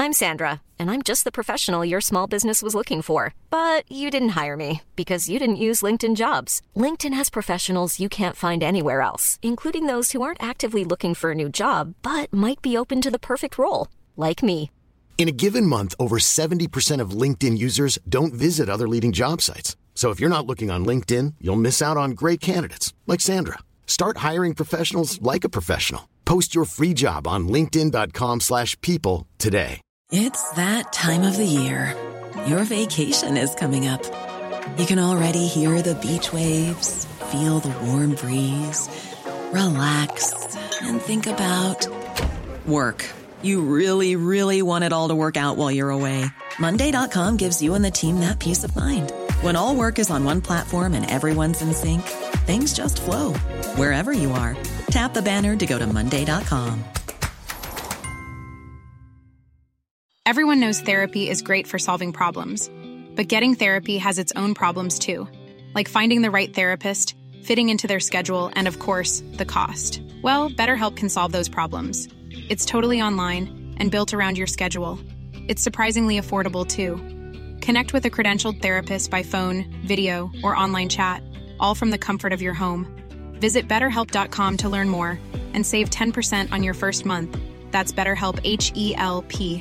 I'm Sandra, and I'm just the professional your small business was looking for. But you didn't hire me because you didn't use LinkedIn Jobs. LinkedIn has professionals you can't find anywhere else, including those who aren't actively looking for a new job, but might be open to the perfect role, like me. In a given month, over 70% of LinkedIn users don't visit other leading job sites. So if you're not looking on LinkedIn, you'll miss out on great candidates like Sandra. Start hiring professionals like a professional. Post your free job on linkedin.com/people today. It's that time of the year. Your vacation is coming up. You can already hear the beach waves, feel the warm breeze, relax, and think about work. You really, really want it all to work out while you're away. Monday.com gives you and the team that peace of mind. When all work is on one platform and everyone's in sync, things just flow. Wherever you are, tap the banner to go to Monday.com. Everyone knows therapy is great for solving problems, but getting therapy has its own problems too, like finding the right therapist, fitting into their schedule, and of course, the cost. Well, BetterHelp can solve those problems. It's totally online and built around your schedule. It's surprisingly affordable too. Connect with a credentialed therapist by phone, video, or online chat, all from the comfort of your home. Visit BetterHelp.com to learn more and save 10% on your first month. That's BetterHelp, H-E-L-P.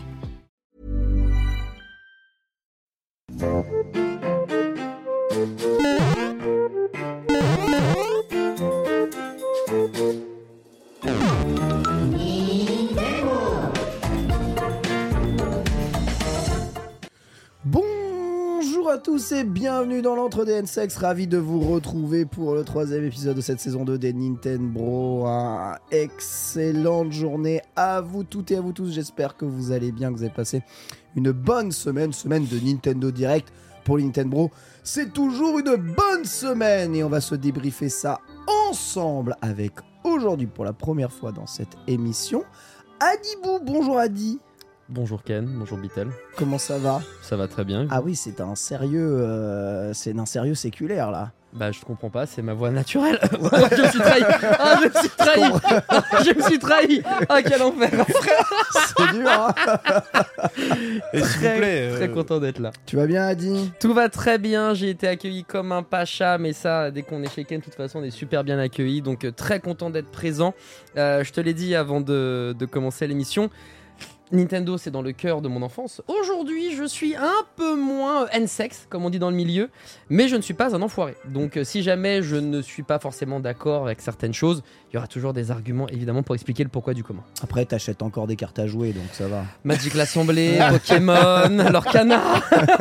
Bonjour à tous et bienvenue dans l'Entre des N-Sex, ravi de vous retrouver pour le 3e épisode de cette saison 2 des Nintendo Bro. Excellente journée à vous toutes et à vous tous, j'espère que vous allez bien, que vous avez passé une bonne semaine de Nintendo Direct pour les Nintendo Bro. C'est toujours une bonne semaine et on va se débriefer ça ensemble avec aujourd'hui pour la première fois dans cette émission Adibou. Bonjour Adi. Bonjour Ken, bonjour Bitel. Comment ça va ? Ça va très bien. Ah oui, c'est d'un sérieux séculaire là. Bah je comprends pas, c'est ma voix naturelle. Je me suis trahi. Je me suis trahi. Ah quel enfer. C'est dur hein. Et s'il vous plaît, très content d'être là. Tu vas bien Adi ? Tout va très bien, j'ai été accueilli comme un pacha, mais ça dès qu'on est chez Ken de toute façon on est super bien accueilli, donc très content d'être présent. Je te l'ai dit avant de commencer l'émission. Nintendo, c'est dans le cœur de mon enfance. Aujourd'hui, je suis un peu moins N-sex, comme on dit dans le milieu, mais je ne suis pas un enfoiré. Donc, si jamais je ne suis pas forcément d'accord avec certaines choses, il y aura toujours des arguments, évidemment, pour expliquer le pourquoi du comment. Après, t'achètes encore des cartes à jouer, donc ça va. Magic l'Assemblée, Pokémon, alors Canard.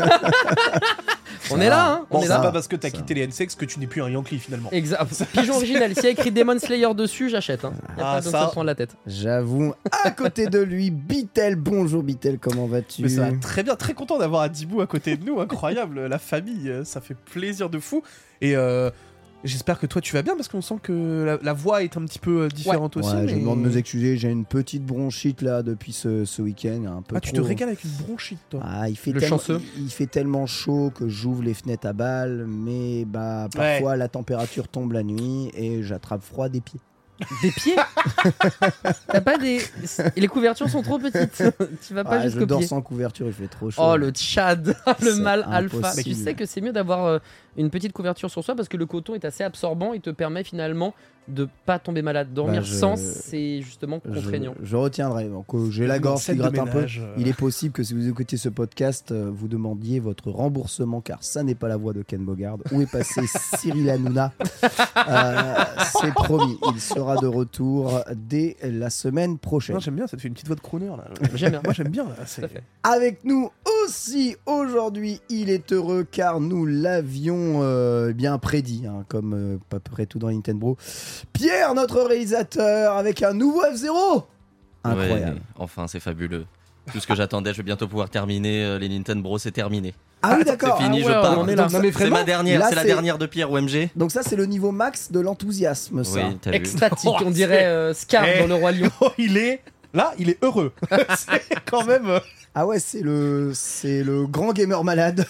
On est là, hein. Bon, c'est pas parce que t'as quitté les N-sex que tu n'es plus un Yankee finalement. Exact. Pigeon original, s'il y a écrit Demon Slayer dessus, j'achète. Hein. Y a pas besoin de se prendre la tête. J'avoue. À côté de lui, Bitel. Bonjour Bitel, comment vas-tu ? Mais ça va très bien, très content d'avoir Adibou à côté de nous, incroyable. La famille, ça fait plaisir de fou. Et j'espère que toi tu vas bien parce qu'on sent que la voix est un petit peu différente aussi. Ouais, je demande de m'excuser, j'ai une petite bronchite là depuis ce week-end. Un peu tu te régales avec une bronchite toi. Il fait tellement chaud que j'ouvre les fenêtres à balles, mais parfois la température tombe la nuit et j'attrape froid des pieds. Des pieds ? T'as pas des... Les couvertures sont trop petites. Tu vas pas jusqu'aux pieds. Je dors sans couverture, il fait trop chaud. Oh le Tchad, le mal impossible. alpha. Mais tu sais que c'est mieux d'avoir une petite couverture sur soi parce que le coton est assez absorbant, il te permet finalement de pas tomber malade. Dormir sans, c'est justement contraignant. Je retiendrai. Donc j'ai la gorge qui gratte un peu. Il est possible que si vous écoutez ce podcast, vous demandiez votre remboursement car ça n'est pas la voix de Ken Bogard. Où est passé Cyril Hanouna ? C'est promis, il sera de retour dès la semaine prochaine. Non, j'aime bien, ça te fait une petite voix de crooner là. J'aime bien. Moi j'aime bien là. Avec nous aussi aujourd'hui, il est heureux car nous l'avions bien prédit, hein, comme à peu près tout dans Nintendo. Pierre, notre réalisateur, avec un nouveau F-Zero. Incroyable. Ouais, enfin, c'est fabuleux. Tout ce que j'attendais, je vais bientôt pouvoir terminer les Nintendo Bros, c'est terminé. Ah oui, d'accord. C'est fini, je pars. On est là. C'est ma dernière, là, c'est la dernière de Pierre OMG. Donc ça, c'est le niveau max de l'enthousiasme, ça. Oui, t'as extatique, on dirait Scar dans le Roi Lion. Il est heureux. C'est quand même... Ah ouais, c'est le grand gamer malade.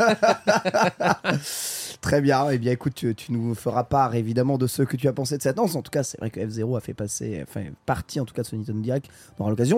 Très bien. Eh bien, écoute, tu nous feras part évidemment de ce que tu as pensé de cette annonce. En tout cas, c'est vrai que F-Zero a fait partie en tout cas de ce Nintendo Direct. On aura l'occasion d'en parler.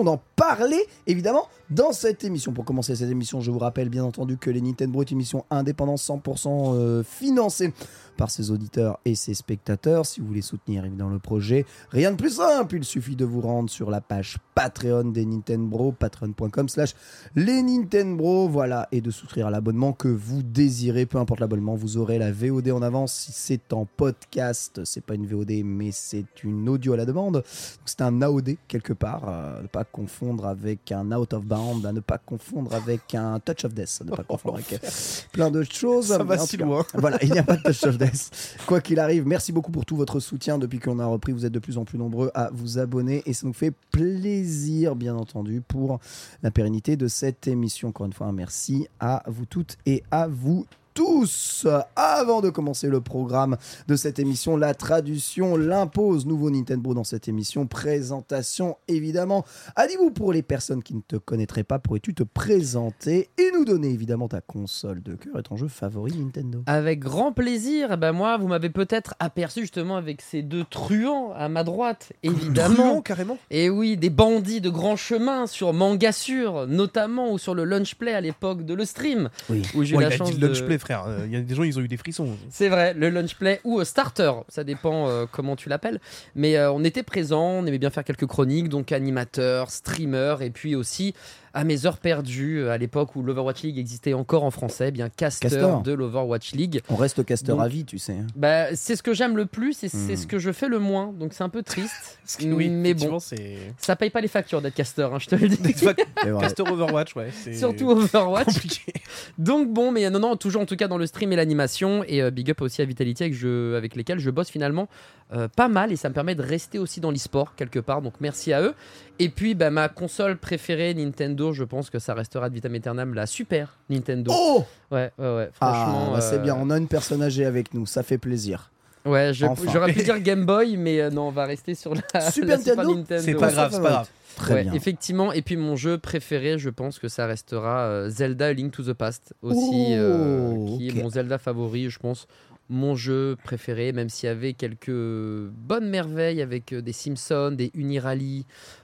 parler évidemment dans cette émission. Pour commencer cette émission, je vous rappelle bien entendu que les Nintendo est une émission indépendante 100% financée par ses auditeurs et ses spectateurs. Si vous voulez soutenir évidemment le projet, rien de plus simple, il suffit de vous rendre sur la page Patreon des Nintendo, patreon.com/les Nintendo, voilà, et de souscrire à l'abonnement que vous désirez, peu importe l'abonnement, vous aurez la VOD en avance. Si c'est en podcast, c'est pas une VOD mais c'est une audio à la demande, donc c'est un AOD quelque part, à ne pas confondre avec un Out of Bound, à ne pas confondre avec un Touch of Death, à ne pas confondre avec plein de choses. Ça va si loin. Voilà, il n'y a pas de Touch of Death. Quoi qu'il arrive, merci beaucoup pour tout votre soutien depuis qu'on a repris. Vous êtes de plus en plus nombreux à vous abonner et ça nous fait plaisir, bien entendu, pour la pérennité de cette émission. Encore une fois, un merci à vous toutes et à vous tous. Avant de commencer le programme de cette émission, la tradition l'impose. Nouveau Nintendo dans cette émission. Présentation, évidemment. Adibou, pour les personnes qui ne te connaîtraient pas, pourrais-tu te présenter et nous donner évidemment ta console de cœur et ton jeu favori Nintendo? Avec grand plaisir. Moi, vous m'avez peut-être aperçu justement avec ces deux truands à ma droite, évidemment. Truands, carrément. Et oui, des bandits de grand chemin sur Mangasure, notamment, ou sur le Lunch Play à l'époque de le stream. Oui. Où j'ai eu la chance dit Lunch Play, frère. Il y a des gens, ils ont eu des frissons. C'est vrai, le Lunch Play ou Starter, ça dépend comment tu l'appelles. Mais on était présents, on aimait bien faire quelques chroniques, donc animateur, streamer, et puis aussi à mes heures perdues, à l'époque où l'Overwatch League existait encore en français, bien caster de l'Overwatch League. On reste caster Donc, à vie, tu sais. C'est ce que j'aime le plus et c'est ce que je fais le moins, donc c'est un peu triste. Oui, mais bon, ça paye pas les factures d'être caster, je te le dis. Caster Overwatch, ouais. Surtout Overwatch. Compliqué. Donc bon, mais non, toujours en tout cas dans le stream et l'animation, et big up aussi à Vitality avec lesquels je bosse finalement pas mal, et ça me permet de rester aussi dans l'e-sport quelque part, donc merci à eux. Et puis ma console préférée Nintendo, je pense que ça restera de vitam aeternam la Super Nintendo. Oh ouais, franchement. C'est bien, on a une personne âgée avec nous, ça fait plaisir. Ouais, Enfin. j'aurais pu dire Game Boy, mais non, on va rester sur la Super Super Nintendo. Nintendo. C'est pas grave, c'est pas grave. Très bien. Effectivement, et puis mon jeu préféré, je pense que ça restera Zelda A Link to the Past aussi, qui est mon Zelda favori, je pense. Mon jeu préféré, même s'il y avait quelques bonnes merveilles avec des Simpsons, des Unirally,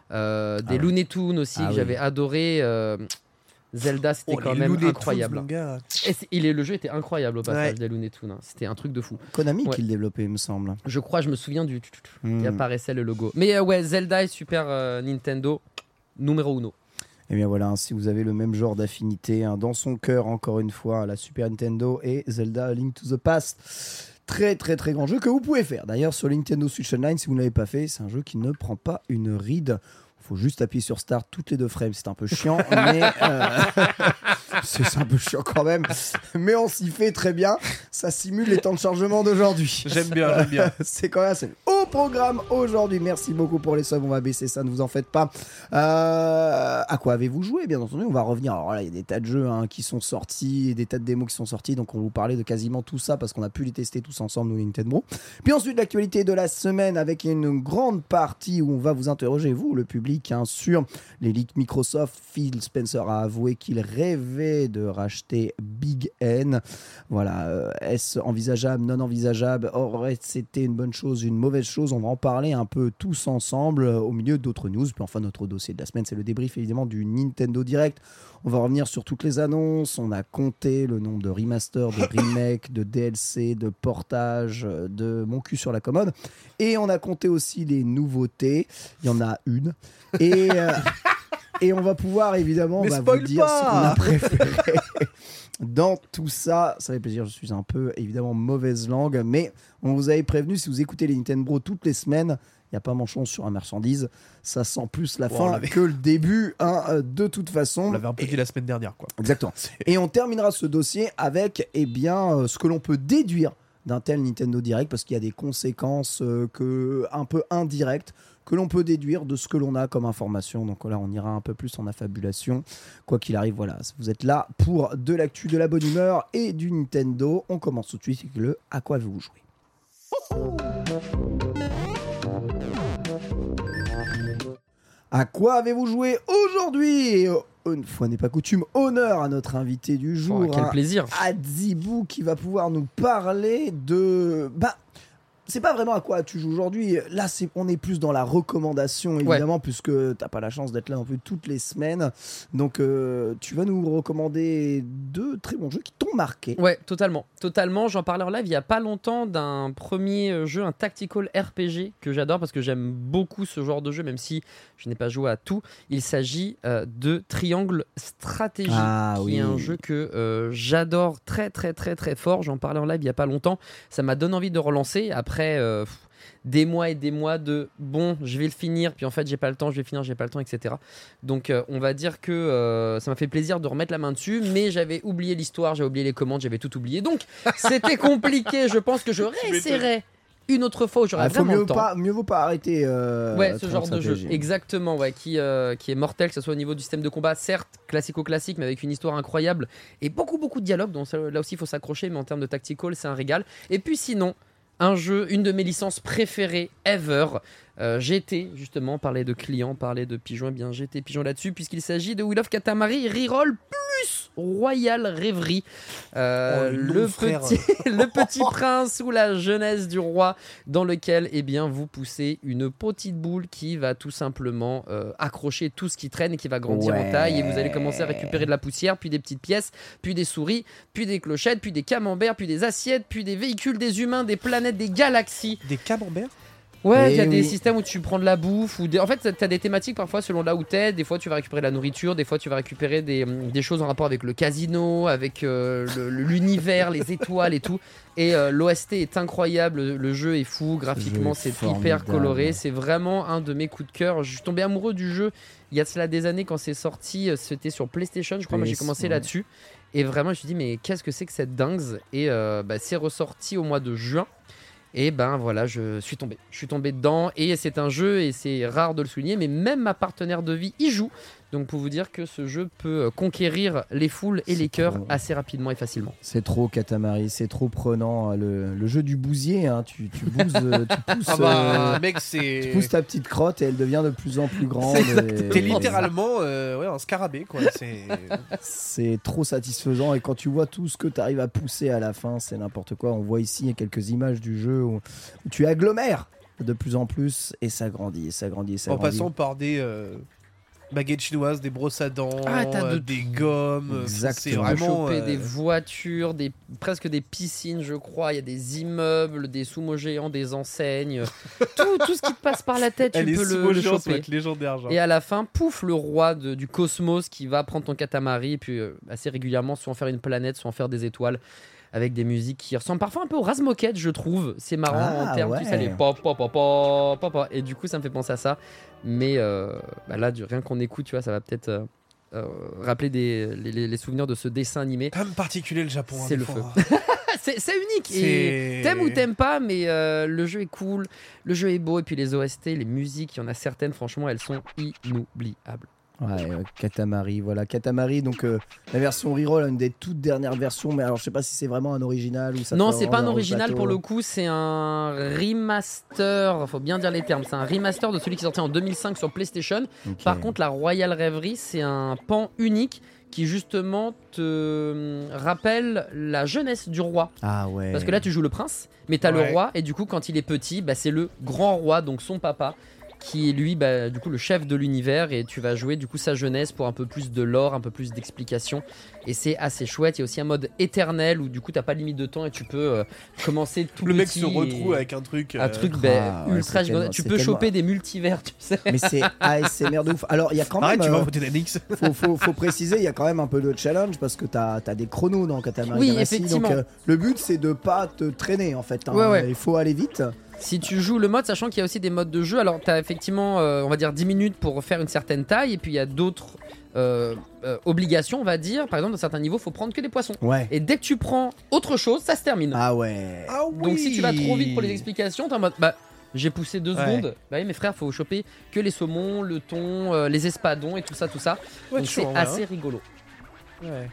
des Looney Tunes aussi que j'avais adoré. Zelda, c'était quand même incroyable. Le jeu était incroyable au passage des Looney Tunes. C'était un truc de fou. Konami qui le développait, il me semble. Je me souviens du qui apparaissait le logo. Mais Zelda et Super Nintendo, numéro uno. Et bien voilà, si vous avez le même genre d'affinité dans son cœur, encore une fois, la Super Nintendo et Zelda A Link to the Past. Très très très grand jeu que vous pouvez faire. D'ailleurs, sur Nintendo Switch Online, si vous ne l'avez pas fait, c'est un jeu qui ne prend pas une ride. Faut juste appuyer sur Start toutes les 2 frames, c'est un peu chiant, mais c'est un peu chiant quand même. Mais on s'y fait très bien. Ça simule les temps de chargement d'aujourd'hui. J'aime bien. C'est quand même assez. Au programme aujourd'hui, merci beaucoup pour les subs. On va baisser ça, ne vous en faites pas. À quoi avez-vous joué? Bien entendu, on va revenir. Alors là, il y a des tas de jeux qui sont sortis, et des tas de démos qui sont sortis. Donc on va vous parler de quasiment tout ça parce qu'on a pu les tester tous ensemble, nous, Nintendo. Puis ensuite, l'actualité de la semaine avec une grande partie où on va vous interroger, vous, le public, sur les leaks Microsoft. Phil Spencer a avoué qu'il rêvait de racheter Big N. Voilà, est-ce envisageable, non envisageable? Aurait-ce été une bonne chose, une mauvaise chose? On va en parler un peu tous ensemble au milieu d'autres news. Puis enfin, notre dossier de la semaine, c'est le débrief évidemment du Nintendo Direct. On va revenir sur toutes les annonces. On a compté le nombre de remasters, de remakes, de DLC, de portages, de mon cul sur la commode. Et on a compté aussi les nouveautés. Il y en a une. Et on va pouvoir évidemment vous dire ce qu'on a préféré dans tout ça. Ça fait plaisir, je suis un peu évidemment mauvaise langue, mais on vous avait prévenu, si vous écoutez les Nintendo toutes les semaines, il n'y a pas manchon sur un marchandise. Ça sent plus la fin que le début, de toute façon. On l'avait un peu dit la semaine dernière, quoi. Exactement. Et on terminera ce dossier avec ce que l'on peut déduire d'un tel Nintendo Direct, parce qu'il y a des conséquences un peu indirectes que l'on peut déduire de ce que l'on a comme information. Donc là, on ira un peu plus en affabulation. Quoi qu'il arrive, voilà, vous êtes là pour de l'actu, de la bonne humeur et du Nintendo. On commence tout de suite avec le « À quoi avez-vous joué ?» À quoi avez-vous joué aujourd'hui? Et une fois n'est pas coutume, honneur à notre invité du jour. Quel plaisir. Adibou, qui va pouvoir nous parler de... c'est pas vraiment à quoi tu joues aujourd'hui. Là, on est plus dans la recommandation, évidemment, puisque t'as pas la chance d'être là non plus toutes les semaines. Donc, tu vas nous recommander 2 très bons jeux qui t'ont marqué. Ouais, totalement. J'en parlais en live il y a pas longtemps d'un premier jeu, un tactical RPG que j'adore parce que j'aime beaucoup ce genre de jeu, même si je n'ai pas joué à tout. Il s'agit de Triangle Stratégie, qui est un jeu que j'adore très très très très fort. J'en parlais en live il y a pas longtemps. Ça m'a donné envie de relancer. Après des mois et des mois de bon, je vais le finir, puis en fait j'ai pas le temps, je vais finir, j'ai pas le temps, etc. Donc on va dire que ça m'a fait plaisir de remettre la main dessus, mais j'avais oublié l'histoire, j'avais oublié les commandes, j'avais tout oublié. Donc c'était compliqué. Je pense que je réessayerai une autre fois où j'aurai vraiment le temps. Mieux vaut pas arrêter ce genre de jeu, exactement, qui est mortel, que ce soit au niveau du système de combat, certes classico-classique, mais avec une histoire incroyable et beaucoup de dialogues, donc là aussi il faut s'accrocher, mais en termes de tactical c'est un régal. Et puis sinon, un jeu, une de mes licences préférées ever. GT, justement, parler de clients, parler de pigeons, bien GT pigeons là-dessus, puisqu'il s'agit de Will of Katamari Reroll plus Royal Reverie. Le petit prince ou la jeunesse du roi, dans lequel vous poussez une petite boule qui va tout simplement accrocher tout ce qui traîne et qui va grandir en taille, et vous allez commencer à récupérer de la poussière, puis des petites pièces, puis des souris, puis des clochettes, puis des camemberts, puis des assiettes, puis des véhicules, des humains, des planètes, des galaxies. Des camemberts? Ouais, il y a des systèmes où tu prends de la bouffe. En fait, tu as des thématiques parfois selon là où t'es. Des fois, tu vas récupérer de la nourriture. Des fois, tu vas récupérer des choses en rapport avec le casino, avec l'univers, les étoiles et tout. Et l'OST est incroyable. Le jeu est fou. Graphiquement, c'est hyper coloré. C'est vraiment un de mes coups de cœur. Je suis tombé amoureux du jeu il y a cela des années quand c'est sorti. C'était sur PlayStation, je crois. Moi, j'ai commencé là-dessus. Et vraiment, je me suis dit, mais qu'est-ce que c'est que cette dingue? Et c'est ressorti au mois de juin. Et voilà, je suis tombé dedans, et c'est un jeu, et c'est rare de le souligner, mais même ma partenaire de vie y joue. Donc pour vous dire que ce jeu peut conquérir les foules et les cœurs assez rapidement et facilement. C'est trop Katamari, c'est trop prenant, le jeu du bousier, hein. tu pousses mec, tu pousses ta petite crotte et elle devient de plus en plus grande. T'es littéralement un scarabée, quoi. C'est trop satisfaisant, et quand tu vois tout ce que tu arrives à pousser à la fin, c'est n'importe quoi. On voit ici quelques images du jeu où tu agglomères de plus en plus, et ça grandit, en passant par des baguettes chinoises, des brosses à dents, des gommes. Exactement. C'est vraiment choper des voitures, presque des piscines, je crois. Il y a des immeubles, des sumo géants, des enseignes. tout ce qui te passe par la tête, tu peux le choper. Légendaire, genre. Et à la fin, pouf, le roi du cosmos qui va prendre ton Katamari, et puis assez régulièrement, soit en faire une planète, soit en faire des étoiles, avec des musiques qui ressemblent parfois un peu au Razmoket, je trouve. C'est marrant en termes, tu sais, les pop. Et du coup, ça me fait penser à ça. Mais là, rien qu'on écoute, tu vois, ça va peut-être rappeler les souvenirs de ce dessin animé. Quand même particulier, le Japon. C'est le feu. C'est unique. Et t'aimes ou t'aimes pas, mais le jeu est cool, le jeu est beau, et puis les OST, les musiques, il y en a certaines, franchement, elles sont inoubliables. Ouais, Katamari, voilà. Katamari, donc la version Reroll, une des toutes dernières versions, mais alors je sais pas si c'est vraiment un original ou ça. Non, c'est pas un original pour le coup, c'est un remaster, faut bien dire les termes, c'est un remaster de celui qui est sorti en 2005 sur PlayStation. Okay. Par contre, la Royal Reverie, c'est un pan unique qui justement te rappelle la jeunesse du roi. Ah ouais. Parce que là, tu joues le prince, mais t'as le roi, et du coup, quand il est petit, c'est le grand roi, donc son papa, qui est lui du coup le chef de l'univers, et tu vas jouer du coup sa jeunesse pour un peu plus de lore, un peu plus d'explications, et c'est assez chouette. Il y a aussi un mode éternel où du coup t'as pas de limite de temps et tu peux commencer tout le petit. mec se retrouve avec un truc ultra gigantesque. Tu peux choper des multivers, tu sais. Mais c'est ASMR de ouf. Alors il y a quand même tu vas voter d'Anix. faut préciser, il y a quand même un peu de challenge parce que t'as des chronos dans Katamari. Oui, Damacy, effectivement. Donc le but c'est de pas te traîner en fait, hein. Ouais. Il faut aller vite. Si tu joues le mode, sachant qu'il y a aussi des modes de jeu, alors tu as effectivement, on va dire 10 minutes pour faire une certaine taille, et puis il y a d'autres obligations, on va dire. Par exemple, dans certains niveaux, il faut prendre que des poissons. Ouais. Et dès que tu prends autre chose, ça se termine. Ah ouais. Ah oui. Donc si tu vas trop vite pour les explications, t'es en mode, j'ai poussé 2 secondes. Bah oui, mes frères, faut choper que les saumons, le thon, les espadons et tout ça. Ouais, donc c'est assez rigolo. Ouais.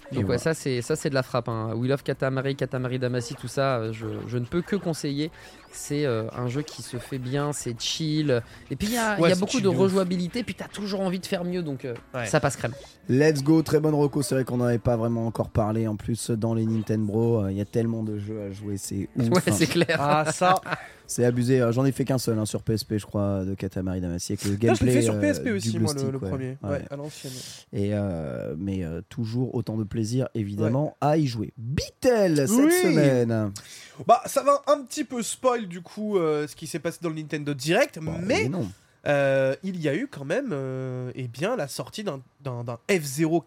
Donc voilà. ça c'est de la frappe. Hein. Wheel of Katamari, Katamari Damacy, tout ça, je ne peux que conseiller. C'est un jeu qui se fait bien, c'est chill. Et puis il y a c'est beaucoup chill de de ouf. rejouabilité. Puis t'as toujours envie de faire mieux, donc ça passe crème. Let's go, très bonne reco. C'est vrai qu'on n'en avait pas vraiment encore parlé. En plus, dans les Nintendo Bro, il y a tellement de jeux à jouer, c'est ouf. Ouais, hein. c'est clair. Ah, ça. C'est abusé. J'en ai fait qu'un seul sur PSP, je crois, de Katamari Damacy avec le Là, je gameplay. l'ai fait sur PSP aussi, double moi, stick, le ouais. premier. Ouais. Ouais, à l'ancienne. Et mais toujours autant de plaisir, évidemment, à y jouer. Beatle cette Oui. semaine. Bah, ça va un petit peu spoil du coup ce qui s'est passé dans le Nintendo Direct, Bon, mais non. il y a eu quand même eh bien, la sortie d'un F-Zero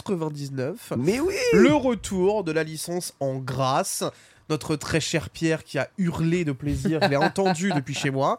99. Mais oui. Le retour de la licence en grâce. Notre très cher Pierre qui a hurlé de plaisir, je l'ai entendu depuis chez moi.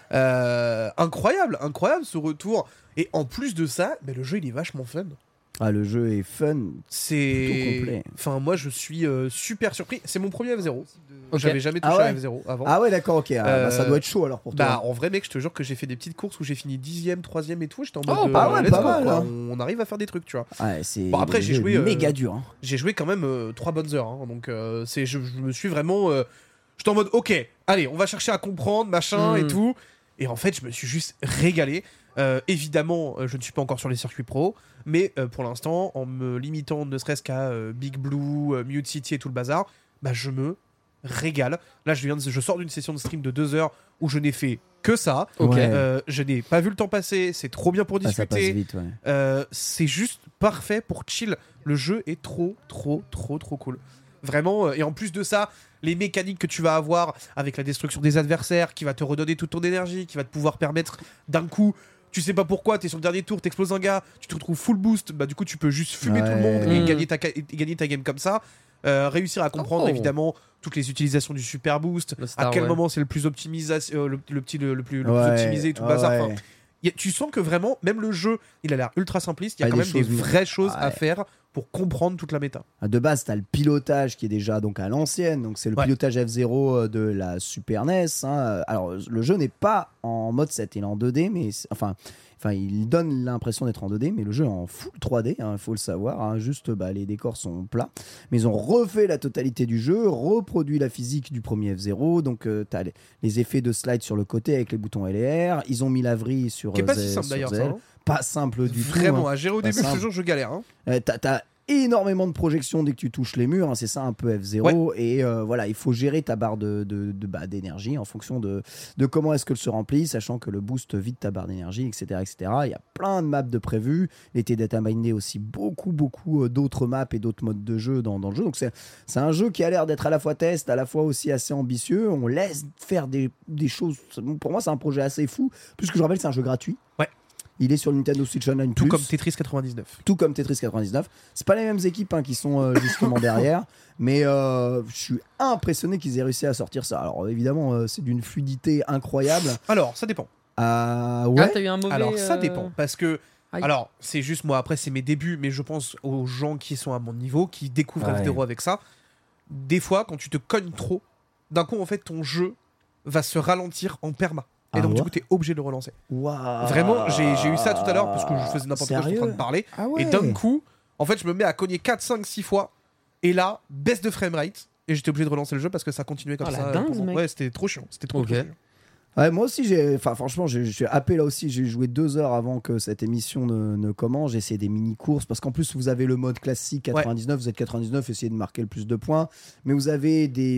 Incroyable ce retour. Et en plus de ça, le jeu il est vachement fun. Ah, le jeu est fun. Plutôt C'est. complet. Enfin, moi je suis super surpris. C'est mon premier F-Zero. Ok. J'avais jamais touché à F-Zero avant. Ah ouais, d'accord, ok. Bah, ça doit être chaud alors pour toi. Bah, en vrai, mec, je te jure que j'ai fait des petites courses où j'ai fini 10ème, 3ème et tout. J'étais en mode. Oh, bah ouais, let's pas go, mal, quoi. hein. On arrive à faire des trucs, tu vois. Ouais, c'est Bon, après, le j'ai jeu joué, est méga dur. Hein. J'ai joué quand même 3 bonnes heures. Hein. Donc, je me suis vraiment. J'étais en mode, ok, allez, on va chercher à comprendre, machin et tout. Et en fait, je me suis juste régalé. Évidemment, je ne suis pas encore sur les circuits pro. Mais pour l'instant, en me limitant ne serait-ce qu'à Big Blue, Mute City et tout le bazar, je me régale. Là, je sors d'une session de stream de 2 heures où je n'ai fait que ça. Ok. Ouais. Je n'ai pas vu le temps passer. C'est trop bien pour Ah, ça passe discuter. vite, ouais. C'est juste parfait pour chill. Le jeu est trop cool. Vraiment. Et en plus de ça, les mécaniques que tu vas avoir avec la destruction des adversaires, qui va te redonner toute ton énergie, qui va te pouvoir permettre d'un coup. Tu sais pas pourquoi, t'es sur le dernier tour, t'exploses un gars, tu te retrouves full boost, du coup tu peux juste fumer tout le monde et gagner ta game comme ça. Réussir à comprendre évidemment toutes les utilisations du super boost, Le star, à quel ouais. moment c'est le plus optimisé, le plus Ouais, optimisé et tout le ouais, bazar. ouais. Enfin, tu sens que vraiment, même le jeu, il a l'air ultra simpliste, il y a Ah, quand des même des choses- vraies choses à Ouais. faire pour comprendre toute la méta. De base, t'as le pilotage qui est déjà donc à l'ancienne, donc c'est le Ouais. pilotage F0 de la Super NES. Hein. Alors, le jeu n'est pas en mode 7, il est en 2D, mais enfin, il donne l'impression d'être en 2D, mais le jeu est en full 3D, il faut le savoir. Hein. Juste, les décors sont plats, mais ils ont refait la totalité du jeu, reproduit la physique du premier F0. Donc, t'as les effets de slide sur le côté avec les boutons L et R. Ils ont mis la vrille sur Qui est pas si Z- simple sur d'ailleurs, Z. ça. Hein. Pas simple du tout. Vraiment, hein. à gérer au Pas début, je te simple. jure, je galère. Hein. T'as énormément de projections dès que tu touches les murs, hein, c'est ça un peu F0. Et voilà, il faut gérer ta barre d'énergie en fonction de comment est-ce qu'elle se remplit, sachant que le boost vide ta barre d'énergie, etc., etc. Il y a plein de maps de prévues. Il était data miné aussi beaucoup d'autres maps et d'autres modes de jeu dans le jeu. Donc c'est un jeu qui a l'air d'être à la fois test, à la fois aussi assez ambitieux. On laisse faire des choses. Pour moi, c'est un projet assez fou, puisque je rappelle, c'est un jeu gratuit. Ouais. Il est sur Nintendo Switch Online+. Tout comme Tetris 99. Tout comme Tetris 99. C'est pas les mêmes équipes qui sont justement derrière, mais je suis impressionné qu'ils aient réussi à sortir ça. Alors évidemment, c'est d'une fluidité incroyable. Alors, ça dépend. Ouais. Ah, t'as eu un mauvais. Alors, ça dépend. Parce que. Aïe. Alors, c'est juste moi, après, c'est mes débuts, mais je pense aux gens qui sont à mon niveau, qui découvrent Ouais. F0 avec ça. Des fois, quand tu te cognes trop, d'un coup, en fait, ton jeu va se ralentir en perma. Et Ah donc, du ouais coup, t'es obligé de le relancer. Waouh. Vraiment, j'ai eu ça tout à l'heure parce que je faisais n'importe quoi, je suis en train de parler. Ah ouais. Et d'un coup, en fait, je me mets à cogner 4, 5, 6 fois. Et là, baisse de framerate. Et j'étais obligé de relancer le jeu parce que ça continuait comme Oh, ça. la dingue, pendant- mec. Ouais, c'était trop chiant. C'était trop, Ok. trop chiant. Ouais, moi aussi, franchement, je suis happé là aussi. J'ai joué 2 heures avant que cette émission ne commence. J'ai essayé des mini-courses parce qu'en plus, vous avez le mode classique 99. Vous êtes 99, essayez de marquer le plus de points. Mais vous avez des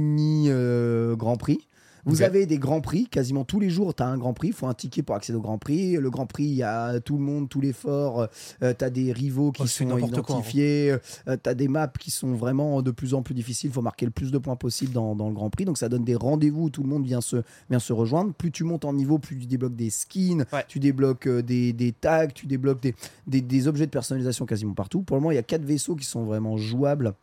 mini-grands prix. Vous Ok. avez des grands prix, quasiment tous les jours, tu as un grand prix, il faut un ticket pour accéder au grand prix. Le grand prix, il y a tout le monde, tout l'effort, tu as des rivaux qui Oh, c'est sont n'importe quoi, identifiés, tu as des maps qui sont vraiment de plus en plus difficiles, il faut marquer le plus de points possible dans le grand prix. Donc ça donne des rendez-vous où tout le monde vient se rejoindre. Plus tu montes en niveau, plus tu débloques des skins, Ouais. tu débloques des tags, tu débloques des objets de personnalisation quasiment partout. Pour le moment, il y a 4 vaisseaux qui sont vraiment jouables.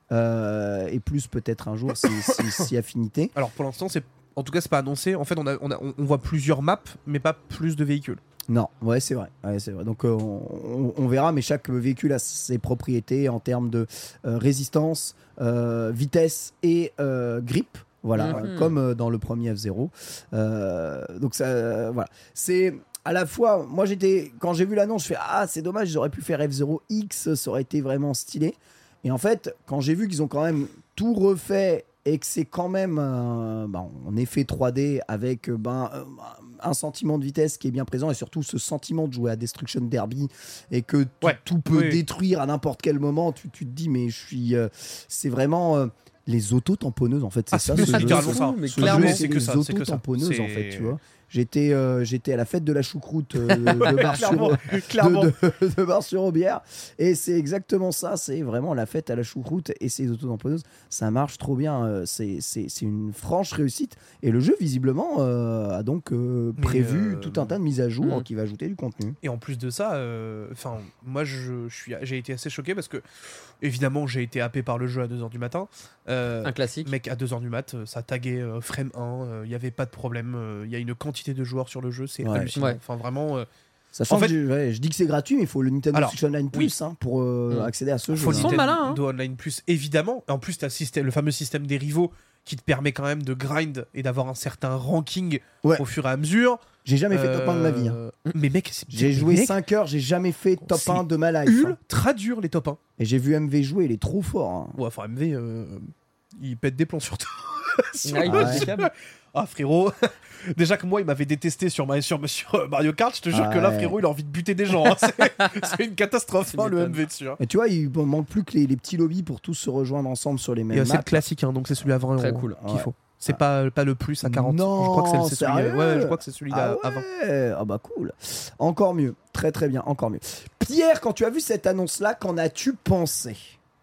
Et plus peut-être un jour si affinité. Alors, pour l'instant, en tout cas, c'est pas annoncé. En fait, on voit plusieurs maps, mais pas plus de véhicules. Non, ouais, c'est vrai. Donc on verra, mais chaque véhicule a ses propriétés en termes de résistance, vitesse et grip. Voilà, Mhm. comme dans le premier F0. Donc ça, voilà. à la fois, moi quand j'ai vu l'annonce, je fais c'est dommage, ils auraient pu faire F0X, ça aurait été vraiment stylé. Et en fait, quand j'ai vu qu'ils ont quand même tout refait et que c'est quand même en effet 3D avec un sentiment de vitesse qui est bien présent et surtout ce sentiment de jouer à Destruction Derby et que tout peut détruire à n'importe quel moment, tu te dis mais c'est vraiment les auto-tamponneuses en fait, c'est ça ce jeu. Littéralement ça. Mais Ce clairement, jeu, c'est que ça, c'est que ça. auto-tamponneuses en fait, tu vois. J'étais à la fête de la choucroute de Bar-sur-Aubière et c'est exactement ça, c'est vraiment la fête à la choucroute et ces auto-tamponneuses, ça marche trop bien, c'est une franche réussite et le jeu visiblement a donc prévu tout un tas de mises à jour qui va ajouter du contenu. Et en plus de ça, moi j'ai été assez choqué parce que évidemment j'ai été happé par le jeu à 2h du matin. Un classique. Mec, à 2h du mat, ça taguait frame 1, il n'y avait pas de problème, il y a une quantité de joueurs sur le jeu, c'est hallucinant. Enfin vraiment. Sachant que je dis que c'est gratuit, mais il faut le Nintendo Switch Online Plus pour accéder à ce jeu. Il faut le Nintendo Nintendo Online Plus, évidemment. En plus, tu as le fameux système des rivaux qui te permet quand même de grind et d'avoir un certain ranking au fur et à mesure. J'ai jamais fait top 1 de ma vie. Mais mec, j'ai joué 5 heures, j'ai jamais fait top 1 de ma life. Ultra dur les top 1. Et j'ai vu MV jouer, il est trop fort. Ouais, enfin MV, il pète des plombs surtout. Ah frérot, déjà que moi il m'avait détesté sur Mario Kart, je te jure que là frérot il a envie de buter des gens. C'est une catastrophe le MV dessus. Et tu vois, il manque plus que les petits lobbies pour tous se rejoindre ensemble sur les mêmes maps. C'est le classique, donc c'est celui à 20 très € cool qu'il faut. C'est pas le plus à 40. Non, je crois que c'est celui. sérieux Je crois que c'est celui à 20. Ah bah cool. Encore mieux. Très très bien, encore mieux. Pierre, quand tu as vu cette annonce là, qu'en as-tu pensé?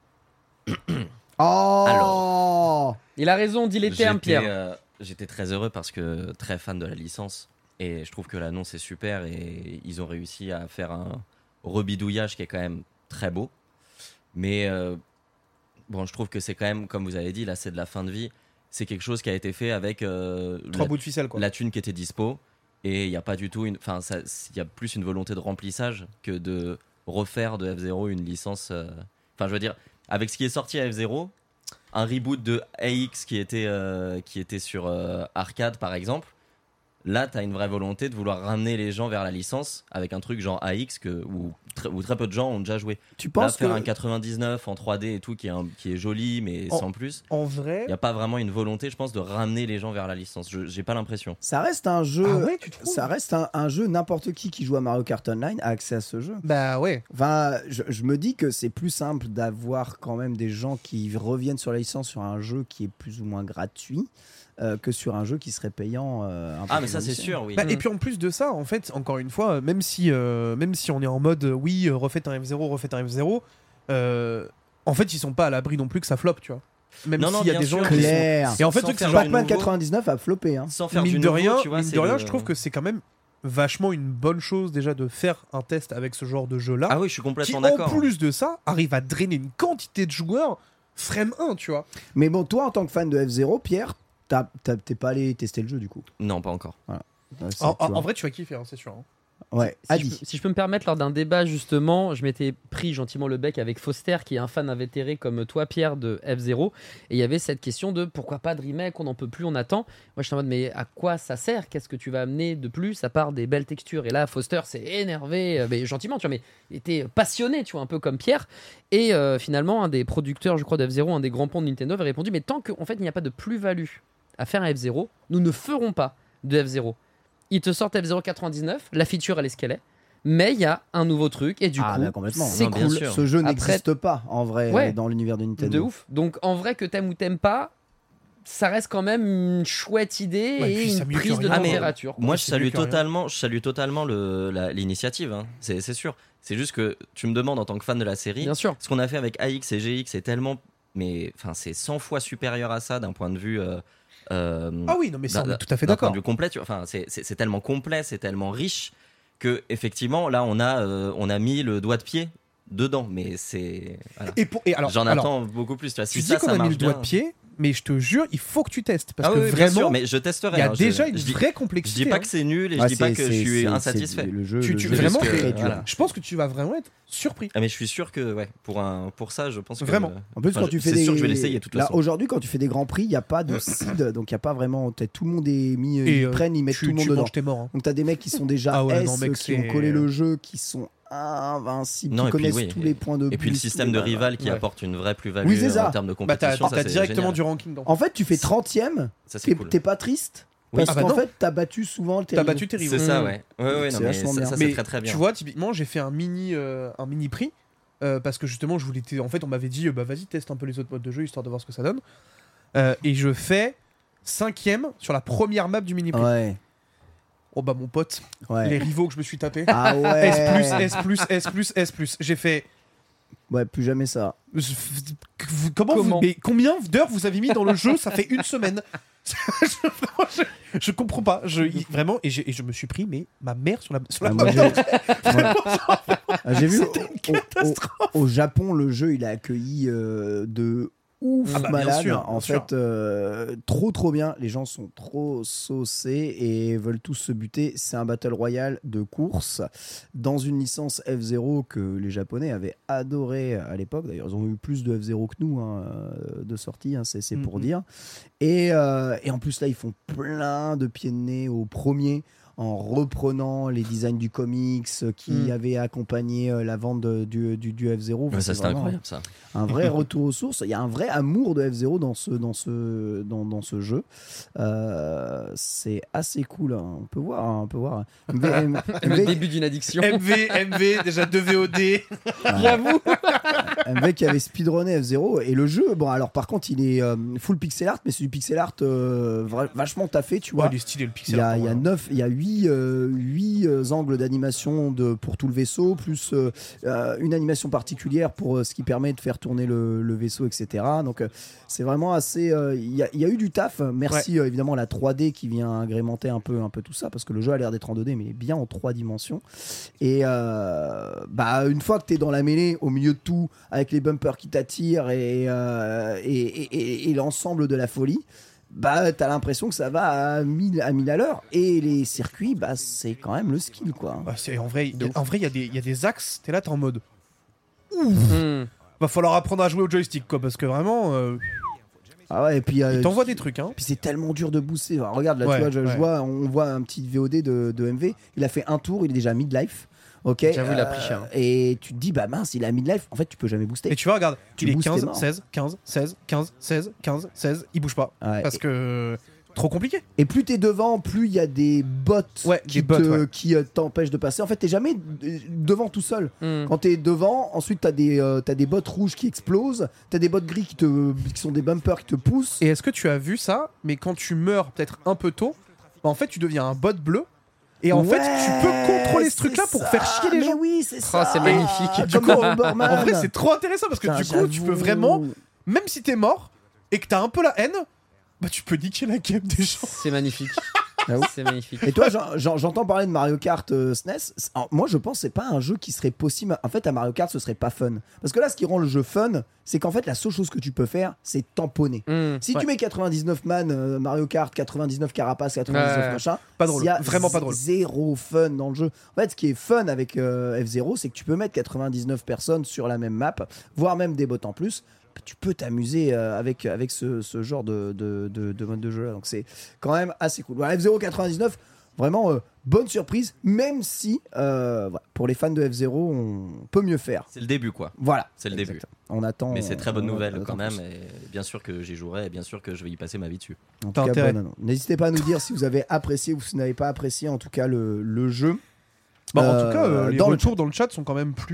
Alors, il a raison, dis les termes, Pierre. J'étais très heureux parce que très fan de la licence et je trouve que l'annonce est super et ils ont réussi à faire un rebidouillage qui est quand même très beau. Mais bon, je trouve que c'est quand même, comme vous avez dit, là c'est de la fin de vie. C'est quelque chose qui a été fait avec 3 bouts de ficelle, quoi. La thune qui était dispo et il n'y a pas du tout il y a plus une volonté de remplissage que de refaire de F0 une licence. Enfin, je veux dire, avec ce qui est sorti à F0, un reboot de AX qui était sur arcade par exemple, là t'as une vraie volonté de vouloir ramener les gens vers la licence avec un truc genre AX où très peu de gens ont déjà joué. Tu penses là, faire un 99 en 3D et tout qui est joli mais sans plus. En vrai, il n'y a pas vraiment une volonté, je pense, de ramener les gens vers la licence. J'ai pas l'impression. Ça reste un jeu. Ah ouais, tu trouves ? Ça reste un jeu, n'importe qui joue à Mario Kart Online a accès à ce jeu. Bah ouais. Enfin, je me dis que c'est plus simple d'avoir quand même des gens qui reviennent sur la licence sur un jeu qui est plus ou moins gratuit. Que sur un jeu qui serait payant. Mais ça c'est sûr, oui. Et puis en plus de ça, en fait, encore une fois, même si on est en mode refaites un F0, en fait ils sont pas à l'abri non plus que ça floppe, tu vois. Même s'il y a des gens qui clair. Et en fait, le truc c'est Batman 99 a floppé. Sans faire mine du de nouveau, rien, tu vois, je trouve que c'est quand même vachement une bonne chose déjà de faire un test avec ce genre de jeu là. Ah oui, je suis complètement qui, d'accord. En plus de ça, arrive à drainer une quantité de joueurs frame 1, tu vois. Mais bon, toi en tant que fan de F0, Pierre, t'es pas allé tester le jeu du coup? Non, pas encore. Voilà. En vrai, tu vas kiffer, c'est sûr. Ouais, si je peux me permettre, lors d'un débat justement, je m'étais pris gentiment le bec avec Foster, qui est un fan invétéré comme toi, Pierre, de F0, et il y avait cette question de pourquoi pas de remake, on n'en peut plus, on attend. Moi, je suis en mode, mais à quoi ça sert? Qu'est-ce que tu vas amener de plus à part des belles textures? Et là, Foster s'est énervé, mais gentiment, tu vois, mais il était passionné, tu vois, un peu comme Pierre. Et finalement, un des producteurs, je crois, de F0, un des grands ponts de Nintendo, avait répondu, mais tant qu'en fait, il n'y a pas de plus-value à faire un F0, nous ne ferons pas de F0. Ils te sortent F0 99, la feature elle est ce qu'elle est, mais il y a un nouveau truc et du coup c'est cool. Ce jeu n'existe pas en vrai dans l'univers de Nintendo. De ouf. Donc en vrai, que t'aimes ou t'aimes pas, ça reste quand même une chouette idée et une prise de température. Moi je salue totalement l'initiative, hein. C'est sûr. C'est juste que tu me demandes en tant que fan de la série, bien sûr, ce qu'on a fait avec AX et GX est tellement, mais enfin c'est 100 fois supérieur à ça d'un point de vue. Ah oui, non mais ça on est tout à fait d'accord. Complet, enfin, c'est tellement complet, c'est tellement riche que effectivement là on a mis le doigt de pied dedans, mais c'est voilà. Et alors, j'en attends beaucoup plus. Tu vois, tu dis qu'on a mis le doigt de pied, mais je te jure, il faut que tu testes parce Ah que oui, bien sûr, vraiment, mais je testerai. il y a hein, déjà je une dis- vraie Je complexité. dis pas hein. que c'est nul et Ouais, je dis pas que c'est- je suis c'est- insatisfait. le jeu, Tu- le tu- jeu, vraiment, c'est très que- dur. voilà. Je pense que tu vas vraiment être surpris. Ah mais je suis sûr que ouais, pour ça, je pense que Vraiment. En plus, quand tu fais c'est sûr que je vais l'essayer de toute là façon. aujourd'hui, quand tu fais des grands prix, il y a pas de seed, donc il y a pas vraiment. Tout le monde est mis, Et ils prennent, ils mettent tout le monde tu dedans. manges tes morts. hein. Donc t'as des mecs qui sont déjà Ah ouais, S, non, mec, qui ont c'est- collé le jeu, qui sont invincibles, Non, qui et puis, connaissent oui, tous les points de Et puis le boost, système tous de les- rival qui Ouais. apporte une vraie plus-value Oui, c'est ça. en termes de Bah, compétition. t'as ça, c'est directement génial. du ranking. Donc. En fait, tu fais 30ème, Ça c'est cool. t'es pas triste, Oui. parce Ah bah qu'en non. fait, t'as battu souvent tes T'as rivaux. battu tes rivaux. C'est ça, ouais. Ouais, non, C'est mais vachement bien. ça Mais c'est très très bien. tu vois, typiquement, j'ai fait un mini prix parce que justement, je voulais. En fait, on m'avait dit, bah vas-y, teste un peu les autres modes de jeu histoire de voir ce que ça donne. Et je fais 5ème sur la première map du mini prix. Ouais, Oh bah mon pote, les ouais. rivaux que je me suis tapé. Ah ouais. S+. J'ai fait. Ouais, plus jamais ça. Comment mais combien d'heures vous avez mis dans le jeu? Ça fait une semaine. je comprends pas. Vraiment, et je me suis pris mais ma mère sur la Ah, map. moi, j'ai vu C'était une au Japon, le jeu il a accueilli de ouf Ah bah, bien malade. sûr, En bien fait, trop bien. Les gens sont trop saucés et veulent tous se buter. C'est un battle royale de course dans une licence F0 que les Japonais avaient adoré à l'époque. D'ailleurs, ils ont eu plus de F0 que nous de sortie, hein, c'est pour dire. Et en plus là, ils font plein de pieds de nez au premier, en reprenant les designs du comics qui avaient accompagné la vente du F0. Ouais, ça C'est c'est vraiment incroyable ça. un vrai retour aux sources. Il y a un vrai amour de F0 dans ce jeu. C'est assez cool. Hein. On peut voir. Le début d'une addiction. MV, déjà 2 VOD. J'avoue. MV qui avait speedrunné F0 et le jeu. Bon, alors par contre, il est full pixel art, mais c'est du pixel art vachement taffé, tu vois. Il est stylé le Il pixel. y a 8 angles d'animation pour tout le vaisseau, plus une animation particulière pour ce qui permet de faire tourner le vaisseau, etc. Donc c'est vraiment assez. Il y a eu du taf. Merci évidemment à la 3D qui vient agrémenter un peu tout ça, parce que le jeu a l'air d'être en 2D, mais bien en 3 dimensions. Et une fois que tu es dans la mêlée, au milieu de tout, avec les bumpers qui t'attirent et l'ensemble de la folie, t'as l'impression que ça va à 1000 à l'heure, et les circuits, c'est quand même le skill, quoi. Bah, en vrai, il y a des axes, t'es là, t'es en mode. Hmm. Va falloir apprendre à jouer au joystick, quoi, parce que vraiment, Ah ouais, et puis il t'envoie des trucs, hein. puis c'est tellement dur de booster. Alors, regarde là, Ouais, tu vois, on voit un petit VOD de MV, il a fait un tour, il est déjà midlife. Ok. J'avoue, il a pris cher. Et tu te dis, mince, il a midlife, en fait tu peux jamais booster. Et tu vois, regarde, Tu il est boostes, t'es 15, mort. 16, 15, 16, 15, 16, 15, 16, il bouge pas. Ouais, Parce que. Trop compliqué. et plus t'es devant, plus il y a des bots qui t'empêchent de passer. En fait, t'es jamais devant tout seul. Hmm. Quand t'es devant, ensuite t'as des bots rouges qui explosent, t'as des bots gris qui sont des bumpers qui te poussent. Et est-ce que tu as vu ça? Mais quand tu meurs peut-être un peu tôt, en fait, tu deviens un bot bleu. Et en fait, tu peux contrôler ce truc-là pour faire chier les gens. Oui, c'est ça. c'est magnifique. Comme dans Bomberman. En vrai, c'est trop intéressant parce que Putain, du coup, tu j'avoue. peux vraiment, même si t'es mort et que t'as un peu la haine, tu peux niquer la game des gens. C'est magnifique. J'avoue. C'est magnifique. Et toi, j'entends parler de Mario Kart SNES. Alors, moi, je pense que c'est pas un jeu qui serait possible. En fait, à Mario Kart, ce serait pas fun. Parce que là, ce qui rend le jeu fun, c'est qu'en fait, la seule chose que tu peux faire, c'est tamponner. Hmm. Si tu mets 99 man Mario Kart, 99 carapace, 99 Ouais. machin, Pas drôle, il y a vraiment pas drôle. Zéro fun dans le jeu. En fait, ce qui est fun avec F0, c'est que tu peux mettre 99 personnes sur la même map, voire même des bots en plus. Tu peux t'amuser avec ce genre de mode de jeu là. Donc c'est quand même assez cool. Voilà, F0 99, vraiment bonne surprise, même si pour les fans de F0 on peut mieux faire. C'est le début quoi. Voilà, C'est le début. on attend. Mais c'est très bonne on nouvelle attend quand même. plus. Et bien sûr que j'y jouerai et bien sûr que je vais y passer ma vie dessus. En T'as tout cas, intérêt. bonne annonce. N'hésitez pas à nous dire si vous avez apprécié ou si vous n'avez pas apprécié en tout cas le jeu. En tout cas, les dans le retours dans le chat sont quand même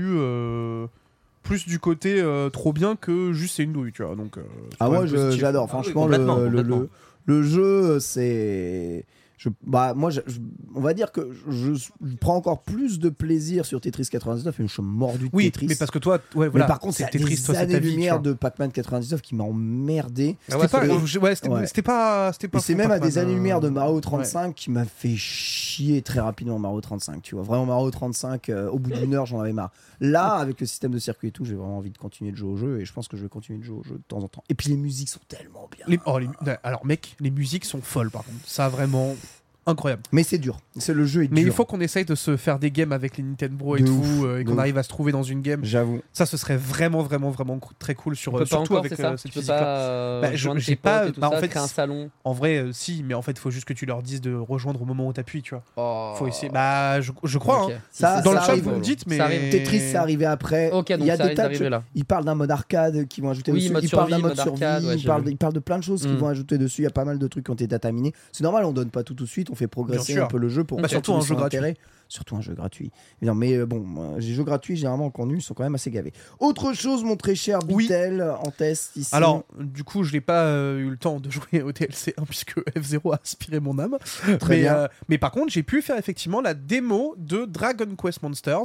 plus du côté trop bien que juste c'est une douille, tu vois. Donc, Ah, moi positif. j'adore. Ah oui, Franchement, complètement. le jeu, c'est. On va dire que je prends encore plus de plaisir sur Tetris 99 et je suis mordu de Tetris. Mais parce que toi, ouais, voilà. Mais par contre, c'est Tetris, des toi, c'est ta vie, années-lumière tu vois. de Pac-Man 99 qui m'a emmerdé. C'était pas. Et c'est même à des années-lumière de Mario 35 ouais. qui m'a fait chier très rapidement Mario 35. Tu vois, vraiment Mario 35, au bout d'une heure, j'en avais marre. Là, avec le système de circuit et tout, j'ai vraiment envie de continuer de jouer au jeu et je pense que je vais continuer de jouer au jeu de temps en temps. Et puis les musiques sont tellement bien. Alors, mec, les musiques sont folles par contre. Ça, vraiment. Incroyable. Mais c'est dur. Le jeu est dur. Mais il faut qu'on essaye de se faire des games avec les Nintendo et De tout, ouf, et qu'on arrive à se trouver dans une game. J'avoue. Ça, ce serait vraiment très cool Tu peux surtout pas avec encore, cette tu peux physique-là. pas joindre j'ai tes pas. potes et tout En ça, fait, créer un salon. En vrai, si, mais en fait, il faut juste que tu leur dises de rejoindre au moment où t'appuies, tu vois. Oh. Faut essayer. Bah, je crois. Ok. Hein. Ça, Dans le ça chat, arrive. vous me dites, mais. Ça arrive. Tetris, c'est arrivé après. Ok, donc il y a ça des risque tas de d'arriver jeux. là. Ils parlent d'un mode arcade qui vont ajouter Oui, dessus. mode Ils parlent survie, d'un mode mode survie. arcade, ouais, Ils parlent de plein de choses qu'ils vont ajouter dessus. Il y a pas mal de trucs qui ont été dataminés. C'est normal, on donne pas tout de suite. On fait progresser sûr. un peu le jeu pour Bah, surtout un jeu gratuit. Surtout un jeu gratuit. Mais bon, les jeux gratuits, généralement, en contenu, sont quand même assez gavés. Autre chose, mon très cher Oui. Bitel, en test ici. Alors, du coup, je n'ai pas eu le temps de jouer au DLC 1 puisque F0 a aspiré mon âme. Très bien. Mais par contre, j'ai pu faire effectivement la démo de Dragon Quest Monsters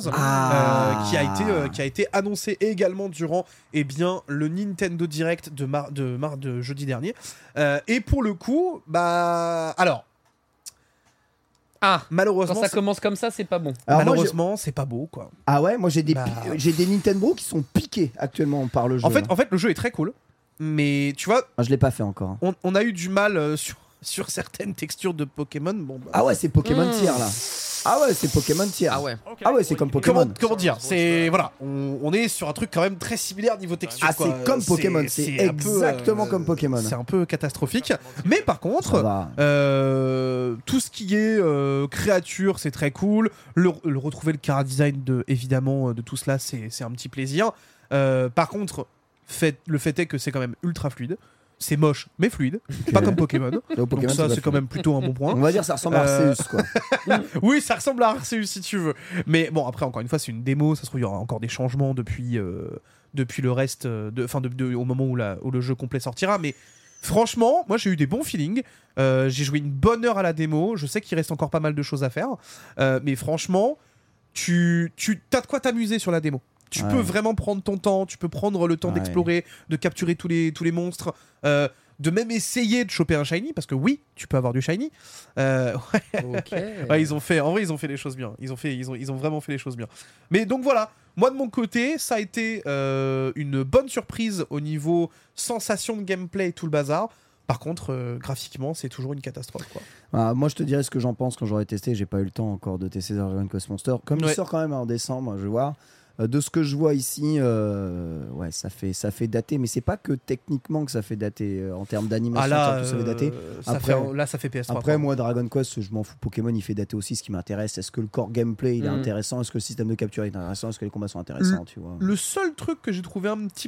qui a été annoncée également durant le Nintendo Direct de jeudi dernier. Et pour le coup, alors. Malheureusement, Quand ça commence comme ça, c'est pas bon. Alors, malheureusement, c'est pas beau, quoi. Ah ouais, moi j'ai des Nintendo qui sont piqués actuellement par le jeu. En fait, le jeu est très cool, mais tu vois, Moi, je l'ai pas fait encore. on a eu du mal sur certaines textures de Pokémon. Ah ouais, c'est Pokémon Tier là. Ah ouais, c'est Pokémon Tier. Ah ouais. Ah ouais, c'est comme Pokémon. Comment dire, c'est voilà, on est sur un truc quand même très similaire niveau texture. Ah, quoi. c'est comme Pokémon, c'est un peu, exactement comme Pokémon. C'est un peu catastrophique, mais par Ça contre, va. tout ce qui est créature, c'est très cool. Le retrouver le chara design évidemment de tout cela, c'est un petit plaisir. Par contre, le fait est que c'est quand même ultra fluide. C'est moche, mais fluide. Pas comme Pokémon. Pokémon, Donc ça, c'est quand même plutôt un bon point. On va dire ça ressemble à Arceus quoi. Oui, ça ressemble à Arceus si tu veux. Mais bon, après, encore une fois, c'est une démo. Ça se trouve, il y aura encore des changements depuis le reste, au moment où le jeu complet sortira. Mais franchement, moi, j'ai eu des bons feelings. J'ai joué une bonne heure à la démo. Je sais qu'il reste encore pas mal de choses à faire. Mais franchement, tu as de quoi t'amuser sur la démo. Tu peux vraiment prendre ton temps, tu peux prendre le temps d'explorer, de capturer tous les monstres, de même essayer de choper un shiny, parce que oui, tu peux avoir du shiny. Ouais, ils ont fait les choses bien. Ils ont vraiment fait les choses bien. Mais donc voilà, moi de mon côté, ça a été une bonne surprise au niveau sensation de gameplay et tout le bazar. Par contre, graphiquement, c'est toujours une catastrophe, quoi. Moi, je te dirais ce que j'en pense quand j'aurai testé. J'ai pas eu le temps encore de tester Dragon Quest Monster. Comme il sort quand même en décembre, je vais voir. De ce que je vois ici, ça fait dater, mais c'est pas que techniquement que ça fait dater en termes d'animation, ça fait dater. Ça fait PS3. Après, moi, Dragon Quest, je m'en fous. Pokémon, il fait dater aussi. Ce qui m'intéresse, est-ce que le core gameplay il est intéressant, est-ce que le système de capture est intéressant, est-ce que les combats sont intéressants, tu vois. Le seul truc que j'ai trouvé un petit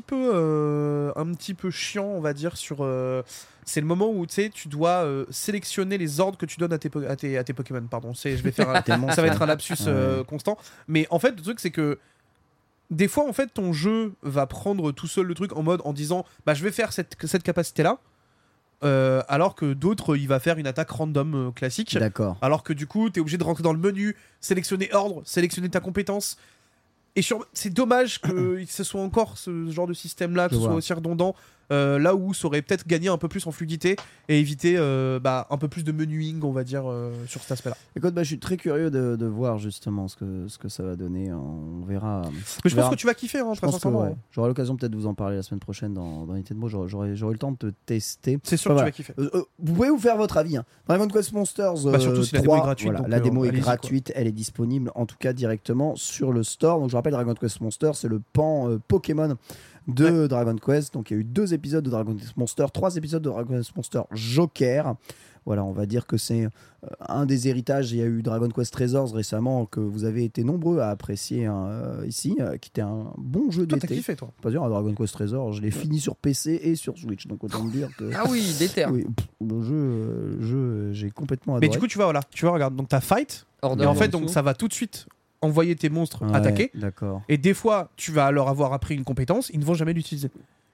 peu chiant, on va dire, c'est le moment où tu dois sélectionner les ordres que tu donnes à tes Pokémon. Pardon, ça va être un lapsus constant. Mais en fait, le truc, c'est que des fois, en fait, ton jeu va prendre tout seul le truc en disant je vais faire cette capacité-là. Alors que d'autres, il va faire une attaque random classique. D'accord. Alors que du coup, tu es obligé de rentrer dans le menu, sélectionner ordre, sélectionner ta compétence. Et c'est dommage que ce soit encore ce genre de système-là, que ce soit aussi redondant. Là où ça aurait peut-être gagné un peu plus en fluidité et éviter un peu plus de menuing, on va dire, sur cet aspect-là. Écoute, je suis très curieux de voir justement ce que ça va donner. On verra. Mais je pense que tu vas kiffer, très sincèrement. J'aurai l'occasion peut-être de vous en parler la semaine prochaine dans Nintendo. J'aurai eu le temps de te tester. C'est sûr que tu vas kiffer. Vous pouvez vous faire votre avis. Dragon Quest Monsters surtout si 3, la démo est gratuite. Voilà, la démo est gratuite, elle est disponible en tout cas directement sur le store. Donc je rappelle, Dragon Quest Monsters, c'est le pan Pokémon de Dragon Quest. Donc il y a eu 2 épisodes de Dragon Quest Monster, 3 épisodes de Dragon Quest Monster Joker. Voilà, on va dire que c'est un des héritages. Il y a eu Dragon Quest Treasures récemment que vous avez été nombreux à apprécier ici, qui était un bon jeu d'été. Toi, t'as kiffé, toi. Pas dire, Dragon Quest Treasures, je l'ai fini sur PC et sur Switch, donc autant me dire que... Ah oui, déter. Oui, le jeu, j'ai complètement adoré. Mais du coup, tu vois, regarde, donc t'as fight, et en fait, donc ça va tout de suite envoyer tes monstres attaquer. D'accord. Et des fois, tu vas alors avoir appris une compétence, ils ne vont jamais l'utiliser.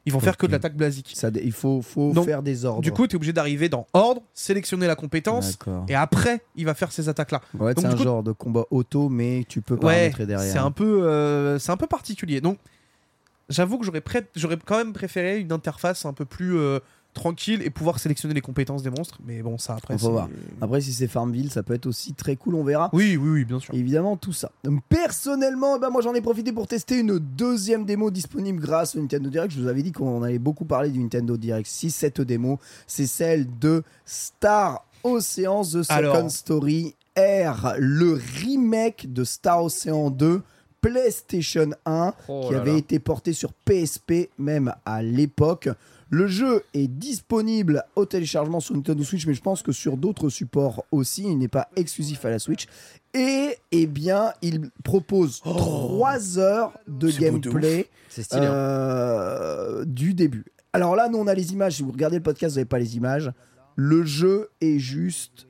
Ils vont faire que de Ok. l'attaque basique. Il faut Donc, faire des ordres. Du coup, tu es obligé d'arriver dans ordre, sélectionner la compétence, D'accord. et après, il va faire ces attaques-là. Ouais, donc, c'est du un coup- genre de combat auto, mais tu peux Ouais, paramétrer derrière. c'est un peu particulier. Donc, j'avoue que j'aurais quand même préféré une interface un peu plus tranquille et pouvoir sélectionner les compétences des monstres. Mais bon, ça après. Faut voir. Après, si c'est Farmville, ça peut être aussi très cool, on verra. Oui, bien sûr. Évidemment, tout ça. Donc, personnellement, moi j'en ai profité pour tester une deuxième démo disponible grâce au Nintendo Direct. Je vous avais dit qu'on allait beaucoup parler du Nintendo Direct 6. Cette démo, c'est celle de Star Ocean The Second Alors. Story R, le remake de Star Ocean 2 PlayStation 1 Oh qui là avait là. été porté sur PSP même à l'époque. Le jeu est disponible au téléchargement sur Nintendo Switch, mais je pense que sur d'autres supports aussi. Il n'est pas exclusif à la Switch. Et eh bien, il propose 3 heures de c'est beau de gameplay C'est stylé. du début. Alors là, nous on a les images. Si vous regardez le podcast, vous n'avez pas les images. Le jeu est juste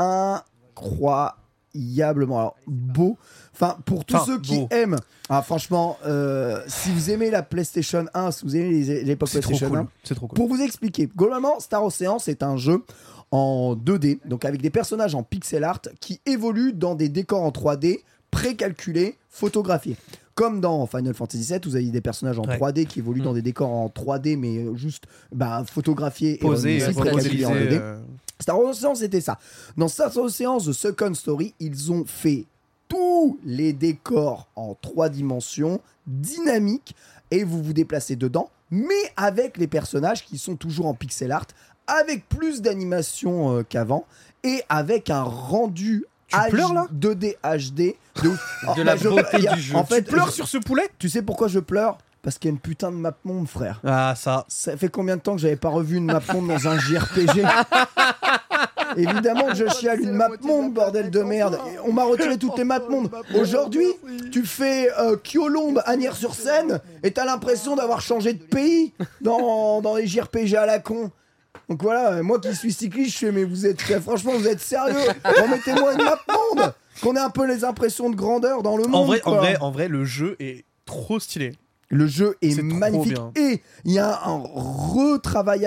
incroyablement beau. Enfin, pour tous ceux qui beau. aiment, franchement, si vous aimez la PlayStation 1, si vous aimez l'époque C'est trop PlayStation 1, cool. C'est trop cool. pour vous expliquer, globalement, Star Ocean, c'est un jeu en 2D, donc avec des personnages en pixel art qui évoluent dans des décors en 3D précalculés, photographiés. Comme dans Final Fantasy VII, vous avez des personnages en Ouais. 3D qui évoluent dans des décors en 3D, mais juste photographiés Posé, et précalculés en 2D. modélisé. Star Ocean, c'était ça. Dans Star Ocean The Second Story, ils ont fait tous les décors en 3 dimensions, dynamiques, et vous vous déplacez dedans, mais avec les personnages qui sont toujours en pixel art, avec plus d'animation qu'avant, et avec un rendu Tu pleures, là 2D HD De la beauté du jeu. En fait, Tu pleures sur ce poulet? tu sais pourquoi je pleure? Parce qu'il y a une putain de map monde, frère. Ah, ça. Ça fait combien de temps que j'avais pas revu une map monde dans un JRPG? Évidemment que je chiale une map monde, bordel de merde. On m'a retiré toutes les map monde. Aujourd'hui, tu fais Kyolombe, Agnières-sur-Seine, et t'as l'impression d'avoir changé de pays dans les JRPG à la con. Donc voilà, moi qui suis cycliste, je fais, mais franchement, vous êtes sérieux? Remettez-moi une map monde, qu'on ait un peu les impressions de grandeur dans le monde. En vrai, le jeu est trop stylé. Le jeu est C'est trop magnifique bien. et il y a un retravail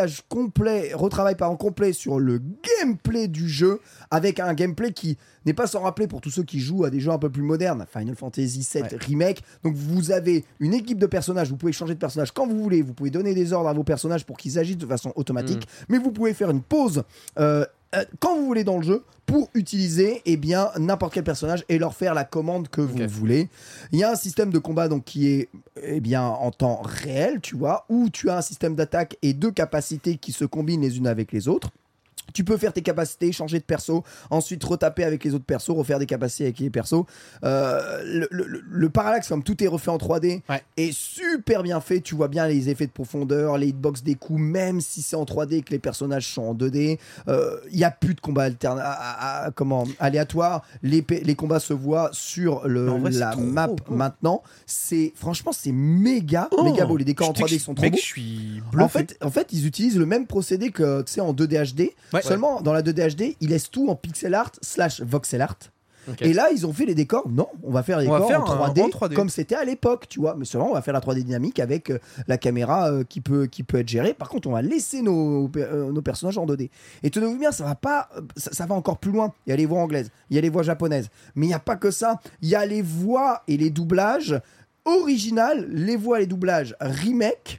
complet sur le gameplay du jeu, avec un gameplay qui n'est pas sans rappeler pour tous ceux qui jouent à des jeux un peu plus modernes, Final Fantasy VII Remake. Donc vous avez une équipe de personnages, vous pouvez changer de personnage quand vous voulez, vous pouvez donner des ordres à vos personnages pour qu'ils agissent de façon automatique, mais vous pouvez faire une pause quand vous voulez dans le jeu pour utiliser n'importe quel personnage et leur faire la commande que vous voulez. Il y a un système de combat donc qui est en temps réel, tu vois, où tu as un système d'attaque et de capacités qui se combinent les unes avec les autres. Tu peux faire tes capacités, changer de perso, ensuite retaper avec les autres persos, refaire des capacités avec les persos. Le parallaxe, comme tout est refait en 3D, est super bien fait. Tu vois bien les effets de profondeur, les hitbox des coups, même si c'est en 3D et que les personnages sont en 2D. Il n'y a plus de combats aléatoires. Les combats se voient sur la map maintenant. Franchement, c'est méga beau. Les décors en 3D sont trop beaux. Je suis bluffé. En fait, ils utilisent le même procédé que en 2D HD. Seulement, dans la 2D HD, ils laissent tout en pixel art / voxel art. Okay. Et là, ils ont fait les décors. Non, on va faire les décors en 3D, comme c'était à l'époque, tu vois. Mais seulement, on va faire la 3D dynamique avec la caméra qui peut être gérée. Par contre, on va laisser nos personnages en 2D. Et tenez-vous bien, ça va encore plus loin. Il y a les voix anglaises, il y a les voix japonaises. Mais il n'y a pas que ça. Il y a les voix et les doublages originales, les voix et les doublages remake.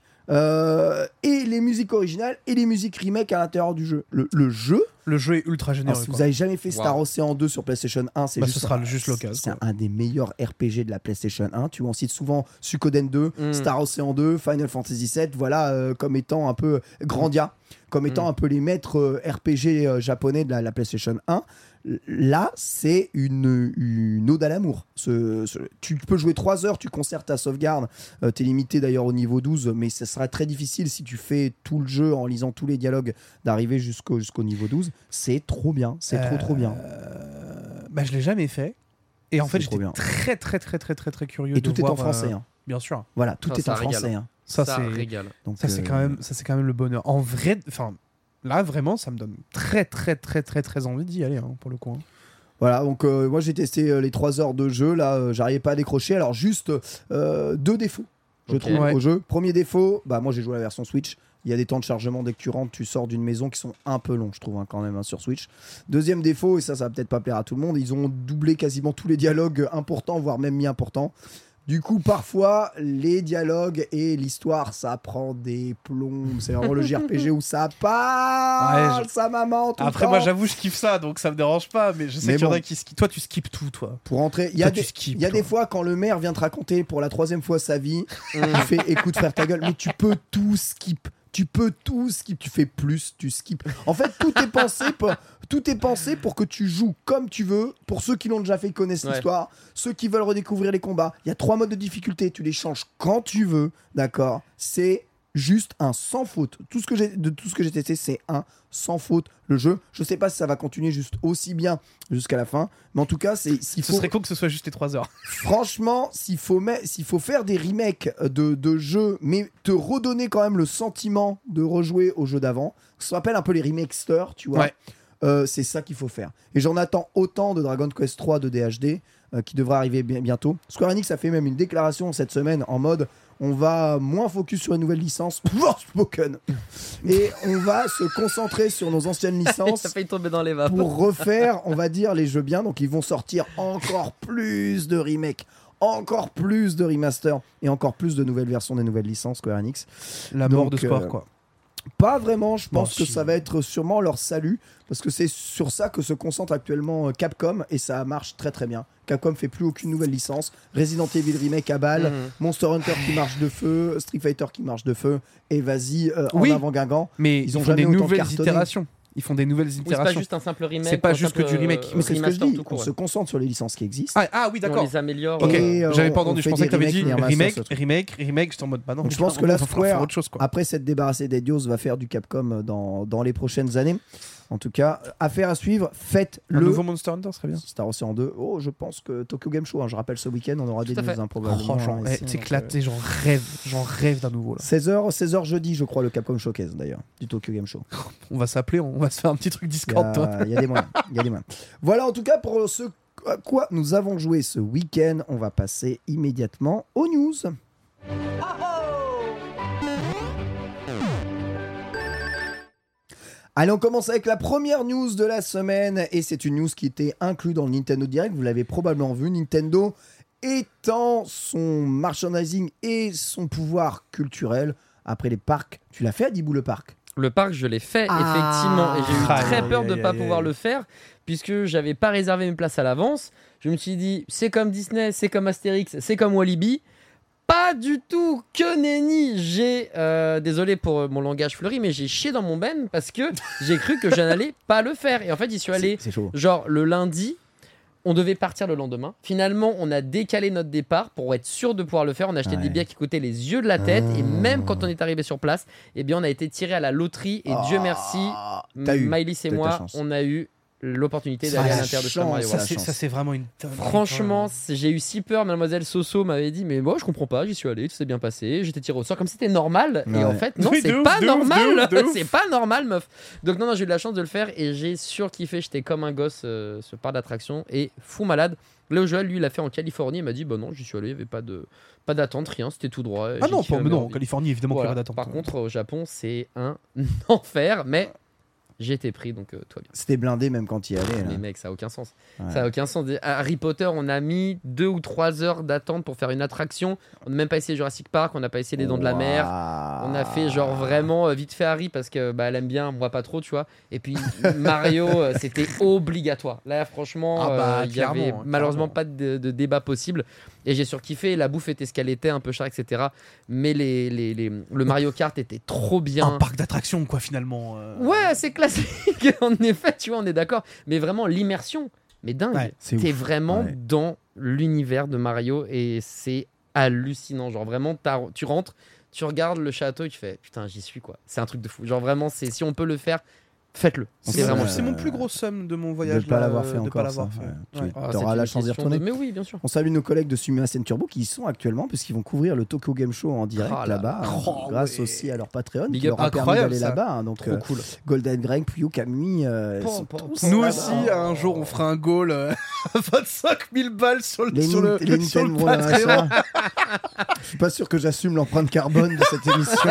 Et les musiques originales et les musiques remake à l'intérieur du jeu. Le jeu est ultra généreux. Si vous avez jamais fait Star Ocean 2 sur PlayStation 1, ce sera juste l'occasion. C'est un des meilleurs RPG de la PlayStation 1. Tu vois, on cite souvent Suikoden 2, Star Ocean 2, Final Fantasy VII, voilà, comme étant un peu Grandia, comme étant un peu les maîtres RPG japonais de la PlayStation 1. Là, c'est une ode à l'amour. Tu peux jouer 3 heures, tu conserves ta sauvegarde. T'es limité d'ailleurs au niveau 12, mais ça sera très difficile si tu fais tout le jeu en lisant tous les dialogues d'arriver jusqu'au niveau 12. C'est trop bien, c'est trop bien. Je l'ai jamais fait. Et en fait, j'étais très curieux. Et tout est en français. Bien sûr. Voilà, tout est en français. Ça régale. Donc, ça, c'est quand même le bonheur. En vrai, là, vraiment, ça me donne très envie d'y aller, pour le coup. Voilà, donc moi j'ai testé les 3 heures de jeu, là, j'arrivais pas à décrocher. Alors juste 2 défauts. je Ok. trouve, Ouais. au jeu. Premier défaut, bah moi j'ai joué à la version Switch. Il y a des temps de chargement dès que tu rentres, tu sors d'une maison qui sont un peu longs, je trouve, quand même, sur Switch. Deuxième défaut, et ça va peut-être pas plaire à tout le monde, ils ont doublé quasiment tous les dialogues importants, voire même mi-importants. Du coup, parfois, les dialogues et l'histoire, ça prend des plombs. C'est vraiment le JRPG où ça parle, Ouais, ça maman tout Après, le temps. moi, j'avoue, je kiffe ça, donc ça me dérange pas, mais je sais Mais qu'il y en bon. a qui skippent. Toi, tu skippes tout, toi. Pour rentrer, il y Toi, a, tu des, skippes, il y a toi. des fois quand le maire vient te raconter pour la 3e fois sa vie, tu fais écoute frère ta gueule, mais tu peux tout skip. Tu peux tout skip, tu fais plus, tu skip. En fait, tout est pensé pour que tu joues comme tu veux. Pour ceux qui l'ont déjà fait, ils connaissent Ouais. l'histoire. Ceux qui veulent redécouvrir les combats, il y a 3 modes de difficulté, tu les changes quand tu veux, d'accord. C'est juste un sans faute. Tout ce que j'ai testé, c'est un sans faute. Le jeu, je sais pas si ça va continuer juste aussi bien jusqu'à la fin, mais en tout cas, s'il Ce faut serait cool que ce soit juste les 3 heures. franchement, s'il faut faire des remakes de jeux, mais te redonner quand même le sentiment de rejouer au jeu d'avant, ça s'appelle un peu les remakesters, tu vois. Ouais. C'est ça qu'il faut faire. Et j'en attends autant de Dragon Quest 3 de DHD qui devrait arriver bientôt. Square Enix a fait même une déclaration cette semaine en mode on va moins focus sur une nouvelle licence, Spoken, et on va se concentrer sur nos anciennes licences. Ça fait tomber dans les vapes. Pour refaire, on va dire, les jeux bien. Donc, ils vont sortir encore plus de remakes, encore plus de remasters et encore plus de nouvelles versions des nouvelles licences Square Enix. La mort Donc, de Square, quoi. Pas vraiment, je pense Bon, que si. ça va être sûrement leur salut, parce que c'est sur ça que se concentre actuellement Capcom, et ça marche très très bien. Capcom fait plus aucune nouvelle licence. Resident Evil Remake à balle, Monster Hunter qui marche de feu, Street Fighter qui marche de feu, et vas-y, Oui. en avant Guingamp. Mais Ils ils ont font des jamais autant nouvelles cartonné. itérations. Ils font des nouvelles Oui, c'est pas itérations. juste un simple remake. C'est pas ou un juste que simple, du remake. Mais c'est ce que je remaster dis, tout on court, se ouais. concentre sur les licences qui existent. Ah oui, On d'accord. les améliore. Ok, Et, j'avais pas on entendu. Je fait pensais des que t'avais remakes, dit des remasters, remake. J'étais en mode bah non. Donc je pense que là, on va faire Square, autre chose, quoi. après s'être débarrassé d'Edios, va faire du Capcom dans les prochaines années. En tout cas, affaire à suivre, Un faites-le. nouveau Monster Hunter serait bien. Star Ocean 2. Oh, je pense que Tokyo Game Show, je rappelle ce week-end, on aura des Tout à news fait. probablement. Oh, ici, c'est donc, éclaté, j'en rêve d'un nouveau là. 16h jeudi, je crois, le Capcom Showcase d'ailleurs, du Tokyo Game Show. On va s'appeler, on va se faire un petit truc Il y Discord, toi. a des moyens. Il y a des moyens. Voilà, en tout cas, pour ce à quoi nous avons joué ce week-end, on va passer immédiatement aux news. Allez, on commence avec la première news de la semaine, et c'est une news qui était inclue dans le Nintendo Direct, vous l'avez probablement vu, Nintendo étend son merchandising et son pouvoir culturel après les parcs. Tu l'as fait, Adibou, le parc? Le parc, je l'ai fait, Ah. effectivement, et j'ai eu Aïe, très aïe, peur de aïe, ne pas aïe, pouvoir aïe. le faire, puisque j'avais pas réservé mes places à l'avance. Je me suis dit, c'est comme Disney, c'est comme Astérix, c'est comme Walibi. Pas du tout, que nenni. J'ai, désolé pour mon langage fleuri, mais j'ai chié dans mon ben parce que j'ai cru que je n'allais pas le faire. Et en fait, j'y suis allé, C'est chaud. genre le lundi. On devait partir le lendemain. Finalement, on a décalé notre départ pour être sûr de pouvoir le faire. On a acheté des billets qui coûtaient les yeux de la tête. Et même quand on est arrivé sur place, eh bien, on a été tiré à la loterie. Et Dieu merci, t'as eu. Miley et T'as eu ta moi, chance. on a eu l'opportunité Ça, d'aller à la l'intérieur de chance, Super Mario ça, World. Ça, c'est vraiment une. Franchement, j'ai eu si peur. Mademoiselle Soso m'avait dit, mais moi je comprends pas, j'y suis allé, tout s'est bien passé, j'étais tiré au sort comme si c'était normal. Ouais. Et en fait, non, Oui, de c'est ouf, pas de ouf, normal. de ouf. C'est pas normal, meuf. Donc, non, j'ai eu de la chance de le faire et j'ai surkiffé. J'étais comme un gosse ce parc d'attraction et fou malade. Léo Joël, lui, il l'a fait en Californie. Il m'a dit, bah non, j'y suis allé, il n'y avait pas d'attente, rien, c'était tout droit. Ah J'ai non, kiffé mais ma non, en vie. Californie, évidemment qu'il y Voilà. aura d'attente. Par contre, au Japon, c'est un enfer, mais j'ai été pris, donc toi bien. C'était blindé même quand il y allait. Là. Mais mec, ça a aucun sens. Ouais. Ça a aucun sens. À Harry Potter, on a mis 2 ou 3 heures d'attente pour faire une attraction. On n'a même pas essayé Jurassic Park, on n'a pas essayé les Dents de la Mer. On a fait genre vraiment vite fait Harry parce que bah, elle aime bien, moi pas trop, tu vois. Et puis Mario, c'était obligatoire. Là, franchement, Ah bah, il y avait clairement, malheureusement clairement. pas de débat possible. Et j'ai surkiffé. La bouffe était ce qu'elle était, un peu cher, etc. Mais le Mario Kart était trop bien. Un parc d'attractions, quoi, finalement. Ouais, c'est classique. En effet, tu vois, on est d'accord. Mais vraiment, l'immersion, mais dingue. Ouais, c'est T'es ouf. vraiment Ouais. dans l'univers de Mario et c'est hallucinant. Genre, vraiment, tu rentres, tu regardes le château et tu fais putain, j'y suis quoi. C'est un truc de fou. Genre, vraiment, si on peut le faire, faites-le. C'est C'est vraiment vrai. C'est mon plus gros somme de mon De voyage. ne pas là, l'avoir fait de encore. pas l'avoir ça, fait. ouais. Ouais. Ah, Tu auras c'est la une chance d'y question retourner. Mais oui, bien sûr. On salue nos collègues de Sumimasen Turbo qui y sont actuellement puisqu'ils vont couvrir le Tokyo Game Show en direct Ah là là-bas, là. Oh, grâce ouais. aussi à leur Patreon Big qui up, leur a permis incroyable, d'aller ça. là-bas. Hein. Donc Trop cool. Golden Greg, Puyo, Camille, Pan, sont pan, tous pan. Nous là-bas. aussi, un jour, on fera un goal. 25 000 balles sur le, Les sur le, les sur le Nintendo, Patreon. machin. Je suis pas sûr que j'assume l'empreinte carbone de cette émission.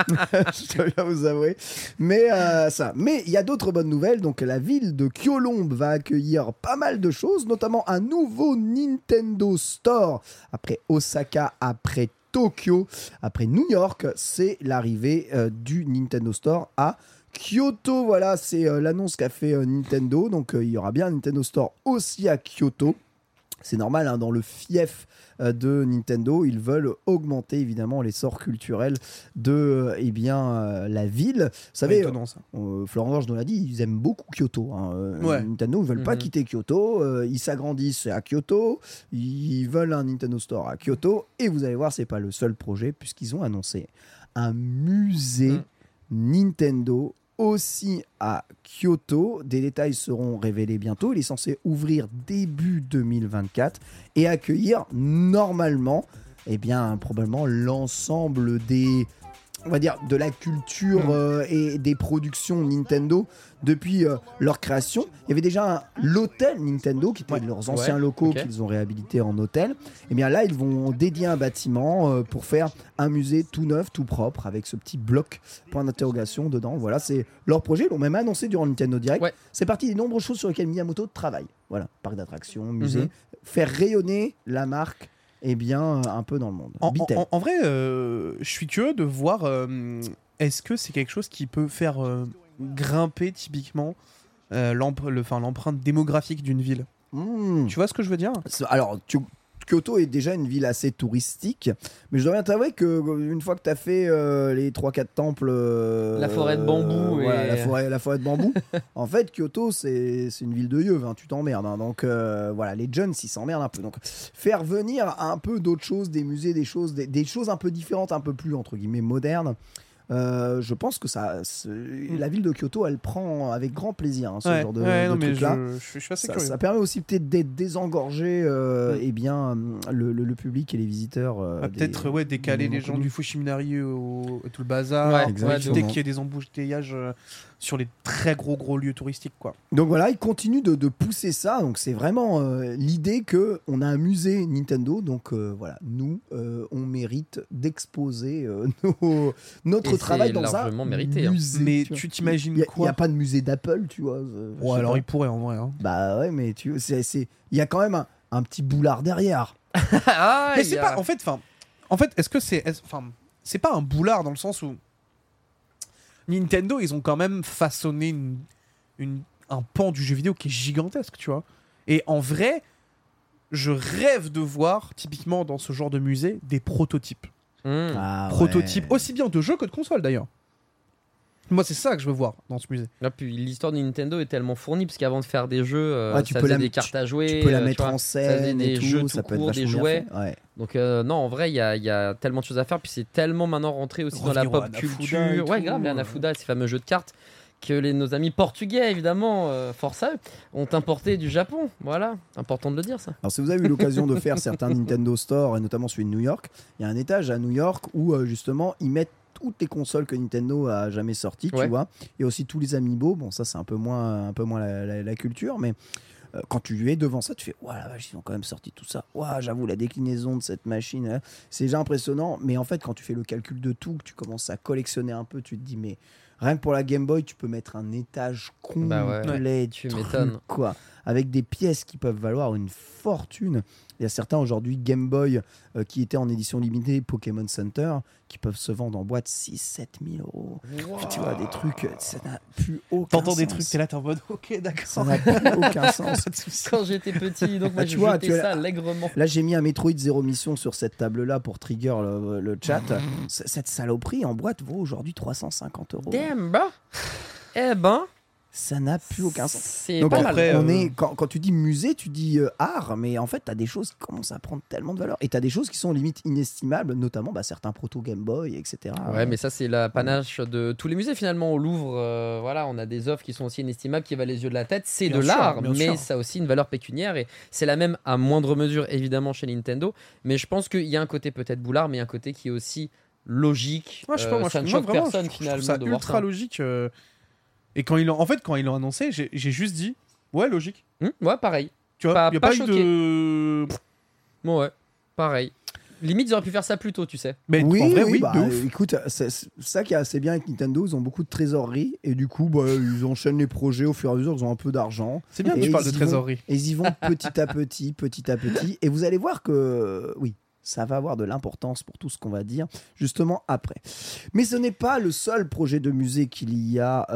Je dois bien vous avouer. Mais ça. Mais il y a d'autres bonnes nouvelles. Donc la ville de Kyolombe va accueillir pas mal de choses, notamment un nouveau Nintendo Store. Après Osaka, après Tokyo, après New York, c'est l'arrivée du Nintendo Store à Kyoto. Voilà, c'est l'annonce qu'a fait Nintendo. Donc il y aura bien un Nintendo Store aussi à Kyoto. C'est normal, hein, dans le fief de Nintendo, ils veulent augmenter évidemment l'essor culturel de la ville. Vous savez, Étonnant, ça. Florent Georges nous l'a dit, ils aiment beaucoup Kyoto. Hein. Ouais. Nintendo, ils veulent pas quitter Kyoto. Ils s'agrandissent à Kyoto. Ils veulent un Nintendo Store à Kyoto. Et vous allez voir, c'est pas le seul projet, puisqu'ils ont annoncé un musée Nintendo aussi à Kyoto. Des détails seront révélés bientôt. Il est censé ouvrir début 2024 et accueillir normalement, probablement l'ensemble des, on va dire, de la culture et des productions Nintendo depuis leur création. Il y avait déjà l'hôtel Nintendo qui était leurs anciens locaux qu'ils ont réhabilité en hôtel. Et bien là, ils vont dédier un bâtiment pour faire un musée tout neuf, tout propre, avec ce petit bloc point d'interrogation dedans. Voilà, c'est leur projet. Ils l'ont même annoncé durant le Nintendo Direct. Ouais. C'est parti des nombreuses choses sur lesquelles Miyamoto travaille. Voilà, parc d'attractions, musée, faire rayonner la marque un peu dans le monde. En vrai, je suis curieux de voir est-ce que c'est quelque chose qui peut faire grimper typiquement l'empreinte démographique d'une ville. Tu vois ce que je veux dire ? Alors, Kyoto est déjà une ville assez touristique, mais je dois bien t'avouer qu'une fois que tu as fait les 3-4 temples... la forêt de bambou. La forêt de bambou. En fait, Kyoto, c'est une ville de yeux, hein, tu t'emmerdes. Hein, donc les jeunes, ils s'emmerdent un peu. Donc, faire venir un peu d'autres choses, des musées, des choses un peu différentes, un peu plus, entre guillemets, modernes. Je pense que la ville de Kyoto, elle prend avec grand plaisir ce genre de truc-là. Je suis assez curieux. Ça permet aussi peut-être d'être désengorger le public et les visiteurs. Peut-être décaler les gens du Fushiminari et tout le bazar. Éviter qu'il y ait des embouteillages sur les très gros lieux touristiques, quoi. Donc voilà, ils continuent de pousser ça. Donc c'est vraiment l'idée qu'on a un musée Nintendo. Donc nous, on mérite d'exposer notre travail dans un musée. Mais tu t'imagines quoi ? Il n'y a pas de musée d'Apple, tu vois. Alors il pourrait en vrai. Hein. Bah ouais, mais il y a quand même un petit boulard derrière. Mais c'est pas. En fait, est-ce que c'est pas un boulard dans le sens où Nintendo, ils ont quand même façonné un pan du jeu vidéo qui est gigantesque, tu vois. Et en vrai, je rêve de voir typiquement dans ce genre de musée des prototypes. Prototypes aussi bien de jeux que de consoles d'ailleurs. Moi, c'est ça que je veux voir dans ce musée. Là, puis l'histoire de Nintendo est tellement fournie parce qu'avant de faire des jeux, tu ça peux faisait des cartes à jouer, tu peux la mettre en scène, ça faisait des jeux tout ça peut court, être des jouets. Donc non, en vrai, il y a tellement de choses à faire. Puis c'est tellement maintenant rentré aussi dans la pop culture. Ouais, grave, les Hanafuda, ces fameux jeux de cartes que nos amis portugais, évidemment, force à eux, ont importé du Japon. Voilà, important de le dire ça. Alors si vous avez eu l'occasion de faire certains Nintendo Store, et notamment celui de New York, il y a un étage à New York où justement ils mettent toutes les consoles que Nintendo a jamais sorties, tu vois, et aussi tous les amiibo. Bon, ça c'est un peu moins la culture, mais quand tu es devant ça, tu fais ouah la vache, ils ont quand même sorti tout ça. Ouah, j'avoue la déclinaison de cette machine, c'est déjà impressionnant. Mais en fait, quand tu fais le calcul de tout, que tu commences à collectionner un peu, tu te dis mais rien que pour la Game Boy, tu peux mettre un étage complet, tu m'étonnes, quoi, avec des pièces qui peuvent valoir une fortune. Il y a certains aujourd'hui Game Boy qui étaient en édition limitée Pokémon Center qui peuvent se vendre en boîte 6-7 000 euros. Wow. Tu vois, des trucs, ça n'a plus aucun sens. T'entends des trucs, t'es là, t'es en mode ok, d'accord. Ça n'a plus aucun sens. Quand j'étais petit, donc moi j'ai jeté ça allègrement. Là, j'ai mis un Metroid Zero Mission sur cette table-là pour trigger le chat. Cette saloperie en boîte vaut aujourd'hui 350 euros. Damn, bro. Eh ben. Ça n'a plus aucun sens. C'est donc pas après, mal. Quand tu dis musée, tu dis art, mais en fait, tu as des choses qui commencent à prendre tellement de valeur. Et tu as des choses qui sont limite inestimables, notamment certains proto Game Boy, etc. Ouais, mais ça, c'est la panache de tous les musées finalement. Au Louvre, on a des offres qui sont aussi inestimables, qui valent les yeux de la tête. C'est bien de l'art, mais ça a aussi une valeur pécuniaire. Et c'est la même à moindre mesure, évidemment, chez Nintendo. Mais je pense qu'il y a un côté peut-être boulard, mais un côté qui est aussi logique. Ouais, je sais pas, moi, ça ne choque personne je finalement. Ça de voir ultra logique. Et quand ils l'ont annoncé, j'ai juste dit ouais, logique. Ouais, pareil. Tu vois, Pas- il y a pas pas eu choqué. de. Bon, ouais, pareil. Limite, ils auraient pu faire ça plus tôt, tu sais. Mais en vrai, oui, bah, de ouf. écoute, c'est ça qui est assez bien avec Nintendo, ils ont beaucoup de trésorerie et du coup, bah, ils enchaînent les projets au fur et à mesure, ils ont un peu d'argent. C'est bien que Et tu parles de ils y vont- trésorerie. Et ils y vont petit à petit, et vous allez voir que, oui, ça va avoir de l'importance pour tout ce qu'on va dire, justement après. Mais ce n'est pas le seul projet de musée qu'il y a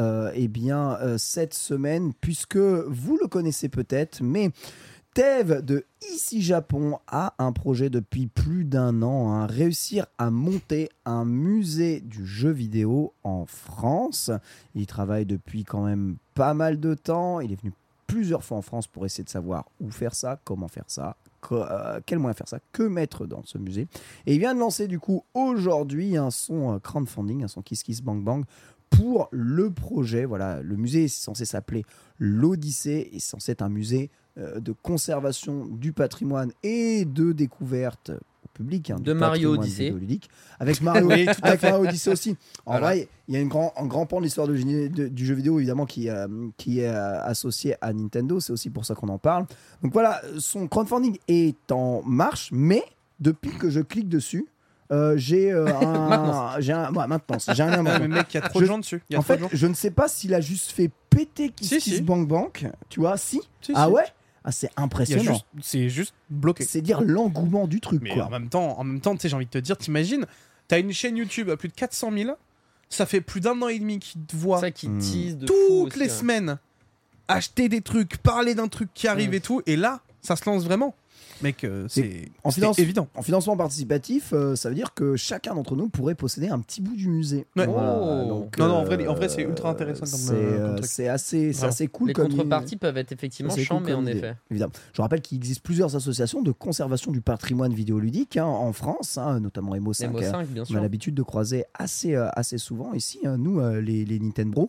cette semaine, puisque vous le connaissez peut-être, mais Tev de Ici Japon a un projet depuis plus d'1 an, hein, réussir à monter un musée du jeu vidéo en France. Il travaille depuis quand même pas mal de temps, il est venu plusieurs fois en France pour essayer de savoir où faire ça, comment faire ça, quel moyen faire ça, que mettre dans ce musée. Et il vient de lancer du coup aujourd'hui son crowdfunding, son Kiss Kiss Bang Bang pour le projet. Voilà, le musée est censé s'appeler l'Odyssée et c'est censé être un musée de conservation du patrimoine et de découverte au public, hein, De du Mario patrimoine Odyssey. vidéoludique. Avec Mario, Oui, tout à avec fait. Mario Odyssey aussi. En Voilà. vrai, il y a un grand pan de l'histoire du jeu vidéo, évidemment, qui est associé à Nintendo. C'est aussi pour ça qu'on en parle. Donc voilà, son crowdfunding est en marche, mais depuis que je clique dessus, j'ai Maintenance. j'ai un lien Ouais, mais maintenant. mec, il y a trop de gens dessus. Il y a En trop fait, de gens. je ne sais pas s'il a juste fait péter Kiss Si, Kiss si. Bank Bank. Tu vois, si. Si, Ah si. ouais. Ah, c'est Il y a impressionnant. c'est juste bloqué. C'est dire l'engouement du truc, Mais quoi. en même temps, tu sais, j'ai envie de te dire, t'imagines, t'as une chaîne YouTube à plus de 400 000, ça fait plus d'1 an et demi qu'ils te voient C'est ça qui tease de fou toutes aussi, les ouais. semaines acheter des trucs, parler d'un truc qui arrive Mm. et tout, et là, ça se lance vraiment. Mec, c'est évident. En financement participatif, ça veut dire que chacun d'entre nous pourrait posséder un petit bout du musée. Ouais. Oh. donc, Non, en vrai, c'est ultra intéressant comme truc. c'est assez Vraiment. cool. Les comme contreparties peuvent être effectivement c'est cool chambées, comme en idée, effet. évidemment. Je rappelle qu'il existe plusieurs associations de conservation du patrimoine vidéoludique en France, hein, notamment Emo 5. Nemo 5, bien On a sûr. l'habitude de croiser assez souvent ici, hein, nous, les Nintendo.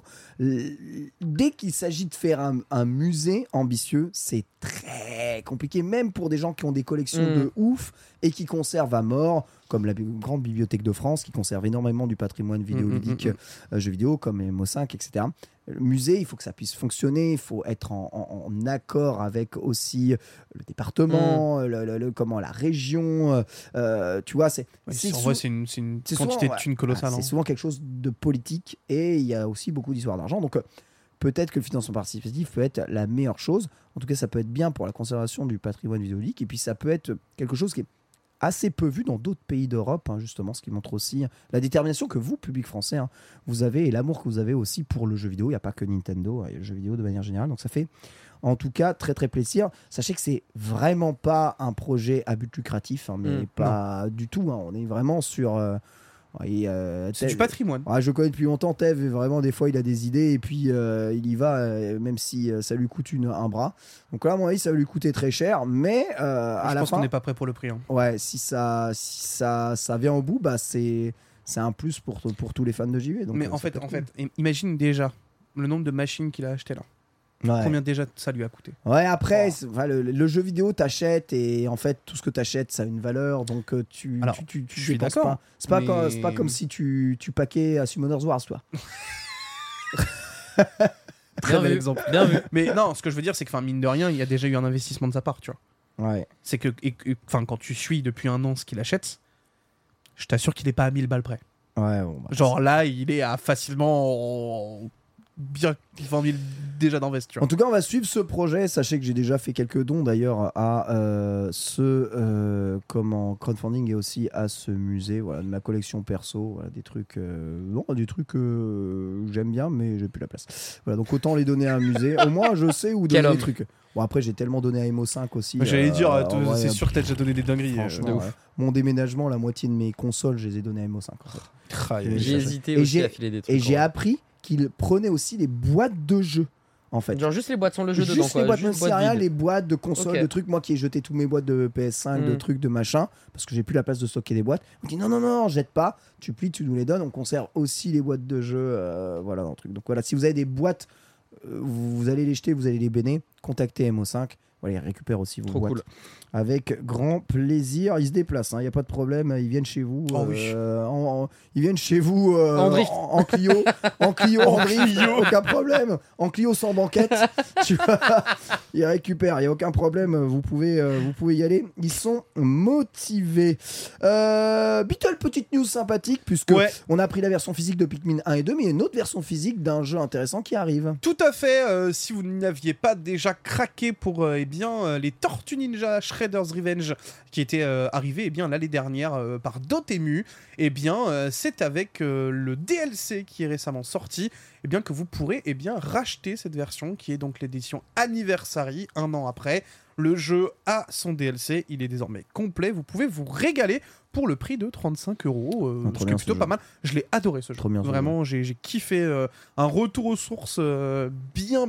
Dès qu'il s'agit de faire un musée ambitieux, c'est très compliqué, même pour des gens qui ont des collections de ouf et qui conservent à mort, comme la grande bibliothèque de France, qui conserve énormément du patrimoine vidéoludique, jeux vidéo, comme MO5, etc. Le musée, il faut que ça puisse fonctionner, il faut être en accord avec aussi le département, comment, la région. Tu vois, En vrai, c'est une c'est quantité souvent, de thunes colossale. c'est hein. souvent quelque chose de politique et il y a aussi beaucoup d'histoires d'argent. Donc peut-être que le financement participatif peut être la meilleure chose. En tout cas, ça peut être bien pour la conservation du patrimoine vidéoludique et puis ça peut être quelque chose qui est assez peu vu dans d'autres pays d'Europe, hein, justement, ce qui montre aussi la détermination que vous, public français, hein, vous avez et l'amour que vous avez aussi pour le jeu vidéo. Il n'y a pas que Nintendo, il y a le jeu vidéo de manière générale. Donc ça fait en tout cas très très plaisir. Sachez que c'est vraiment pas un projet à but lucratif, hein, mais pas du tout. Hein. On est vraiment sur... C'est du patrimoine. Je le connais depuis longtemps, Tev, et vraiment des fois il a des idées et puis il y va, même si ça lui coûte un bras. Donc là, à mon avis, ça va lui coûter très cher, mais à Je la pense fin, qu'on n'est pas prêt pour le prix. hein. ouais, si ça vient au bout, bah c'est un plus pour tous les fans de JV. Donc, Mais ça en fait, peut être imagine déjà le nombre de machines qu'il a acheté là. cool. Ouais. Combien déjà ça lui a coûté? Ouais, après, le jeu vidéo, t'achètes et en fait, tout ce que t'achètes, ça a une valeur. Donc, tu Je suis dépenses d'accord, pas. C'est pas, mais- c'est pas comme si tu paquais à Summoners Wars, toi. Très bel vu. exemple. Bien vu. Mais non, ce que je veux dire, c'est que mine de rien, il y a déjà eu un investissement de sa part, tu vois. Ouais. C'est que, quand tu suis depuis 1 an ce qu'il achète, je t'assure qu'il est pas à 1000 balles près. Ouais, bon, bah, Genre là, il est à facilement bien 20 000 déjà d'invest, tu vois. En tout cas, on va suivre ce projet. Sachez que j'ai déjà fait quelques dons d'ailleurs à crowdfunding et aussi à ce musée. Voilà, de ma collection perso, voilà, des trucs, que j'aime bien, mais j'ai plus la place. Voilà, donc autant les donner à un musée. Au moins, je sais où Quel donner homme. les trucs. Bon, après, j'ai tellement donné à Emo5 aussi. J'allais dire, en vrai, c'est sûr que t'as déjà donné des dingueries. Franchement, de ouais. ouf. Mon déménagement, la moitié de mes consoles, je les ai données à Emo5. En fait. J'ai Et hésité j'ai- aussi à filer des trucs. Et j'ai en vrai. appris qu'ils prenaient aussi les boîtes de jeux, en fait. Genre juste les boîtes sans le jeu Juste dedans, quoi. les boîtes, Juste même s'il y a boîte rien, vide. les boîtes de consoles, Ok. de trucs. Moi qui ai jeté tous mes boîtes de PS5, de trucs, de machin, parce que j'ai plus la place de stocker des boîtes. On dit non, jette pas, tu plies, tu nous les donnes. On conserve aussi les boîtes de jeux, voilà, dans le truc. Donc voilà, si vous avez des boîtes, vous allez les jeter, vous allez les béner, contactez MO5. Voilà, ils récupèrent aussi vos Trop boîtes. cool. Avec grand plaisir. Ils se déplacent, il n'y a pas de problème. Ils viennent chez vous. Oh oui. Ils viennent chez vous En drift. en Clio. En Clio, en drift, aucun problème. En Clio sans banquette. Tu vois, ils récupèrent, il n'y a aucun problème. Vous pouvez y aller. Ils sont motivés. Beatle, petite news sympathique, puisque Ouais. on a pris la version physique de Pikmin 1 et 2, mais il y a une autre version physique d'un jeu intéressant qui arrive. Tout à fait, si vous n'aviez pas déjà craqué pour les Tortues Ninja Shredder's Revenge qui étaient arrivés l'année dernière par Dotemu, c'est avec le DLC qui est récemment sorti que vous pourrez racheter cette version qui est donc l'édition Anniversary, un an après. Le jeu a son DLC, il est désormais complet, vous pouvez vous régaler pour le prix de 35€, ce qui est plutôt pas mal. Je l'ai adoré ce jeu. Trop bien, ce Vraiment, j'ai kiffé un retour aux sources bien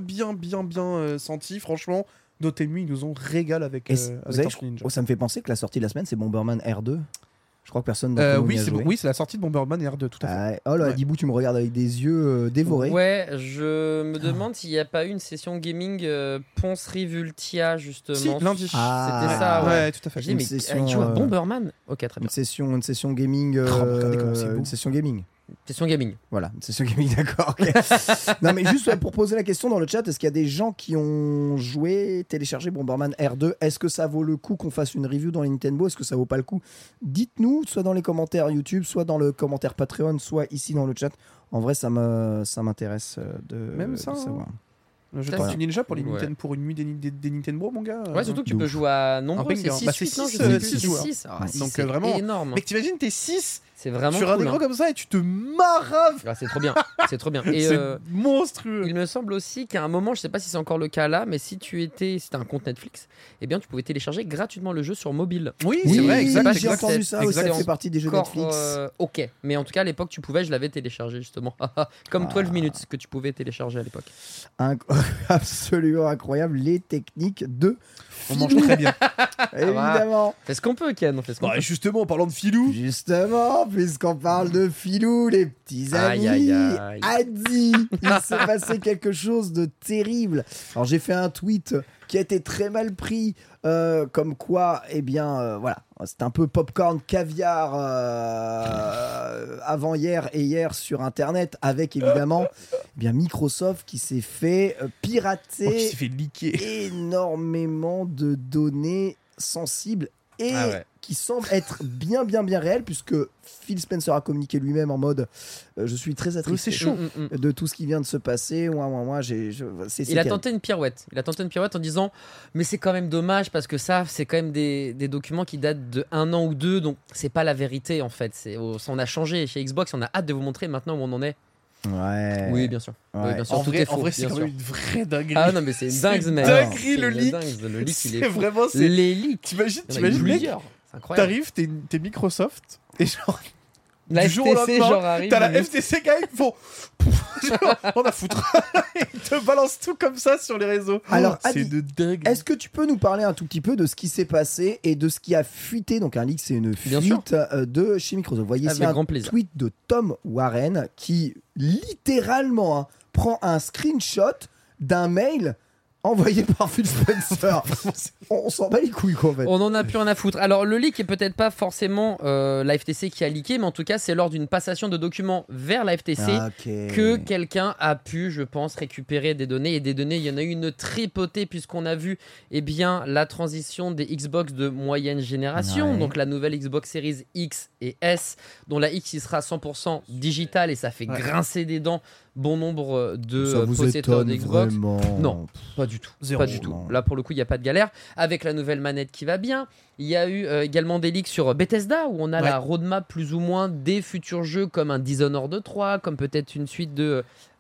senti. Franchement, Dotemu, ils nous ont régalé avec Et vous savez, Tortue Ninja. ça me fait penser que la sortie de la semaine, c'est Bomberman R2. Je crois que personne d'entre nous Oui, n'y a c'est joué. la sortie de Bomberman R2, tout à fait. Ah ouais. Oh là, Ouais. Dibou, tu me regardes avec des yeux dévorés. Ouais, je me demande s'il n'y a pas eu une session gaming Ponce Rivultia justement. Si, lundi. C'était ça, ouais, tout à fait. Je dis, Une mais session, il joue à Bomberman. Ok, très bien. Une session gaming. regardez comment c'est beau. Une session gaming. Session gaming. Voilà, une session gaming, d'accord. ok. Non, mais juste pour poser la question dans le chat, est-ce qu'il y a des gens qui ont joué, téléchargé Bomberman R2 ? Est-ce que ça vaut le coup qu'on fasse une review dans les Nintendo ? Est-ce que ça vaut pas le coup ? Dites-nous, soit dans les commentaires YouTube, soit dans le commentaire Patreon, soit ici dans le chat. En vrai, ça m'intéresse Même de ça, hein. savoir. Le jeu Ça, Tortue c'est- Ninja pour, Ouais. pour une nuit des Nintendo, mon gars. Ouais, surtout que tu de peux ouf. jouer à nombreux. banger, C'est hein. 6, Bah, c'est 8, non, je six, sais plus. six C'est joueurs. 6. Ah, six, Donc, c'est vraiment- énorme. Mec, t'imagines, t'es 6 C'est vraiment sur un cool, écran hein. comme ça et tu te maraves. Ah, c'est trop bien. C'est trop bien. Et C'est monstrueux. il me semble aussi qu'à un moment, je sais pas si c'est encore le cas là, mais si c'était un compte Netflix, tu pouvais télécharger gratuitement le jeu sur mobile. Oui, Oui, c'est vrai, exact. j'ai exact. entendu ça aussi, Exact. ça fait partie des jeux Encore, Netflix. ok, mais en tout cas à l'époque tu pouvais, je l'avais téléchargé justement. Comme 12 minutes que tu pouvais télécharger à l'époque. Absolument incroyable, les techniques de On mange très bien. évidemment. Fais ce qu'on peut, Ken. On fait ce qu'on Bah, peut. justement, en parlant de Filou, Justement, puisqu'on parle de Filou, les petits amis, Aïe, aïe, aïe. Adi, il s'est passé quelque chose de terrible. Alors j'ai fait un tweet qui a été très mal pris, comme quoi, voilà, c'est un peu popcorn caviar avant hier et hier sur Internet, avec évidemment Microsoft qui s'est fait pirater qui s'est fait liquer. énormément de données sensibles et Ah ouais. qui semblent être bien réelles, puisque Phil Spencer a communiqué lui-même en mode je suis très attristé C'est chaud. de tout ce qui vient de se passer. C'est Il a terrible. tenté une pirouette. Il a tenté une pirouette en disant mais c'est quand même dommage parce que ça c'est quand même des documents qui datent de 1 an ou 2, donc c'est pas la vérité en fait. On a changé chez Xbox, on a hâte de vous montrer maintenant où on en est. Ouais. Oui, bien sûr. Ouais. Oui, bien sûr. En tout vrai, est faux. c'est bien quand sûr. même une vraie dinguerie. Ah non mais c'est une dingue C'est une mec. dinguerie, C'est le une leak. dingue, le leak il C'est est fou. vraiment. Les leaks. T'imagines, Il y en a eu mec, plusieurs. C'est incroyable. t'arrives, t'es Microsoft, et genre, La du jour au FTC lendemain, genre arrive. t'as la limite. FTC gars, ils font. Genre, on a foutre. Ils te balancent tout comme ça sur les réseaux. Alors, c'est Adi, de dingue. Est-ce que tu peux nous parler un tout petit peu de ce qui s'est passé et de ce qui a fuité? Donc un leak, c'est une Bien sûr. fuite de chez Microsoft. Vous voyez ici Avec un grand plaisir. tweet de Tom Warren qui littéralement prend un screenshot d'un mail envoyé par Phil Spencer. On s'en bat les couilles quoi en fait. On en a plus rien à foutre. Alors le leak est peut-être pas forcément la FTC qui a leaké, mais en tout cas c'est lors d'une passation de documents vers la FTC Ok. que quelqu'un a pu, je pense, récupérer des données. Et des données, il y en a eu une tripotée puisqu'on a vu la transition des Xbox de moyenne génération, Ouais. donc la nouvelle Xbox Series X et S, dont la X il sera 100% digital et ça fait grincer des dents bon nombre de Ça vous possesseurs étonne d'Xbox. vraiment? Non. Pas du tout. Zéro. Pas du tout. Non. Là, pour le coup, il n'y a pas de galère. Avec la nouvelle manette qui va bien. Il y a eu également des leaks sur Bethesda, où on a la roadmap plus ou moins des futurs jeux, comme un Dishonored 3, comme peut-être une suite de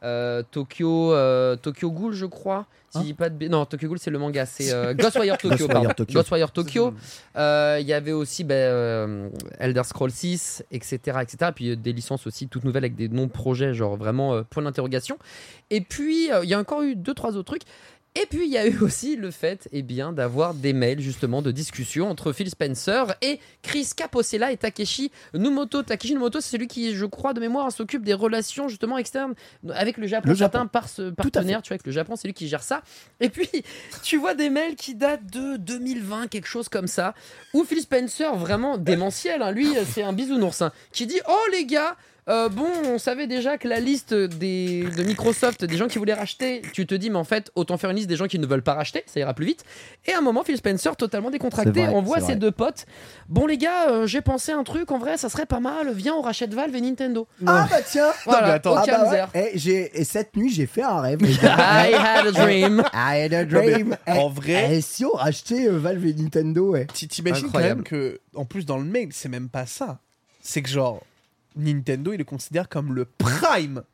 Tokyo Ghoul, je crois. Si je dis pas de non, Tokyo Ghoul, c'est le manga. C'est Ghostwire Tokyo, Ghostwire pardon. Tokyo. Ghostwire Tokyo. Il y avait aussi Elder Scrolls 6, etc. Et puis des licences aussi toutes nouvelles avec des noms de projets, genre vraiment point d'interrogation. Et puis, il y a encore eu 2-3 autres trucs. Et puis il y a eu aussi le fait d'avoir des mails justement de discussion entre Phil Spencer et Chris Capossela et Takeshi Numoto. Takeshi Numoto, c'est celui qui, je crois de mémoire, s'occupe des relations justement externes avec le Japon. Certains partenaires, tu vois, avec le Japon, c'est lui qui gère ça. Et puis tu vois des mails qui datent de 2020, quelque chose comme ça, où Phil Spencer, vraiment démentiel, hein, lui c'est un bisounours, hein, qui dit « Oh les gars, on savait déjà que la liste de Microsoft, des gens qui voulaient racheter, tu te dis mais en fait autant faire une liste des gens qui ne veulent pas racheter, ça ira plus vite. » Et à un moment Phil Spencer totalement décontracté, on voit ses deux potes. « Bon les gars, j'ai pensé un truc, en vrai ça serait pas mal, viens on rachète Valve et Nintendo. » Ah bah tiens. Voilà, au calme. Et cette nuit j'ai fait un rêve. I had a dream. I had a dream. En vrai, si on rachetait Valve et Nintendo, t'imagines quand même que, en plus dans le mail, c'est même pas ça. C'est que genre Nintendo, il le considère comme le prime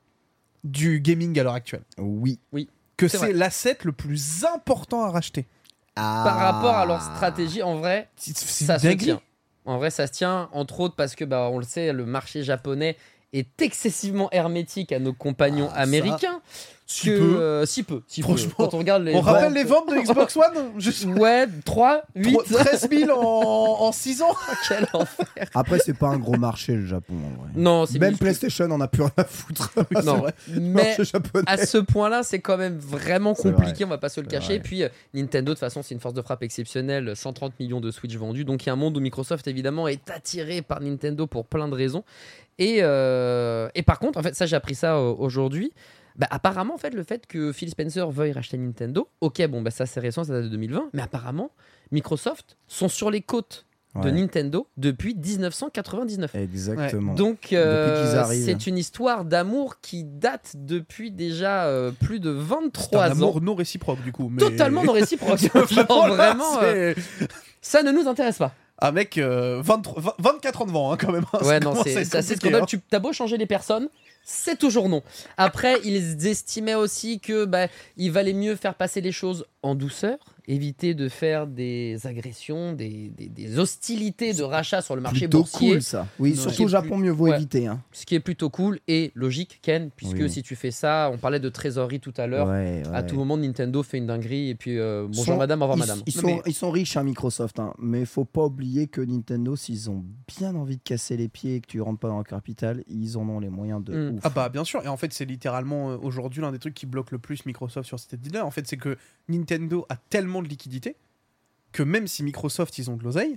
du gaming à l'heure actuelle. Oui. Que c'est l'asset le plus important à racheter. Par rapport à leur stratégie, en vrai, ça se tient. En vrai, ça se tient, entre autres parce que, on le sait, le marché japonais est excessivement hermétique à nos compagnons américains. Si peu. Franchement, quand on regarde les rappelle les ventes de Xbox One. Ouais, 3, 8, 13 000 en 6 ans. Quel enfer. Après, c'est pas un gros marché le Japon en vrai. Non, c'est même PlayStation en a plus rien à foutre. Non, mais à ce point-là, c'est quand même vraiment compliqué, on va pas se le cacher. Et puis Nintendo, de toute façon, c'est une force de frappe exceptionnelle, 130 millions de Switch vendus. Donc il y a un monde où Microsoft évidemment est attiré par Nintendo pour plein de raisons. Et par contre, en fait, ça j'ai appris ça aujourd'hui. Apparemment, en fait, le fait que Phil Spencer veuille racheter Nintendo, ça c'est récent, ça date de 2020, mais apparemment, Microsoft sont sur les côtes de Nintendo depuis 1999. Exactement. Donc, c'est une histoire d'amour qui date depuis déjà plus de 23 ans. C'est un amour non réciproque, du coup. Mais... Totalement non réciproque. Vraiment, ça ne nous intéresse pas. Ah mec, 24 ans devant, hein, quand même. Ouais, non, c'est assez scandaleux. Tu as beau changer les personnes, c'est toujours non. Après, ils estimaient aussi que il valait mieux faire passer les choses en douceur, éviter de faire des agressions, des hostilités de rachat sur le marché boursier. Cool ça. Oui, surtout au Japon, mieux vaut éviter. Hein. Ce qui est plutôt cool et logique, Ken, puisque si tu fais ça, on parlait de trésorerie tout à l'heure, à tout moment Nintendo fait une dinguerie et puis bonjour madame, au revoir madame. Ils sont riches, hein, Microsoft, hein, mais faut pas oublier que Nintendo, s'ils ont bien envie de casser les pieds et que tu rentres pas dans le capital, ils en ont les moyens de ouf. Ah bah bien sûr, et en fait c'est littéralement aujourd'hui l'un des trucs qui bloque le plus Microsoft sur cette idée-là. En fait c'est que Nintendo a tellement de liquidité que même si Microsoft ils ont de l'oseille,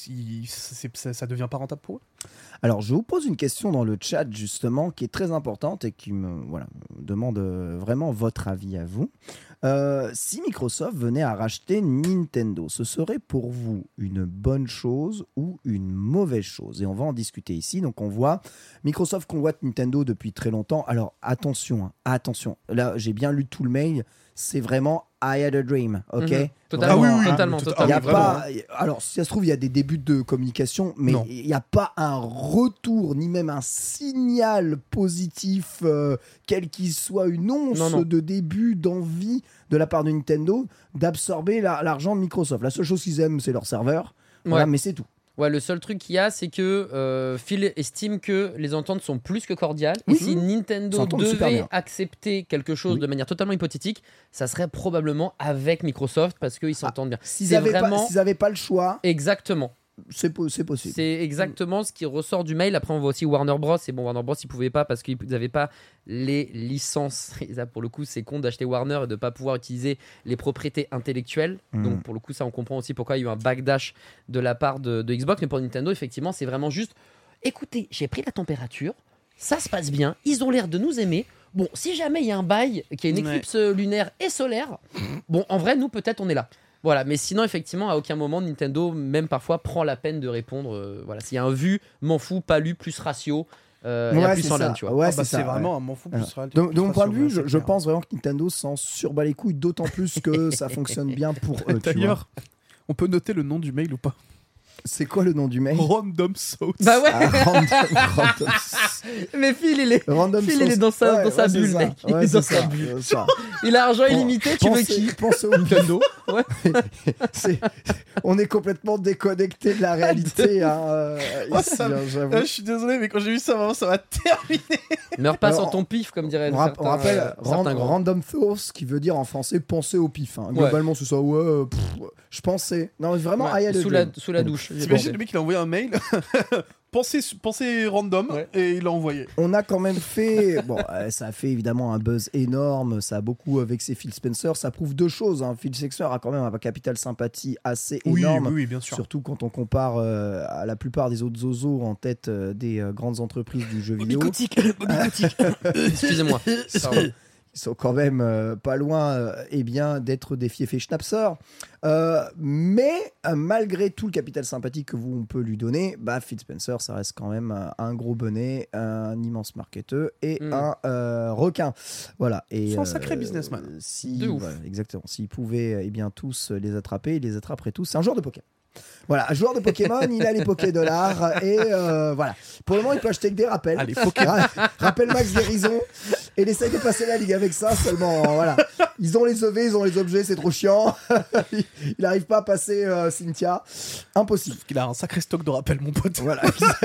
ça devient pas rentable pour eux. Alors je vous pose une question dans le chat justement qui est très importante et qui me demande vraiment votre avis à vous. Si Microsoft venait à racheter Nintendo, ce serait pour vous une bonne chose ou une mauvaise chose? Et on va en discuter ici. Donc on voit Microsoft convoite Nintendo depuis très longtemps. Alors attention, là j'ai bien lu tout le mail. C'est vraiment I had a dream, ok? Totalement. Il y a pas, alors si ça se trouve il y a des débuts de communication, mais il n'y a pas un retour ni même un signal positif, quel qu'il soit, une once de début d'envie de la part de Nintendo d'absorber l'argent de Microsoft. La seule chose qu'ils aiment, c'est leur serveur, mais c'est tout. Ouais, le seul truc qu'il y a, c'est que Phil estime que les ententes sont plus que cordiales. Et si Nintendo devait accepter quelque chose de manière totalement hypothétique, ça serait probablement avec Microsoft parce qu'ils s'entendent bien. S'ils n'avaient pas le choix. Exactement. C'est possible. C'est exactement ce qui ressort du mail. Après, on voit aussi Warner Bros. Et bon, Warner Bros, ils pouvaient pas parce qu'ils n'avaient pas les licences. Et ça, pour le coup, c'est con d'acheter Warner et de pas pouvoir utiliser les propriétés intellectuelles. Donc, pour le coup, ça, on comprend aussi pourquoi il y a eu un backdash de la part de Xbox. Mais pour Nintendo, effectivement, c'est vraiment juste écoutez, j'ai pris la température, ça se passe bien, ils ont l'air de nous aimer. Bon, si jamais il y a un bail, qu'il y a une éclipse lunaire et solaire, bon, en vrai, nous, peut-être, on est là. Voilà, mais sinon, effectivement, à aucun moment, Nintendo, même parfois, prend la peine de répondre. Voilà, s'il y a un vu, m'en fous, pas lu, plus ratio, et un plus en LAN, tu vois. Ouais, c'est vraiment un m'en fous, plus ratio. De mon point de vue, je pense vraiment que Nintendo s'en surbat les couilles, d'autant plus que ça fonctionne bien pour eux. D'ailleurs, on peut noter le nom du mail ou pas? C'est quoi le nom du mail? Random Sauce. Bah ouais. Random. Mais Phil, il est dans sa bulle, mec. Il est dans sa bulle. Il a argent illimité, tu veux qui? Pense au Nintendo. On est complètement déconnecté de la réalité. Ici, j'avoue. Je suis désolé, mais quand j'ai vu ça, vraiment, ça m'a terminé. Meurs pas sans ton pif, comme dirait on certains. On rappelle certains grands. random thoughts, qui veut dire en français penser au pif. Globalement, c'est ça. Je pensais. Non, vraiment, sous la douche. T'imagines, le mec, il a envoyé un mail. Pensez random, et il l'a envoyé. On a quand même fait. Bon, ça a fait évidemment un buzz énorme. Ça a beaucoup vexé Phil Spencer. Ça prouve deux choses. Phil Spencer a quand même un capital sympathie assez énorme. Oui, bien sûr. Surtout quand on compare à la plupart des autres zozos en tête des grandes entreprises du jeu vidéo. Excusez-moi. Ils sont quand même pas loin d'être des fiefs et schnapsers. Mais malgré tout le capital sympathique que on peut lui donner, Phil Spencer, ça reste quand même un gros bonnet, un immense marketeur et un requin. Voilà. C'est un sacré businessman. De ouf. Voilà, exactement. S'il pouvait tous les attraper, il les attraperait tous. C'est un joueur de Pokémon. Voilà, un joueur de Pokémon, il a les Pokédollars et voilà. Pour le moment, il peut acheter que des rappels. Allez, Pokémon. Rappel max guérison. Et il essaye de passer la ligue avec ça seulement. Voilà. Ils ont les EV, ils ont les objets, c'est trop chiant. Il n'arrive pas à passer Cynthia. Impossible. Il a un sacré stock de rappels, mon pote. Voilà,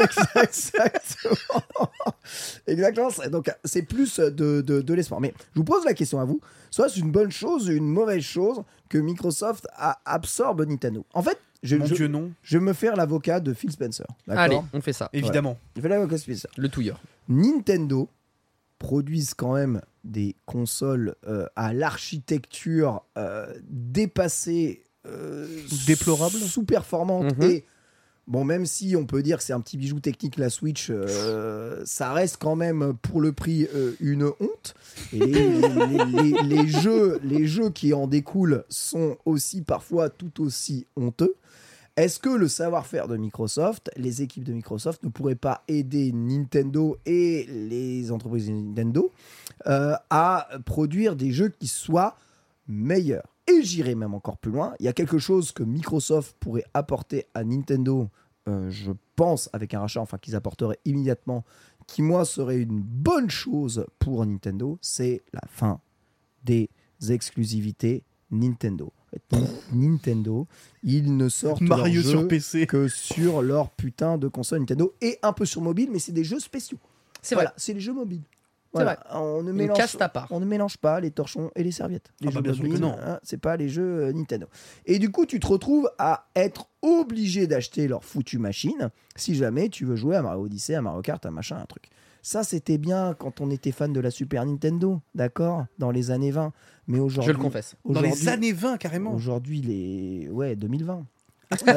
exactement. Donc, c'est plus de l'espoir. Mais je vous pose la question à vous. Soit c'est une bonne chose ou une mauvaise chose que Microsoft absorbe Nintendo. En fait, je vais me faire l'avocat de Phil Spencer. D'accord ? Allez, on fait ça. Évidemment. Je fais l'avocat de Phil Spencer. Le touilleur. Nintendo produisent quand même des consoles à l'architecture dépassée, déplorable, sous-performante et bon, même si on peut dire que c'est un petit bijou technique la Switch, ça reste quand même pour le prix une honte. Et les jeux qui en découlent sont aussi parfois tout aussi honteux. Est-ce que le savoir-faire de Microsoft, les équipes de Microsoft ne pourraient pas aider Nintendo et les entreprises de Nintendo à produire des jeux qui soient meilleurs? Et j'irai même encore plus loin. Il y a quelque chose que Microsoft pourrait apporter à Nintendo, je pense, avec un rachat, qu'ils apporteraient immédiatement, qui, moi, serait une bonne chose pour Nintendo, c'est la fin des exclusivités Nintendo. Nintendo, ils ne sortent Mario leurs sur jeux PC que sur leur putain de console Nintendo et un peu sur mobile, mais c'est des jeux spéciaux. C'est voilà, vrai. c'est les jeux mobiles. C'est Voilà. On ne mélange, caste à part. on ne mélange pas les torchons et les serviettes. Les jeux bien sûr que mobiles, non. c'est pas les jeux Nintendo. Et du coup, tu te retrouves à être obligé d'acheter leur foutue machine si jamais tu veux jouer à Mario Odyssey, à Mario Kart, à machin, un truc. Ça, c'était bien quand on était fan de la Super Nintendo, d'accord ? Dans les années 20. Mais aujourd'hui... Je le confesse. Dans les années 20, carrément. Aujourd'hui, 2020. Ça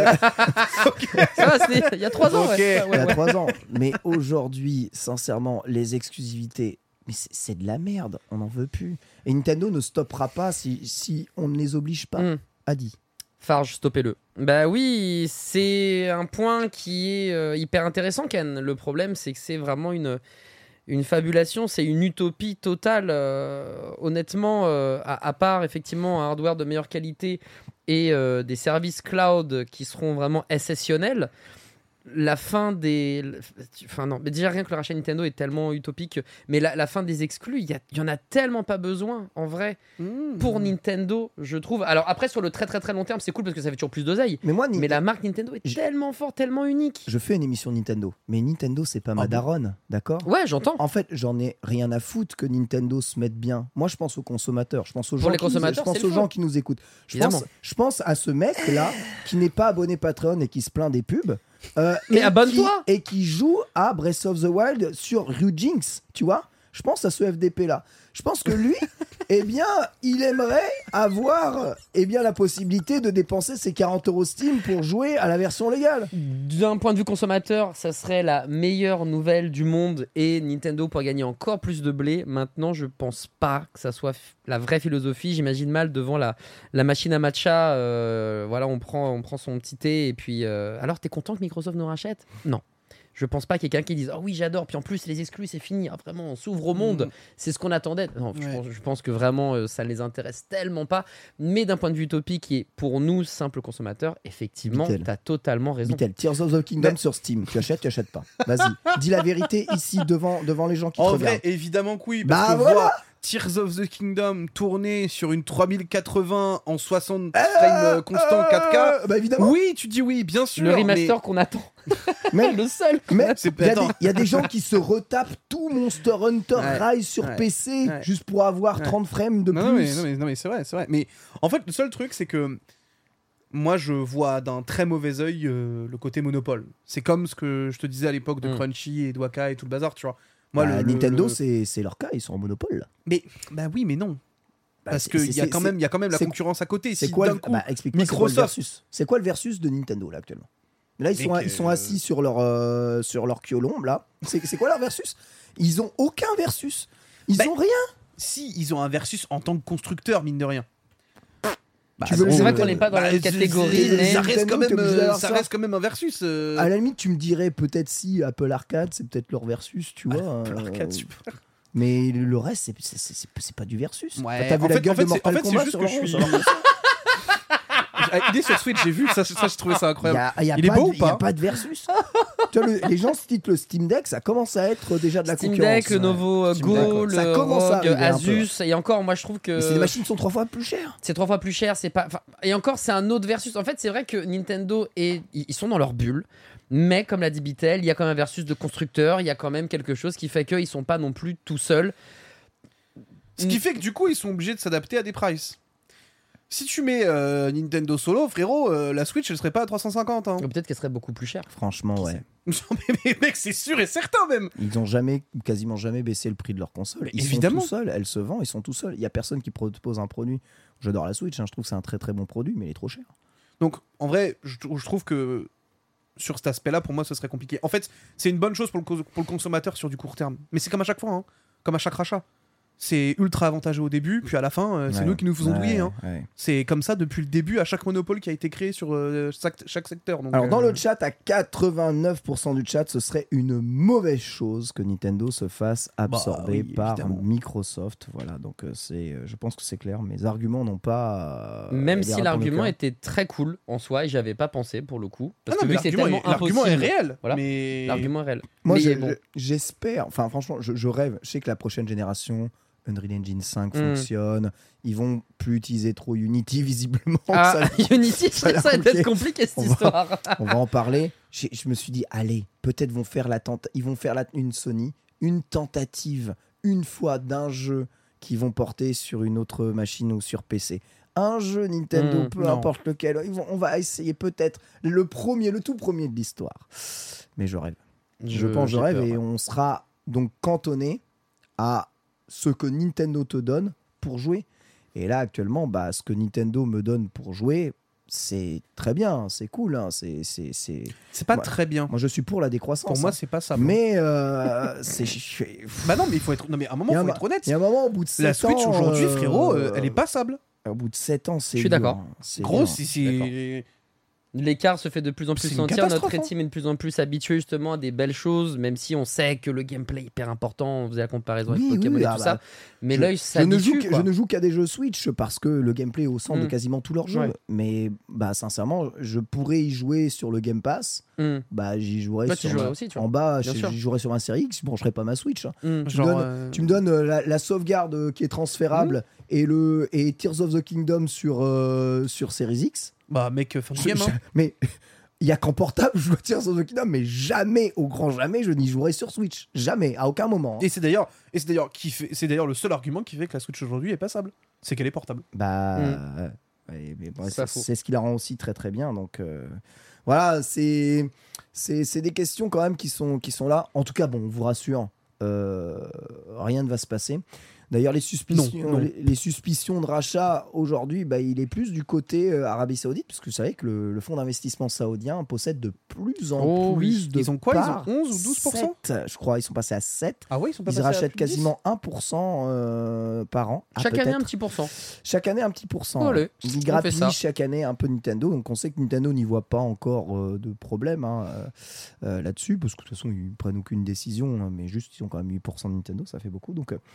va, il y a 3 ans. Ok. Il y a 3 ans. Mais aujourd'hui, sincèrement, les exclusivités, mais c'est de la merde. On n'en veut plus. Et Nintendo ne stoppera pas si on ne les oblige pas. Adi. Farge, stoppez-le. Bah oui, c'est un point qui est hyper intéressant, Ken. Le problème, c'est que c'est vraiment une fabulation, c'est une utopie totale. Honnêtement, à part effectivement un hardware de meilleure qualité et des services cloud qui seront vraiment exceptionnels, la fin des... Enfin non, mais déjà rien que le rachat Nintendo est tellement utopique, mais la fin des exclus, il y en a tellement pas besoin, en vrai, pour Nintendo, je trouve. Alors après, sur le très très très long terme, c'est cool parce que ça fait toujours plus d'oseille, mais la marque Nintendo est tellement forte, tellement unique. Je fais une émission Nintendo, mais Nintendo, c'est pas ma daronne, d'accord ? Ouais, j'entends. En fait, j'en ai rien à foutre que Nintendo se mette bien. Moi, je pense aux consommateurs, je pense aux Pour gens, les consommateurs, je pense aux gens qui nous écoutent. Je pense à ce mec-là qui n'est pas abonné Patreon et qui se plaint des pubs. Mais abonne-toi et qui joue à Breath of the Wild sur Ryujinx, tu vois. Je pense à ce FDP là. Je pense que lui, eh bien, il aimerait avoir la possibilité de dépenser ses 40 € Steam pour jouer à la version légale. D'un point de vue consommateur, ça serait la meilleure nouvelle du monde et Nintendo pourrait gagner encore plus de blé. Maintenant, je pense pas que ça soit la vraie philosophie. J'imagine mal devant la machine à matcha. Voilà, on prend son petit thé et puis... alors, t'es content que Microsoft nous rachète ? Non. Je pense pas qu'il y ait quelqu'un qui dise « Oh oui, j'adore », puis en plus, les exclus, c'est fini. Ah, vraiment, on s'ouvre au monde. C'est ce qu'on attendait. Non, je pense que vraiment, ça ne les intéresse tellement pas. Mais d'un point de vue utopique, et pour nous, simples consommateurs, effectivement, tu as totalement raison. Bitel, Tears of the Kingdom sur Steam. Tu achètes pas. Vas-y. Dis la vérité ici, devant les gens qui te regardent. En vrai, évidemment que oui. Parce que voilà. Tears of the Kingdom tourné sur une 3080 en 60 frames constants 4K. Bah évidemment. Oui, tu dis oui, bien sûr. Le remaster qu'on attend. Mais Le seul. Mais C'est- il attends. y a des gens qui se retapent tout Monster Hunter Ouais, Rise sur ouais, PC ouais. juste pour avoir Ouais. 30 frames de Non, non, plus. mais c'est vrai, c'est vrai. Mais en fait, le seul truc, c'est que moi, je vois d'un très mauvais œil le côté monopole. C'est comme ce que je te disais à l'époque de Crunchy et de Waka et tout le bazar, tu vois. Moi, Bah, Nintendo, c'est leur cas, ils sont en monopole. Là. Mais bah oui, mais non. Bah, Parce c'est- qu'il c'est- y a quand même la c'est- concurrence à côté. C'est Si quoi d'un le coup, bah, explique-moi, c'est quoi le Microsoft- versus. C'est quoi le versus de Nintendo là actuellement? Là, ils Mec, sont assis sur leur Kyolombe là. C'est quoi leur versus? Ils ont aucun versus. Ils Bah, ont rien. si ils ont un versus en tant que constructeur, mine de rien. Bah, C'est vrai qu'on n'est pas dans la même c'est- catégorie, c'est- mais ça reste quand Nintendo, t'es même, obligé d'avoir ça ça. reste quand même un versus. À la limite, tu me dirais peut-être si Apple Arcade, c'est peut-être leur versus, tu vois. Apple Arcade, super. Mais le reste, c'est pas du versus. Ouais, T'as vu en la fait- gueule en fait, de c'est- Mortal en fait, c'est Kombat juste sur que leur je suis- rose, alors. Il est sur Switch, j'ai vu ça, je trouvais ça incroyable. Il Il est beau ou Il n'y a pas pas de versus. Tu vois, les gens se titrent le Steam Deck, ça commence à être déjà de la Steam concurrence. Deck, le Novo Steam Go, Deck, ça le commence à Rogue, arriver un peu. Asus, et encore, moi je trouve que Mais c'est des machines qui sont 3 fois plus chères. c'est 3 fois plus cher, c'est pas. Enfin, et encore, c'est un autre versus. En fait, c'est vrai que Nintendo ils sont dans leur bulle, mais comme l'a dit Bitel, il y a quand même un versus de constructeurs, il y a quand même quelque chose qui fait qu'ils sont pas non plus tout seuls. Ce qui fait que du coup, ils sont obligés de s'adapter à des prices. Si tu mets Nintendo Solo, frérot, la Switch, elle serait pas à 350. Hein. Peut-être qu'elle serait beaucoup plus chère. Franchement, ouais. mais mec, c'est sûr et certain même. Ils ont quasiment jamais baissé le prix de leur console. Mais Ils évidemment. sont tout seuls, elle se vend, ils sont tout seuls. Il y a personne qui propose un produit. J'adore la Switch, hein, je trouve que c'est un très très bon produit, mais il est trop cher. Donc, en vrai, je trouve que sur cet aspect-là, pour moi, ce serait compliqué. En fait, c'est une bonne chose pour le consommateur sur du court terme. Mais c'est comme à chaque fois, hein, comme à chaque rachat. C'est ultra avantageux au début, puis à la fin, c'est Ouais. nous qui nous faisons douiller. Hein. Ouais. C'est comme ça depuis le début à chaque monopole qui a été créé sur chaque secteur. Donc, Alors dans le chat, à 89% du chat, ce serait une mauvaise chose que Nintendo se fasse absorber oui, par évidemment. Microsoft. Voilà, donc je pense que c'est clair. Mes arguments n'ont pas. Même les si répondre au l'argument cœur. était très cool en soi, et j'avais pas pensé pour le coup. Parce Ah que non, vu mais que c'est tellement l'argument impossible. est réel. Voilà. Mais... L'argument est réel. Moi, Mais bon. j'espère. Enfin, franchement, je rêve. Je sais que la prochaine génération, Unreal Engine 5 Mm. fonctionne. Ils vont plus utiliser trop Unity, visiblement. Ah, Ça- Unity, ça a l'air ça va être compliqué. compliqué cette On va- histoire. On va en parler. Je me suis dit, allez, peut-être ils vont faire une Sony, une tentative, une fois d'un jeu qu'ils vont porter sur une autre machine ou sur PC. Un jeu Nintendo, peu non. importe lequel. On va essayer peut-être le tout premier de l'histoire. Mais je rêve. Je pense, je j'ai rêve, peur. et on sera donc cantonné à ce que Nintendo te donne pour jouer. Et là, actuellement, ce que Nintendo me donne pour jouer, c'est très bien, c'est cool. Hein, c'est... C'est pas Moi- très bien. Moi, je suis pour la décroissance. Pour moi, hein. c'est pas ça. Mais c'est... Bah non, mais il faut être. Non, mais à un moment, Il y a il faut un- être honnête. Il y a un moment, au bout de 7 ans... La Switch aujourd'hui, frérot, elle est passable. Au bout de 7 ans, c'est Je suis dur, d'accord. hein, c'est Gros, dur. c'est. L'écart se fait de plus en plus C'est une sentir. Notre catastrophe, team est de plus en plus habitué justement à des belles choses, même si on sait que le gameplay est hyper important. On faisait la comparaison avec Oui, Pokémon oui, et ah tout bah, ça. Mais je- l'œil Je ne, joue s'habitue. que- je ne joue qu'à des jeux Switch parce que le gameplay est au centre de Mm. quasiment tous leurs jeux. Ouais. Mais sincèrement, je pourrais y jouer sur le Game Pass. J'y jouerais Toi, tu sur jouerais aussi, tu vois. en bas, Bien sûr. j'y jouerais sur un Série X, je brancherais pas ma Switch. Hein. Genre. Tu me donnes la sauvegarde qui est transférable et Tears of the Kingdom sur Series X. Bah, mec, fin du game. Hein. Mais il y a qu'en portable, je joue à Tears of the Kingdom, mais jamais, au grand jamais, je n'y jouerai sur Switch. Jamais, à aucun moment. Et c'est d'ailleurs le seul argument qui fait que la Switch aujourd'hui est passable. C'est qu'elle est portable. Ouais, mais bon, C'est pas c'est faux. c'est ce qui la rend aussi très très bien. Donc voilà, c'est des questions quand même qui sont là. En tout cas, bon, on vous rassure, rien ne va se passer. D'ailleurs, les suspicions, Non. les suspicions de rachat aujourd'hui, il est plus du côté Arabie Saoudite, parce que vous savez que le fonds d'investissement saudien possède de plus en Oh plus oui. de Ils ont quoi parts. Ils ont 11 ou 12%? 7, je crois, ils sont passés à 7. Ah ouais, ils sont pas Ils passés à rachètent plus de 10? quasiment 1% par an. Ah, Chaque année, un peut-être. petit pourcent. Chaque année, un petit pourcent. Allez, Ils on fait grappillent ça. chaque année un peu Nintendo. Donc, on sait que Nintendo n'y voit pas encore de problème là-dessus, parce que de toute façon, ils prennent aucune décision, hein, mais juste, ils ont quand même 8% de Nintendo, ça fait beaucoup. Donc,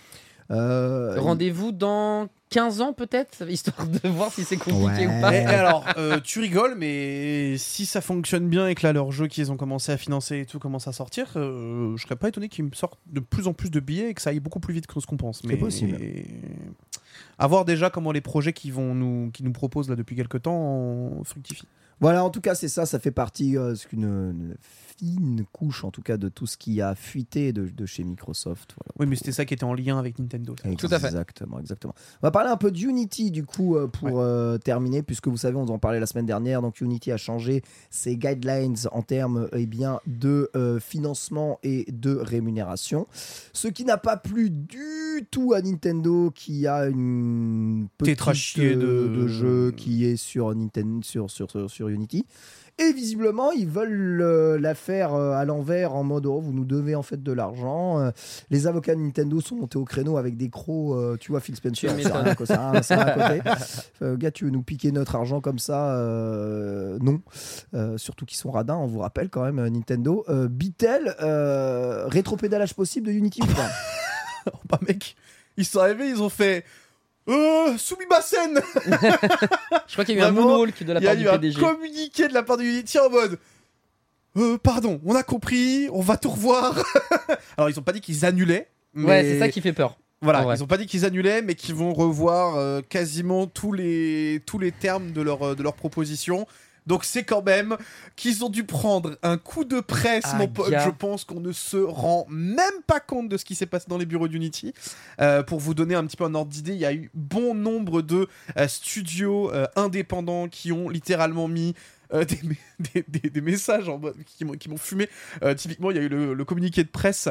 Rendez-vous dans 15 ans peut-être, histoire de voir si c'est compliqué ou pas. Et alors, tu rigoles, mais si ça fonctionne bien et que là, leurs jeux qu'ils ont commencé à financer et tout commence à sortir, je serais pas étonné qu'ils me sortent de plus en plus de billets et que ça aille beaucoup plus vite que ce qu'on pense. C'est possible. À voir déjà comment les projets qui nous proposent là depuis quelques temps fructifient. Voilà, en tout cas, c'est ça fait partie d'une fine couche, en tout cas, de tout ce qui a fuité de chez Microsoft. Voilà. Oui, mais c'était ça qui était en lien avec Nintendo. Tout à fait. Exactement. On va parler un peu d'Unity, du coup, pour terminer, puisque vous savez, on en parlait la semaine dernière, donc Unity a changé ses guidelines en termes de financement et de rémunération, ce qui n'a pas plu du tout à Nintendo, qui a une petite de jeu qui est sur Nintendo, sur Unity. Et visiblement, ils veulent la faire à l'envers, en mode vous nous devez en fait de l'argent. Les avocats de Nintendo sont montés au créneau avec des crocs, tu vois, Phil Spencer, c'est rien à côté. Gars, tu veux nous piquer notre argent comme ça non. Surtout qu'ils sont radins, on vous rappelle quand même, Nintendo. Bitel, rétropédalage possible de Unity ou pas? Oh, bah mec, ils sont arrivés, ils ont fait... Sumimasen. Je crois qu'il y a eu un moonwalk de la part du PDG. Il y a eu un communiqué de la part de Unity en mode pardon, on a compris, on va tout revoir. Alors ils ont pas dit qu'ils annulaient. Mais... Ouais, c'est ça qui fait peur. Voilà, ils ont pas dit qu'ils annulaient, mais qu'ils vont revoir quasiment tous les termes de leur proposition. Donc c'est quand même qu'ils ont dû prendre un coup de presse, mon pote. Je pense qu'on ne se rend même pas compte de ce qui s'est passé dans les bureaux d'Unity. Pour vous donner un petit peu un ordre d'idée, il y a eu bon nombre de studios indépendants qui ont littéralement mis des messages en mode, qui m'ont fumé. Typiquement, il y a eu le communiqué de presse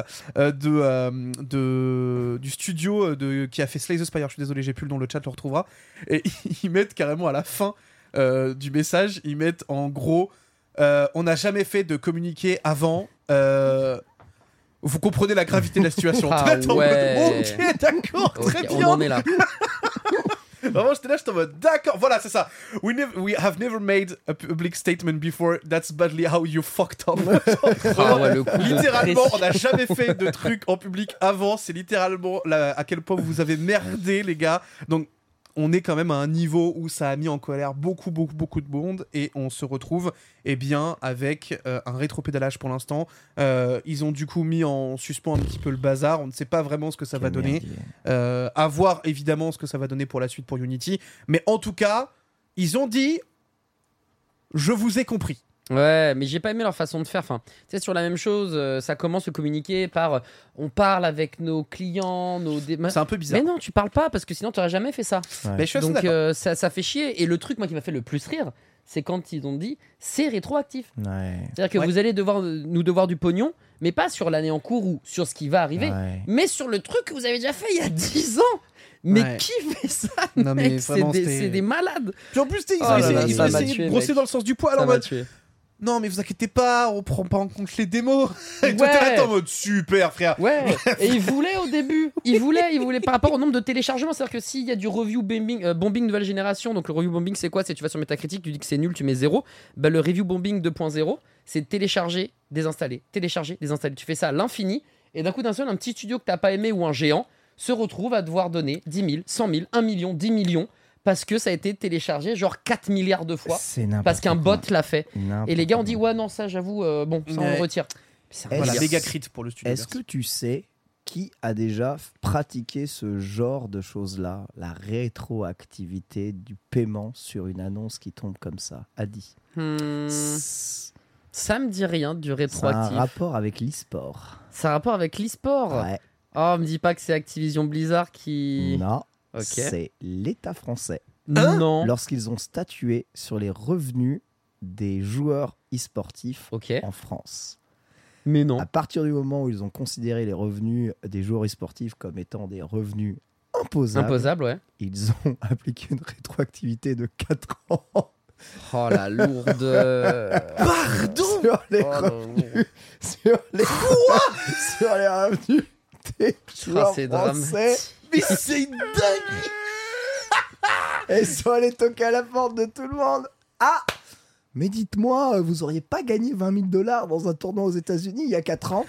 du studio qui a fait Slay the Spire. Je suis désolé, j'ai plus le nom, le chat le retrouvera. Et ils mettent carrément à la fin du message, ils mettent en gros on n'a jamais fait de communiqué avant, vous comprenez la gravité de la situation. Ouais. Ok, d'accord, très bien. On en est là. Vraiment, j'étais en mode d'accord, voilà, c'est ça. We have never made a public statement before. That's badly how you fucked up. Littéralement, on n'a jamais fait de truc en public avant. C'est littéralement à quel point vous avez merdé, les gars. Donc on est quand même à un niveau où ça a mis en colère beaucoup de monde et on se retrouve avec un rétropédalage pour l'instant. Ils ont du coup mis en suspens un petit peu le bazar. On ne sait pas vraiment ce que ça va donner. À voir évidemment ce que ça va donner pour la suite pour Unity. Mais en tout cas, ils ont dit « Je vous ai compris ». Ouais, mais j'ai pas aimé leur façon de faire. Enfin, tu sais, sur la même chose, ça commence à communiquer par on parle avec nos clients, c'est un peu bizarre. Mais non, tu parles pas parce que sinon tu aurais jamais fait ça. Ouais. Mais je suis donc ça fait chier. Et le truc moi qui m'a fait le plus rire, c'est quand ils ont dit c'est rétroactif. Ouais. C'est-à-dire que vous allez nous devoir du pognon, mais pas sur l'année en cours ou sur ce qui va arriver, mais sur le truc que vous avez déjà fait il y a 10 ans. Mais qui fait ça, non, mec, mais vraiment, c'est des malades. Puis en plus, ils ont essayé de brosser dans le sens du poil en mode non mais vous inquiétez pas, on prend pas en compte les démos. Et toi t'es là en mode super frère. Ouais. Et ils voulaient au début, ils voulaient par rapport au nombre de téléchargements, c'est-à-dire que s'il y a du review bombing nouvelle génération, donc le review bombing c'est quoi? C'est tu vas sur Metacritic, tu dis que c'est nul, tu mets 0. Bah le review bombing 2.0, c'est télécharger, désinstaller, télécharger, désinstaller. Tu fais ça à l'infini et d'un coup d'un seul un petit studio que t'as pas aimé ou un géant se retrouve à devoir donner 10 000, 100 000, 1 million, 10 millions parce que ça a été téléchargé genre 4 milliards de fois parce qu'un bot l'a fait. Et les gars ont dit ouais non ça j'avoue bon ça on le retire. Voilà, méga crit pour le studio. Est-ce que tu sais qui a déjà pratiqué ce genre de choses-là, la rétroactivité du paiement sur une annonce qui tombe comme ça? Adi. Ça me dit rien du rétroactif. C'est un rapport avec l'e-sport. C'est un rapport avec l'e-sport. Ouais. Oh, me dis pas que c'est Activision Blizzard qui... Non, okay. C'est l'État français. Non. Lorsqu'ils ont statué sur les revenus des joueurs e-sportifs en France. Mais non. À partir du moment où ils ont considéré les revenus des joueurs e-sportifs comme étant des revenus imposables, ouais. Ils ont appliqué une rétroactivité de 4 ans. Oh la lourde. Pardon. Sur les revenus. Sur les revenus des joueurs français. Mais c'est une dinguerie. Et sont allés toquer à la porte de tout le monde. Ah, mais dites-moi, vous auriez pas gagné $20 000 dans un tournoi aux États-Unis il y a 4 ans?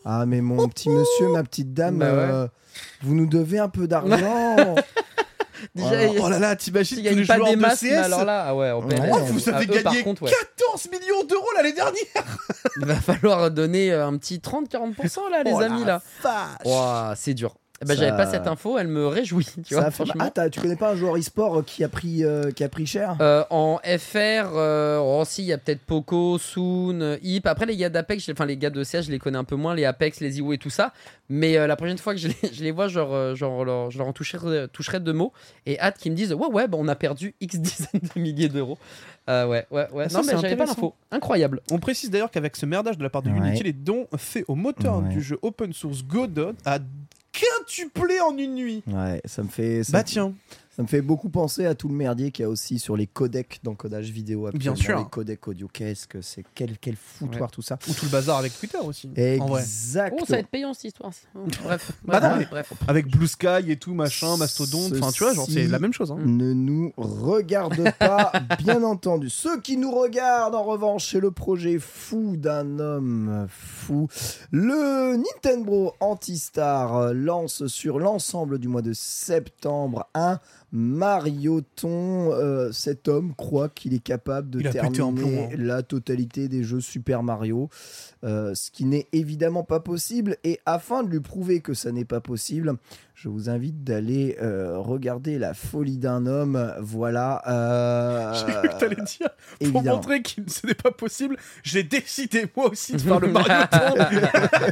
Ah, mais mon petit monsieur, ma petite dame, Bah ouais. vous nous devez un peu d'argent. Déjà, Oh là là, t'imagines il tous les gagne pas joueurs des de masses, mais CS. alors là, en PNL, Ouais, Oh, vous avez eux, par gagné contre, 14 millions d'euros l'année dernière. il va falloir donner un petit 30-40% là, les Oh amis, la là. vache. Ouah, c'est dur. Eh ben, Ça- j'avais pas cette info, elle me réjouit, tu vois, Ça fait- franchement. Ah, tu connais pas un joueur e-sport qui a pris cher? En FR, si, il y a peut-être Poco, Soon, Hip. Après, les gars d'Apex, enfin les gars de CS, je les connais un peu moins, les Apex, les Iwo et tout ça. Mais la prochaine fois que je les vois, je leur en toucherai 2 mots. Et hâte qu'ils me disent ouais, bah, on a perdu X dizaines de milliers d'euros. Ouais. ça, Non, mais c'est j'avais pas intéressant. l'info. Incroyable. On précise d'ailleurs qu'avec ce merdage de la part de Ouais. Unity, les dons faits au moteur Ouais. du jeu open source Godot a quintuplé en une nuit. Ouais, ça me fait. Bah tiens, Ça me fait beaucoup penser à tout le merdier qu'il y a aussi sur les codecs dans codage vidéo actuellement. Bien sûr. Les codecs audio, qu'est-ce que c'est? Quel foutoir tout ça. ou tout le bazar avec Twitter aussi. En vrai. Exactement. Oh, ça va être payant cette histoire. Bref. Bah non, mais- bref. Avec Blue Sky et tout, machin, Mastodon, enfin tu vois, genre c'est Ceci la même chose. Hein. ne nous regarde pas, bien entendu. Ceux qui nous regardent, en revanche, c'est le projet fou d'un homme fou. Le Nintendo Antistar lance sur l'ensemble du mois de septembre un Marioton. Cet homme croit qu'il est capable de Il a pété un terminer plomb, hein. la totalité des jeux Super Mario, ce qui n'est évidemment pas possible. Et afin de lui prouver que ça n'est pas possible, je vous invite d'aller regarder la folie d'un homme. Voilà. J'ai cru que t'allais dire, pour évidemment. montrer que ce n'est pas possible, j'ai décidé moi aussi de faire le Marioton.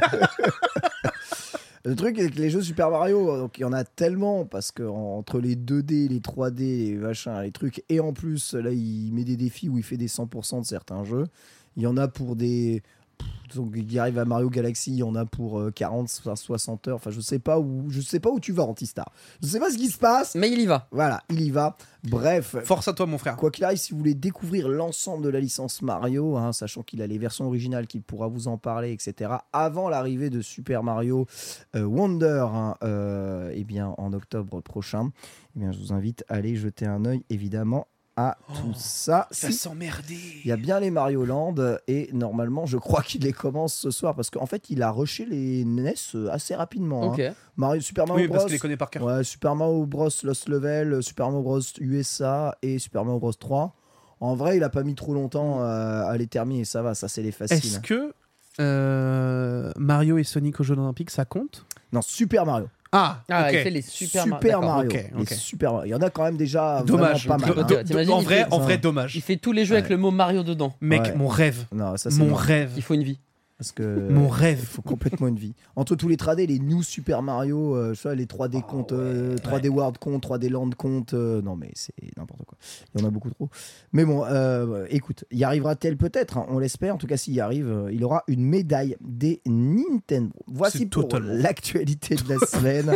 Le truc avec les jeux Super Mario, donc il y en a tellement parce que entre les 2D, les 3D, les machins, les trucs, et en plus là il met des défis où il fait des 100% de certains jeux. Il y en a pour des, donc il arrive à Mario Galaxy, il y en a pour 40, 60 heures. Enfin je sais pas où tu vas, Antistar. Je sais pas ce qui se passe. Mais il y va. Voilà, il y va. Bref. Force à toi mon frère. Quoi qu'il arrive, si vous voulez découvrir l'ensemble de la licence Mario, sachant qu'il a les versions originales, qu'il pourra vous en parler, etc., avant l'arrivée de Super Mario Wonder, eh bien, en octobre prochain, eh bien, je vous invite à aller jeter un œil, évidemment, à tout ça. Ça s'emmerder. Il y a bien les Mario Land et normalement, je crois qu'il les commence ce soir parce qu'en fait, il a rushé les NES assez rapidement. Ok. Super Mario Oui, Bros. parce qu'il les connaît par cœur. Ouais, Super Mario Bros Lost Level, Super Mario Bros USA et Super Mario Bros 3. En vrai, il a pas mis trop longtemps à les terminer, ça va, ça c'est les faciles. Est-ce que Mario et Sonic aux Jeux Olympiques, ça compte? Non, Super Mario. Ah, Ah, ok. il fait les Super, Super Mario. ok, Les ok. Super Mario. Il y en a quand même déjà Dommage. vraiment pas mal. Do- T'imagines, En il vrai, fait- dommage. Il fait tous les jeux avec le mot Mario dedans. Mec, Ouais. mon rêve. Non, ça c'est Mon mort. rêve. Il faut une vie. Parce que Mon il rêve. faut complètement une vie. Entre tous les 3D, les New Super Mario, les 3D comptes, 3D World compte, 3D Land compte, non mais c'est n'importe quoi. Il y en a beaucoup trop. Mais bon, écoute, y arrivera-t-elle peut-être, on l'espère. En tout cas, s'il y arrive, il aura une médaille des Nintendo. Voici C'est pour totalement l'actualité de la semaine.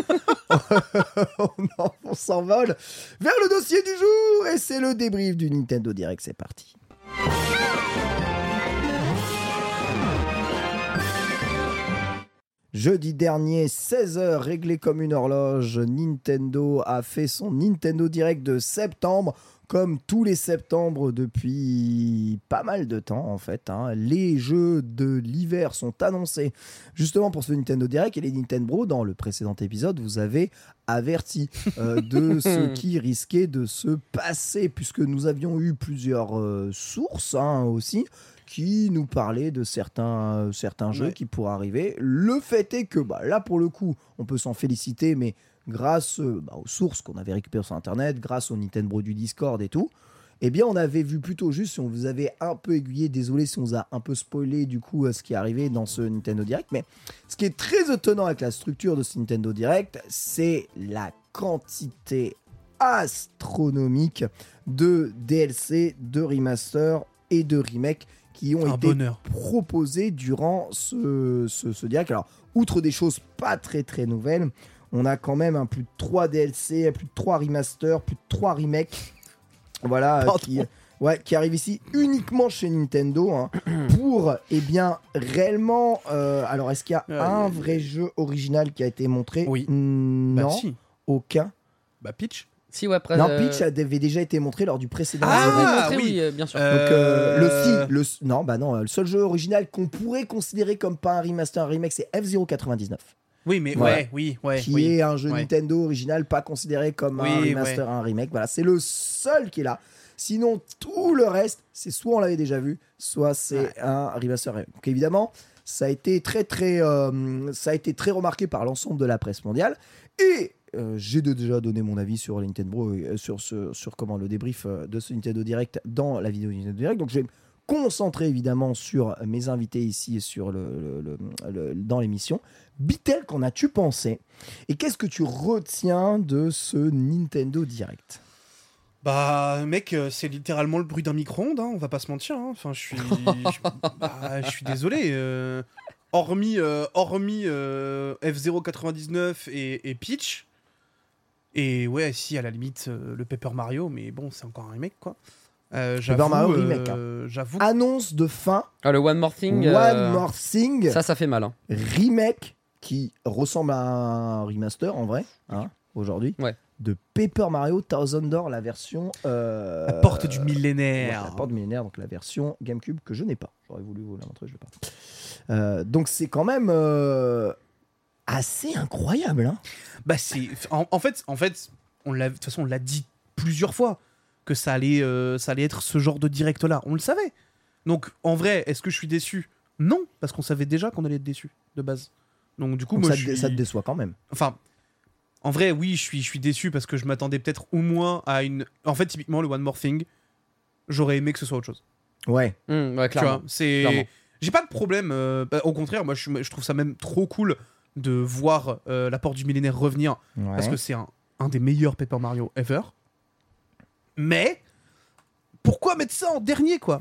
on s'envole vers le dossier du jour et c'est le débrief du Nintendo Direct. C'est parti. Jeudi dernier, 16h, réglé comme une horloge, Nintendo a fait son Nintendo Direct de septembre. Comme tous les septembres depuis pas mal de temps en fait, les jeux de l'hiver sont annoncés justement pour ce Nintendo Direct et les Nintendo, dans le précédent épisode, vous avez averti de ce qui risquait de se passer puisque nous avions eu plusieurs sources aussi qui nous parlaient de certains jeux qui pourraient arriver. Le fait est que là pour le coup, on peut s'en féliciter, mais grâce aux sources qu'on avait récupérées sur Internet, grâce au Nintendo du Discord et tout, eh bien, on avait vu plutôt juste, si on vous avait un peu aiguillé, désolé si on vous a un peu spoilé du coup ce qui est arrivé dans ce Nintendo Direct, mais ce qui est très étonnant avec la structure de ce Nintendo Direct, c'est la quantité astronomique de DLC, de remaster et de remake qui ont été proposés durant ce Direct. Alors, outre des choses pas très très nouvelles, on a quand même plus de 3 DLC, plus de 3 remasters, plus de 3 remakes. Voilà, qui arrivent ici uniquement chez Nintendo pour, réellement... alors, est-ce qu'il y a un vrai jeu original qui a été montré? Oui. Non, Bah si. aucun. Bah Peach. Si, ouais, après. Non, Peach avait déjà été montré lors du précédent. Ah, épisode. montré, oui. oui, bien sûr. Donc le seul jeu original qu'on pourrait considérer comme pas un remaster, un remake, c'est F-Zero 99, Oui, mais Ouais. oui. est un jeu Ouais. Nintendo original, pas considéré comme un Oui, remaster, un remake. Voilà, c'est le seul qui est là. Sinon, tout le reste, c'est soit on l'avait déjà vu, soit c'est un remaster. Donc évidemment, ça a été très remarqué par l'ensemble de la presse mondiale. Et j'ai déjà donné mon avis sur Nintendo, sur comment le débrief de ce Nintendo Direct dans la vidéo Nintendo Direct. Donc je vais me concentrer évidemment sur mes invités ici sur dans l'émission. Bitel, qu'en as-tu pensé? Et qu'est-ce que tu retiens de ce Nintendo Direct? Bah, mec, c'est littéralement le bruit d'un micro-ondes, hein, on va pas se mentir. Hein. Enfin, je suis désolé. Hormis F-Zero 99 et Peach. Et ouais, si, à la limite, le Paper Mario, mais bon, c'est encore un remake, quoi. Paper Mario remake. J'avoue. Annonce de fin. Ah, le One More Thing. One More Thing. Ça fait mal. Hein. Remake qui ressemble à un remaster en vrai, hein, aujourd'hui. Ouais. De Paper Mario Thousand Door, la version. La porte du millénaire. Ouais, la porte du millénaire, donc la version GameCube que je n'ai pas. J'aurais voulu vous la montrer, je ne l'ai pas. Donc c'est quand même assez incroyable. Hein. Bah, c'est. En fait, de toute façon, on l'a dit plusieurs fois que ça allait être ce genre de direct-là. On le savait. Donc, en vrai, est-ce que je suis déçu? Non, parce qu'on savait déjà qu'on allait être déçu de base. Donc, du coup, Donc moi, ça te déçoit quand même. Enfin, en vrai, oui, je suis déçu parce que je m'attendais peut-être au moins à une. En fait, typiquement, le One More Thing, j'aurais aimé que ce soit autre chose. Ouais. Ouais, Tu clairement. vois, c'est. Clairement. J'ai pas de problème. Au contraire, moi, je trouve ça même trop cool de voir la porte du millénaire revenir parce que c'est un des meilleurs Paper Mario ever. Mais pourquoi mettre ça en dernier, quoi?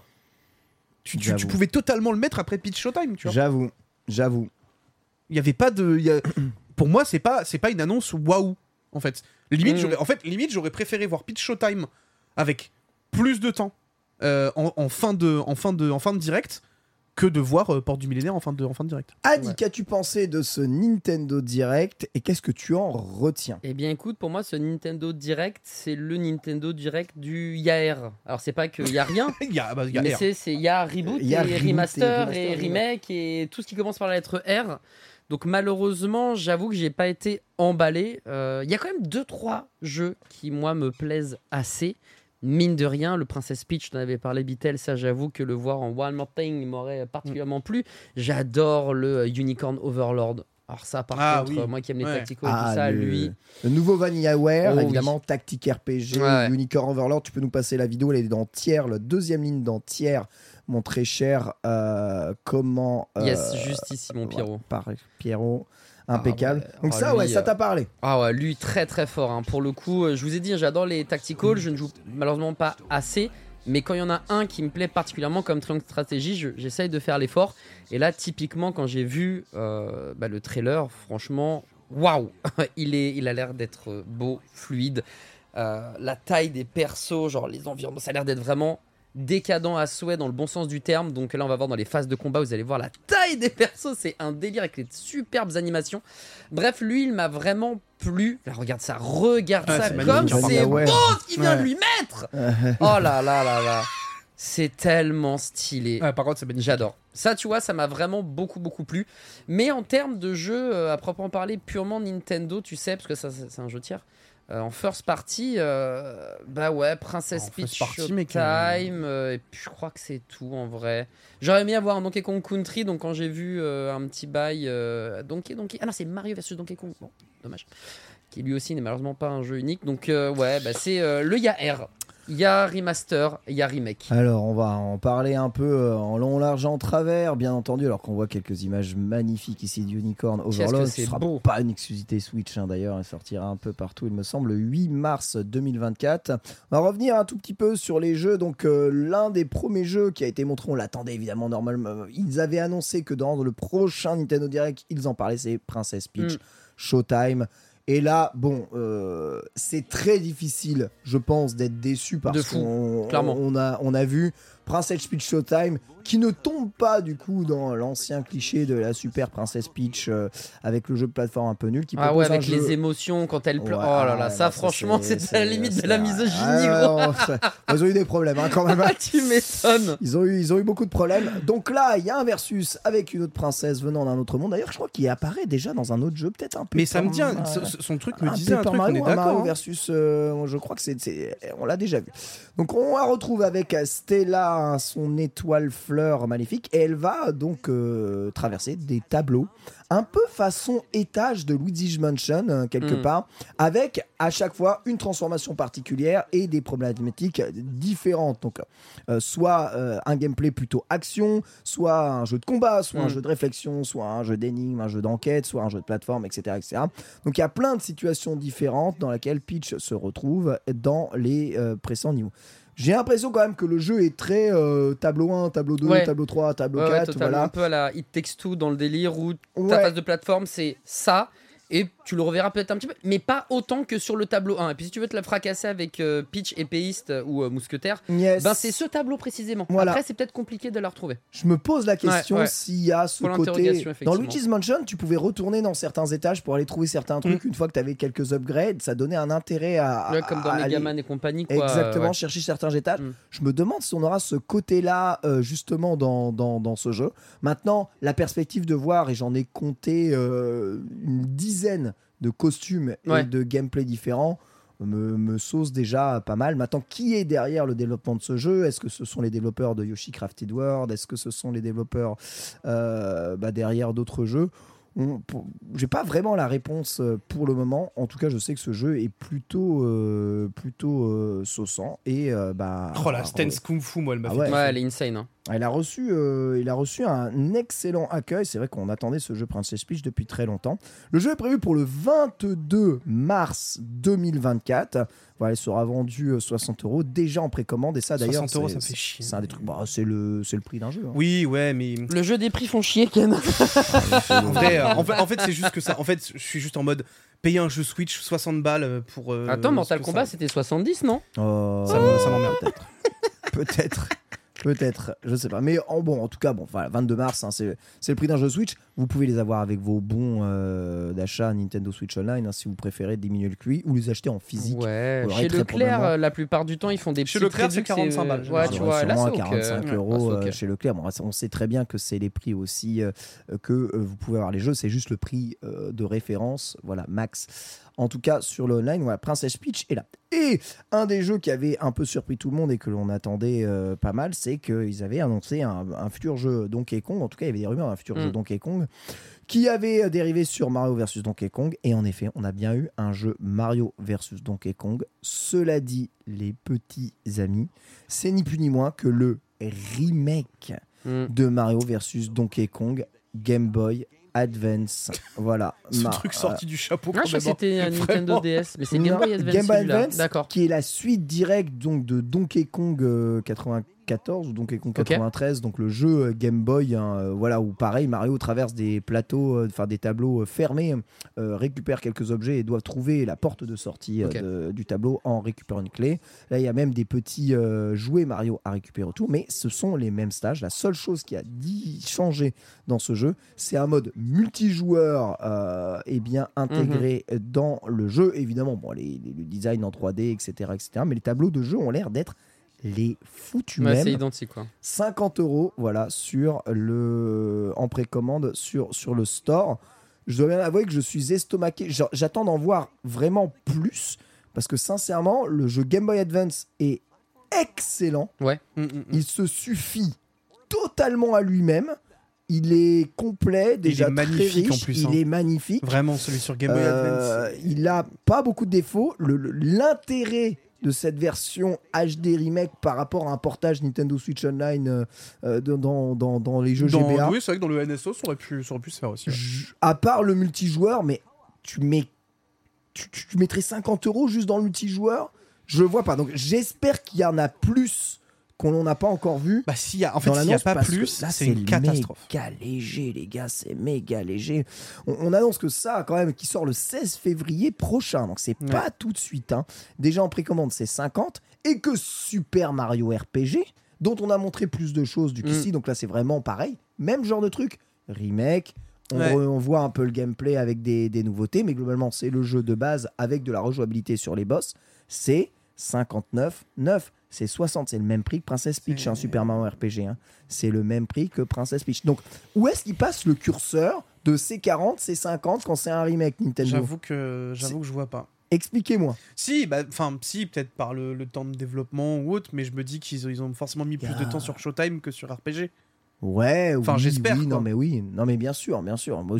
Tu pouvais totalement le mettre après Peach Showtime, tu vois. J'avoue. Il y avait pas de. Pour moi, c'est pas une annonce waouh, en fait. Limite, j'aurais préféré voir Peach Showtime avec plus de temps en fin de direct que de voir Porte du Millénaire en fin de direct. Adi, Ouais. qu'as-tu pensé de ce Nintendo Direct et qu'est-ce que tu en retiens? Eh bien, écoute, pour moi, ce Nintendo Direct, c'est le Nintendo Direct du YR. Alors, c'est pas qu'il y a rien, Il y a mais R. il y a reboot, Il y a et reboot remaster et et remaster, remake et tout ce qui commence par la lettre R. Donc, malheureusement, j'avoue que j'ai pas été emballé. Il y a quand même 2-3 jeux qui, moi, me plaisent assez. Mine de rien, le Princess Peach, t'en avais parlé, Bitel, ça j'avoue que le voir en One More Thing m'aurait particulièrement plu. J'adore le Unicorn Overlord. Alors ça, par contre, moi qui aime les tacticals et tout ça, lui... Le nouveau VanillaWare, Oh, évidemment, tactique RPG, Ouais. Unicorn Overlord, tu peux nous passer la vidéo, elle est dans tiers, la deuxième ligne dans tiers, mon très cher, comment... Yes, juste ici, mon Pierrot. Par Pierrot, impeccable. ouais. Donc Ah, ça, lui, ouais, ça t'a parlé. Ah ouais, lui très très fort. Hein. Pour le coup, je vous ai dit, j'adore les tacticals. Je ne joue malheureusement pas assez. Mais quand il y en a un qui me plaît particulièrement comme Triangle Stratégie, j'essaye de faire l'effort. Et là, typiquement, quand j'ai vu le trailer, franchement, waouh, il a l'air d'être beau, fluide. La taille des persos, genre les environnements, ça a l'air d'être vraiment décadent à souhait dans le bon sens du terme. Donc là, on va voir dans les phases de combat, vous allez voir la taille des persos, c'est un délire avec les superbes animations. Bref, lui, il m'a vraiment plu. Là, regarde ça c'est comme magnifique. c'est Ouais. beau ce qu'il vient de Ouais. lui mettre. Oh là là là là, c'est tellement stylé. Par contre, c'est magnifique. J'adore. Ça, tu vois, ça m'a vraiment beaucoup beaucoup plu. Mais en termes de jeu, à proprement parler, purement Nintendo, tu sais, parce que ça, c'est un jeu tiers. En first party, Princess En Peach first party, mec, Showtime, et puis je crois que c'est tout en vrai. J'aurais aimé avoir un Donkey Kong Country, donc quand j'ai vu un petit bail Donkey. Ah non, c'est Mario vs Donkey Kong. Bon, dommage. Qui lui aussi n'est malheureusement pas un jeu unique. Donc c'est le YR. Il y a remaster, il y a remake. Alors, on va en parler un peu en long, large, en travers, bien entendu, alors qu'on voit quelques images magnifiques ici d'Unicorn Overlord. que Ce c'est sera beau. pas une exclusivité Switch, d'ailleurs, elle sortira un peu partout, il me semble, le 8 mars 2024. On va revenir un tout petit peu sur les jeux. Donc, l'un des premiers jeux qui a été montré, on l'attendait évidemment normalement. Ils avaient annoncé que dans le prochain Nintendo Direct, ils en parlaient, c'est Princess Peach Showtime. Et là, bon, c'est très difficile, je pense, d'être déçu parce De fou, qu'on clairement. on a vu Princess Peach Showtime, qui ne tombe pas du coup dans l'ancien cliché de la super Princess Peach avec le jeu de plateforme un peu nul. Qui Ah ouais, propose un avec jeu... les émotions quand elle pleure. Ouais, oh là là, ça franchement, c'est à la limite de la misogynie, gros. Ils ont eu des problèmes quand même. Tu m'étonnes. Ils ont eu beaucoup de problèmes. Donc là, il y a un versus avec une autre princesse venant d'un autre monde. D'ailleurs, je crois qu'il apparaît déjà dans un autre jeu, peut-être un peu. Mais ça me dit, son truc me disait un truc, Mario, on est d'accord. Mario versus, je crois que on l'a déjà vu. Donc on la retrouve avec Stella, son étoile fleur maléfique, et elle va donc traverser des tableaux un peu façon étage de Luigi's Mansion quelque part, avec à chaque fois une transformation particulière et des problématiques différentes. Donc soit un gameplay plutôt action, soit un jeu de combat, soit un jeu de réflexion, soit un jeu d'énigmes, un jeu d'enquête, soit un jeu de plateforme, etc., etc. Donc il y a plein de situations différentes dans lesquelles Peach se retrouve dans les précédents niveaux. J'ai l'impression quand même que le jeu est très tableau 1, tableau 2, tableau 3, tableau 4. Voilà. Un peu à la It Takes Two dans le délire où ta phase de plateforme c'est ça. Et tu le reverras peut-être un petit peu, mais pas autant que sur le tableau 1. Et puis si tu veux te la fracasser avec Peach, épéiste ou mousquetaire, ben c'est ce tableau précisément. Voilà. Après, c'est peut-être compliqué de la retrouver. Je me pose la question s'il y a ce côté... Dans Luigi's Mansion, tu pouvais retourner dans certains étages pour aller trouver certains trucs. Une fois que tu avais quelques upgrades, ça donnait un intérêt à... comme dans Megaman et compagnie. Quoi. Exactement, chercher certains étages. Je me demande si on aura ce côté-là justement dans ce jeu. Maintenant, la perspective de voir, et j'en ai compté une dizaine de costumes et de gameplay différents me sauce déjà pas mal. Maintenant, qui est derrière le développement de ce jeu ? Est-ce que ce sont les développeurs de Yoshi Crafted World ? Est-ce que ce sont les développeurs derrière d'autres jeux ? J'ai pas vraiment la réponse pour le moment. En tout cas, je sais que ce jeu est plutôt sauçant et la stance Kung Fu, moi, elle m'a fait. Elle est insane. Hein. Il a reçu un excellent accueil. C'est vrai qu'on attendait ce jeu Princess Peach depuis très longtemps. Le jeu est prévu pour le 22 mars 2024. Voilà, il sera vendu 60€ déjà en précommande. Et ça, d'ailleurs, 60€, ça me fait chier. C'est un des trucs. C'est le prix d'un jeu. Hein. Oui, ouais, mais le jeu des prix font chier, Ken. en fait, c'est juste que ça. En fait, je suis juste en mode payer un jeu Switch 60 balles pour. Attends, Mortal Kombat, c'était 70, non ? Ça m'emmerde peut-être, je sais pas. Mais en tout cas, 22 mars, hein, c'est le prix d'un jeu Switch. Vous pouvez les avoir avec vos bons d'achat Nintendo Switch Online, hein, si vous préférez diminuer le prix, ou les acheter en physique. Ouais, chez Leclerc, la plupart du temps, ils font des petits Leclerc, prix. C'est 45 balles. Ouais, tu vois, là, c'est 45€ chez Leclerc. Bon, on sait très bien que c'est les prix aussi que vous pouvez avoir les jeux. C'est juste le prix de référence, voilà, max. En tout cas, sur le online, Princess Peach est là. Et un des jeux qui avait un peu surpris tout le monde et que l'on attendait pas mal, c'est qu'ils avaient annoncé un futur jeu Donkey Kong. En tout cas, il y avait des rumeurs d'un futur jeu Donkey Kong qui avait dérivé sur Mario vs Donkey Kong. Et en effet, on a bien eu un jeu Mario vs Donkey Kong. Cela dit, les petits amis, c'est ni plus ni moins que le remake de Mario vs Donkey Kong Game Boy Advance, voilà. Ce truc sorti du chapeau. Je crois que c'était un Nintendo DS, mais c'est Game Boy Advance. Game Boy Advance, d'accord. Qui est la suite directe donc de Donkey Kong 94 ou Donkey Kong 93, donc le jeu Game Boy, où pareil Mario traverse des plateaux, des tableaux fermés, récupère quelques objets et doit trouver la porte de sortie du tableau en récupérant une clé. Là, il y a même des petits jouets Mario à récupérer autour, mais ce sont les mêmes stages. La seule chose qui a changé dans ce jeu, c'est un mode multijoueur bien intégré dans le jeu. Évidemment, le design en 3D, etc., mais les tableaux de jeu ont l'air d'être les foutus même. C'est identique, quoi. 50€, voilà, en précommande sur le store. Je dois bien avouer que je suis estomaqué. J'attends d'en voir vraiment plus parce que sincèrement, le jeu Game Boy Advance est excellent. Ouais. Il se suffit totalement à lui-même. Il est complet, déjà il est très magnifique riche, en plus. Il est magnifique. Vraiment, celui sur Game Boy Advance. Il a pas beaucoup de défauts. L'intérêt de cette version HD remake par rapport à un portage Nintendo Switch Online dans les jeux GBA. Oui, c'est vrai que dans le NSO, ça aurait pu se faire aussi. Ouais. À part le multijoueur, mais tu mettrais 50€ juste dans le multijoueur ? Je vois pas. Donc j'espère qu'il y en a plus qu'on n'en a pas encore vu. S'il y a pas plus, là, c'est une catastrophe. C'est méga léger, les gars, c'est méga léger. On annonce que ça, quand même, qui sort le 16 février prochain, donc c'est pas tout de suite. Hein. Déjà en précommande, c'est 50, et que Super Mario RPG, dont on a montré plus de choses du qu'ici. Donc là, c'est vraiment pareil. Même genre de truc. Remake. On voit un peu le gameplay avec des nouveautés, mais globalement, c'est le jeu de base avec de la rejouabilité sur les boss. C'est 59,9. C'est 60. C'est le même prix que Princess Peach, Super Mario RPG. Hein. C'est le même prix que Princess Peach. Donc, où est-ce qu'il passe le curseur de C40, C50 quand c'est un remake Nintendo ? J'avoue que je vois pas. Expliquez-moi. Si, peut-être par le temps de développement ou autre, mais je me dis qu'ils ont forcément mis plus de temps sur Showtime que sur RPG. Ouais, enfin, j'espère. Non, mais bien sûr. Moi,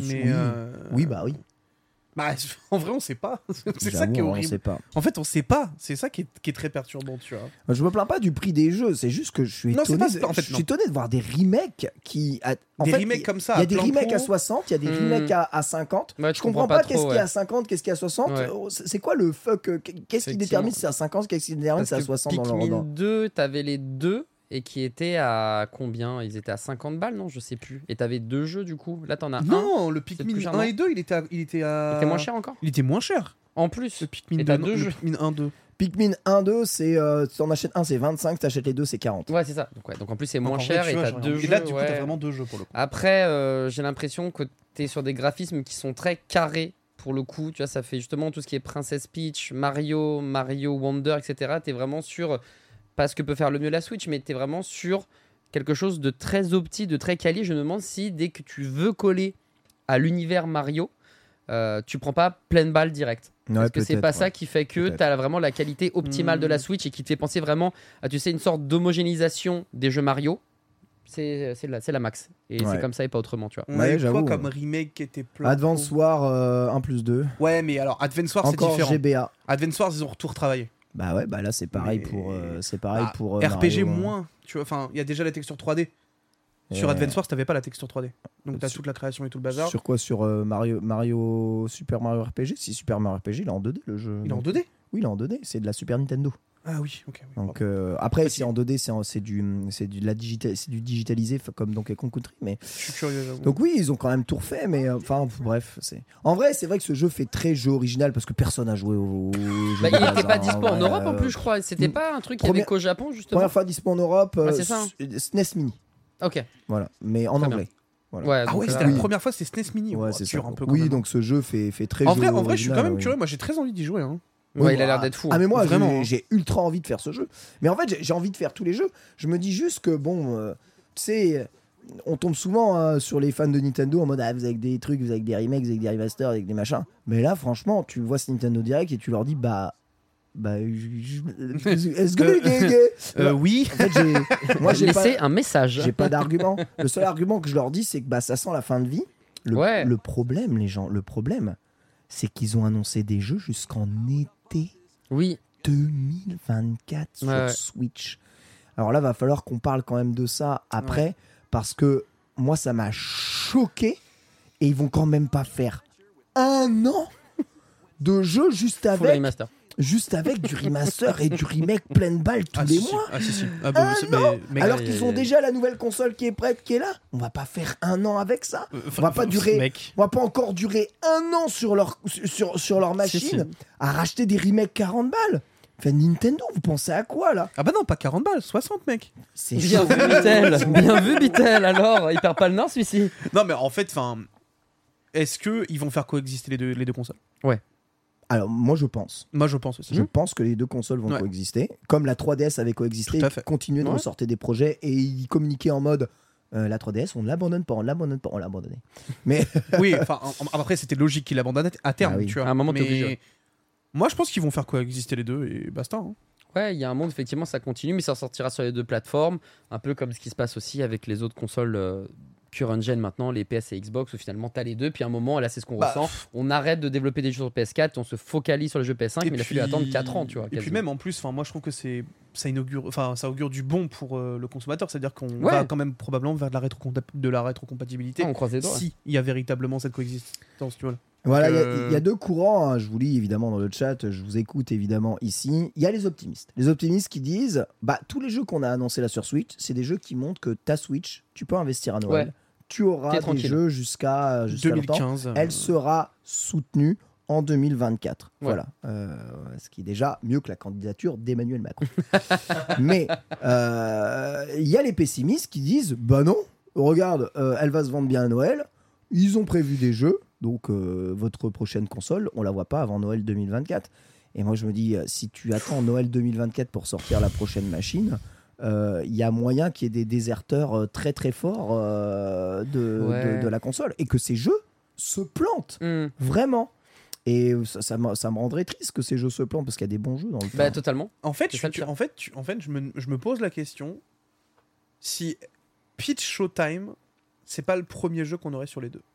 oui. Bah, en vrai, on sait pas. C'est ça J'avoue, qui est horrible. On sait pas. En fait, on sait pas. C'est ça qui est très perturbant, tu vois. Je me plains pas du prix des jeux, c'est juste que je suis étonné. Je suis étonné de voir des remakes qui. Remakes comme ça. Il y a des remakes à 60, il y a des remakes à 50. Ouais, je comprends pas trop, qu'est-ce qu'il y a à 50, qu'est-ce qu'il y a à 60. Ouais. C'est quoi le fuck ? Qu'est-ce qui détermine si c'est à 50, qu'est-ce qui détermine si c'est à 60 dans le Pikmin 2, t'avais les deux. Et qui étaient à combien ? Ils étaient à 50 balles, non ? Je sais plus. Et t'avais 2 jeux du coup. Là, t'en as un. Non, le Pikmin 1 et 2, il était à. Il était moins cher encore ? Il était moins cher. En plus. Le Pikmin et t'as 2 jeux. Pikmin 1, 2. Pikmin 1, 2, c'est. Si t'en achètes un, c'est 25. Si t'achètes les deux, c'est 40. Ouais, c'est ça. Donc en plus, c'est moins cher et t'as 2 jeux. Et là, du coup, t'as vraiment 2 jeux pour le coup. Après, j'ai l'impression que t'es sur des graphismes qui sont très carrés. Pour le coup, tu vois, ça fait justement tout ce qui est Princess Peach, Mario Wonder, etc. T'es vraiment sur. Pas ce que peut faire le mieux la Switch, mais t'es vraiment sur quelque chose de très opti, de très quali. Je me demande si dès que tu veux coller à l'univers Mario, tu prends pas pleine balle direct. Parce que c'est pas ça qui fait que t'as vraiment la qualité optimale de la Switch et qui te fait penser vraiment à, tu sais, une sorte d'homogénéisation des jeux Mario. C'est la max. Et c'est comme ça et pas autrement, tu vois. On a eu quoi comme remake qui était plein. Advance Wars 1+2. Ouais, mais alors Advance Wars, c'est différent. GBA. Advance Wars, ils ont tout retravaillé. Bah ouais, bah là c'est pareil pour RPG Mario, moins, tu vois, enfin, il y a déjà la texture 3D. Sur Advance Wars, t'avais pas la texture 3D. Donc t'as toute la création et tout le bazar. Sur quoi ? Sur Super Mario RPG ? Si Super Mario RPG, il est en 2D le jeu. Il est en 2D ? Oui, il est en 2D, c'est de la Super Nintendo. Ah oui, ok. Oui, donc après, si en 2D, c'est du digitalisé comme Donkey Kong Country, mais je suis curieux. J'avoue. Donc oui, ils ont quand même tout refait, mais enfin bref, en vrai, c'est vrai que ce jeu fait très jeu original parce que personne n'a joué au jeu. Il n'était pas dispo en Europe en plus, je crois. C'était pas un truc qui avait qu'au Japon justement. Première fois dispo en Europe. C'est ça. SNES Mini. Ok. Voilà, mais en anglais. Voilà. Ouais, ah ouais, c'était la première fois, c'était SNES Mini. Ouais, c'est ça. Un peu oui, donc ce jeu fait très. En vrai, je suis quand même curieux. Moi, j'ai très envie d'y jouer. Hein. Ouais, il a l'air d'être fou. Ah mais moi vraiment, j'ai ultra envie de faire ce jeu. Mais en fait, j'ai envie de faire tous les jeux. Je me dis juste que bon, tu sais, on tombe souvent sur les fans de Nintendo en mode vous avez des trucs, vous avez des remakes, vous avez des remasters, avec des machins. Mais là, franchement, tu vois ce Nintendo Direct et tu leur dis est-ce que oui. En fait, moi j'ai laissé un message. J'ai pas d'argument. Le seul argument que je leur dis, c'est que ça sent la fin de vie. Le problème, les gens, c'est qu'ils ont annoncé des jeux jusqu'en été 2024 sur Switch. Alors là, va falloir qu'on parle quand même de ça après, parce que moi, ça m'a choqué. Et ils vont quand même pas faire 1 an de jeu juste avec du remaster et du remake pleine balle tous les mois. Alors qu'ils ont déjà la nouvelle console qui est prête, qui est là. On va pas faire 1 an avec ça. On va pas encore durer 1 an sur leur machine à racheter des remakes 40 balles. Enfin, Nintendo, vous pensez à quoi là ? Ah bah non, pas 40 balles, 60 mec. C'est bien vu Bitel. Bien vu Bitel. Alors, il perd pas le nord celui-ci. Non mais en fait, est-ce que ils vont faire coexister les deux consoles ? Ouais. Alors, moi je pense. Moi je pense aussi. Je pense que les deux consoles vont coexister. Comme la 3DS avait coexisté, ils continuaient de ressortir des projets et ils communiquaient en mode la 3DS, on l'abandonne pas, on l'a abandonné. Mais oui, après c'était logique qu'ils l'abandonnent à terme, tu vois. À un moment, t'es obligé. Moi je pense qu'ils vont faire coexister les deux et basta. Hein. Ouais, il y a un monde, effectivement, ça continue, mais ça sortira sur les deux plateformes. Un peu comme ce qui se passe aussi avec les autres consoles current gen maintenant, les PS et Xbox, où finalement t'as les deux. Puis à un moment, là, c'est ce qu'on ressent. On arrête de développer des jeux sur PS4, on se focalise sur les jeux PS5, mais il a fallu attendre 4 ans, tu vois. Et puis même en plus, moi je trouve que ça augure du bon pour le consommateur, c'est-à-dire qu'on va quand même probablement vers de la rétrocompatibilité. On croise les doigts. Si il y a véritablement cette coexistence, tu vois. Voilà, il y a 2 courants, hein. Je vous lis évidemment dans le chat, je vous écoute évidemment ici. Il y a les optimistes. Les optimistes qui disent tous les jeux qu'on a annoncés là sur Switch, c'est des jeux qui montrent que ta Switch, tu peux investir à Noël. Tu auras des jeux jusqu'à 2015. Elle sera soutenue en 2024. Ouais. Voilà. Ce qui est déjà mieux que la candidature d'Emmanuel Macron. Mais il y a les pessimistes qui disent bah non, regarde, elle va se vendre bien à Noël. Ils ont prévu des jeux, donc votre prochaine console, on la voit pas avant Noël 2024. Et moi je me dis, si tu attends Noël 2024 pour sortir la prochaine machine, il y a moyen qu'il y ait des déserteurs très très forts de la console et que ces jeux se plantent vraiment. Et ça me rendrait triste que ces jeux se plantent parce qu'il y a des bons jeux dans le temps. Bah, totalement. En fait, C'est ça le pire. je me pose la question si Peach Showtime, c'est pas le premier jeu qu'on aurait sur les deux.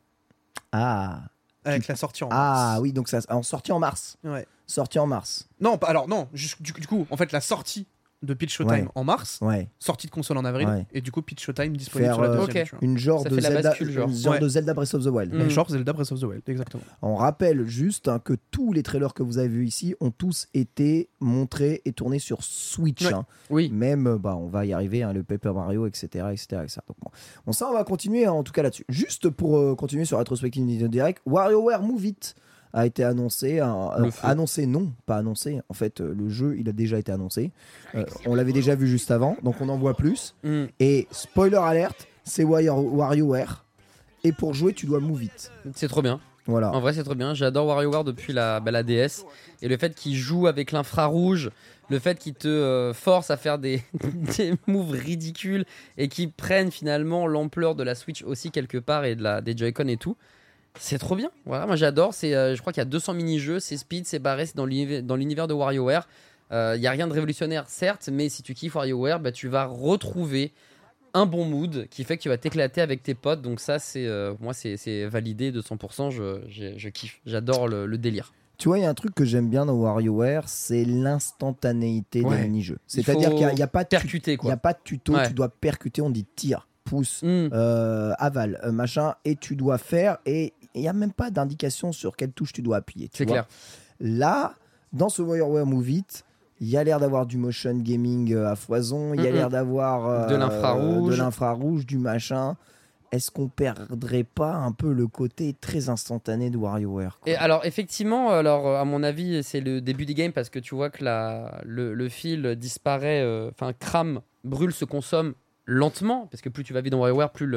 Ah. Avec la sortie en mars. Ah oui, donc ça en sortie en mars. Ouais. Sortie en mars. Non, alors non, du coup, en fait, la sortie de Peach Showtime Ouais. en mars, Ouais. sortie de console en avril, Ouais. et du coup Peach Showtime disponible Faire, sur la deuxième. ok. tu vois. Une genre Ça de fait la Zelda, bascule, genre. une genre Ouais. de Zelda Breath of the Wild. Mm. Genre Zelda Breath of the Wild, exactement. On rappelle juste que tous les trailers que vous avez vus ici ont tous été montrés et tournés sur Switch. Ouais. Oui. Même, on va y arriver, le Paper Mario, etc. etc. Donc, bon, ça, on va continuer en tout cas là-dessus. Juste pour continuer sur la rétrospective Nintendo Direct, WarioWare Move It a été annoncé. Le feu. Annoncé, non, pas annoncé. En fait, le jeu, il a déjà été annoncé. On l'avait déjà vu juste avant, donc on en voit plus. Et spoiler alerte, c'est WarioWare. Et pour jouer, tu dois Move It. C'est trop bien. Voilà. En vrai, c'est trop bien. J'adore WarioWare depuis la DS. Et le fait qu'il joue avec l'infrarouge, le fait qu'il te force à faire des moves ridicules et qu'il prenne finalement l'ampleur de la Switch aussi quelque part et des Joy-Con et tout. C'est trop bien. Voilà, moi j'adore. Je crois qu'il y a 200 mini-jeux, c'est speed, c'est barré, c'est dans l'univers de WarioWare. Il n'y a rien de révolutionnaire, certes, mais si tu kiffes WarioWare, tu vas retrouver un bon mood qui fait que tu vas t'éclater avec tes potes. Donc ça, moi, c'est validé de 100%. Je kiffe. J'adore le délire. Tu vois, il y a un truc que j'aime bien dans WarioWare, c'est l'instantanéité Ouais. des mini-jeux. Il C'est-à-dire faut qu'il n'y a pas de percuter, il quoi. n'y a pas de tuto, Ouais. tu dois percuter, on dit tire, pouce, Mm. aval, machin, et tu dois faire, et il n'y a même pas d'indication sur quelle touche tu dois appuyer. Tu C'est vois. clair. Là, dans ce WarioWare Move It, il y a l'air d'avoir du motion gaming à foison, il y a l'air d'avoir De l'infrarouge. de l'infrarouge, du machin. Est-ce qu'on perdrait pas un peu le côté très instantané de WarioWare, quoi ? Et alors effectivement, à mon avis, c'est le début du game parce que tu vois que le fil disparaît, crame, brûle, se consomme lentement parce que plus tu vas vite dans WarioWare, plus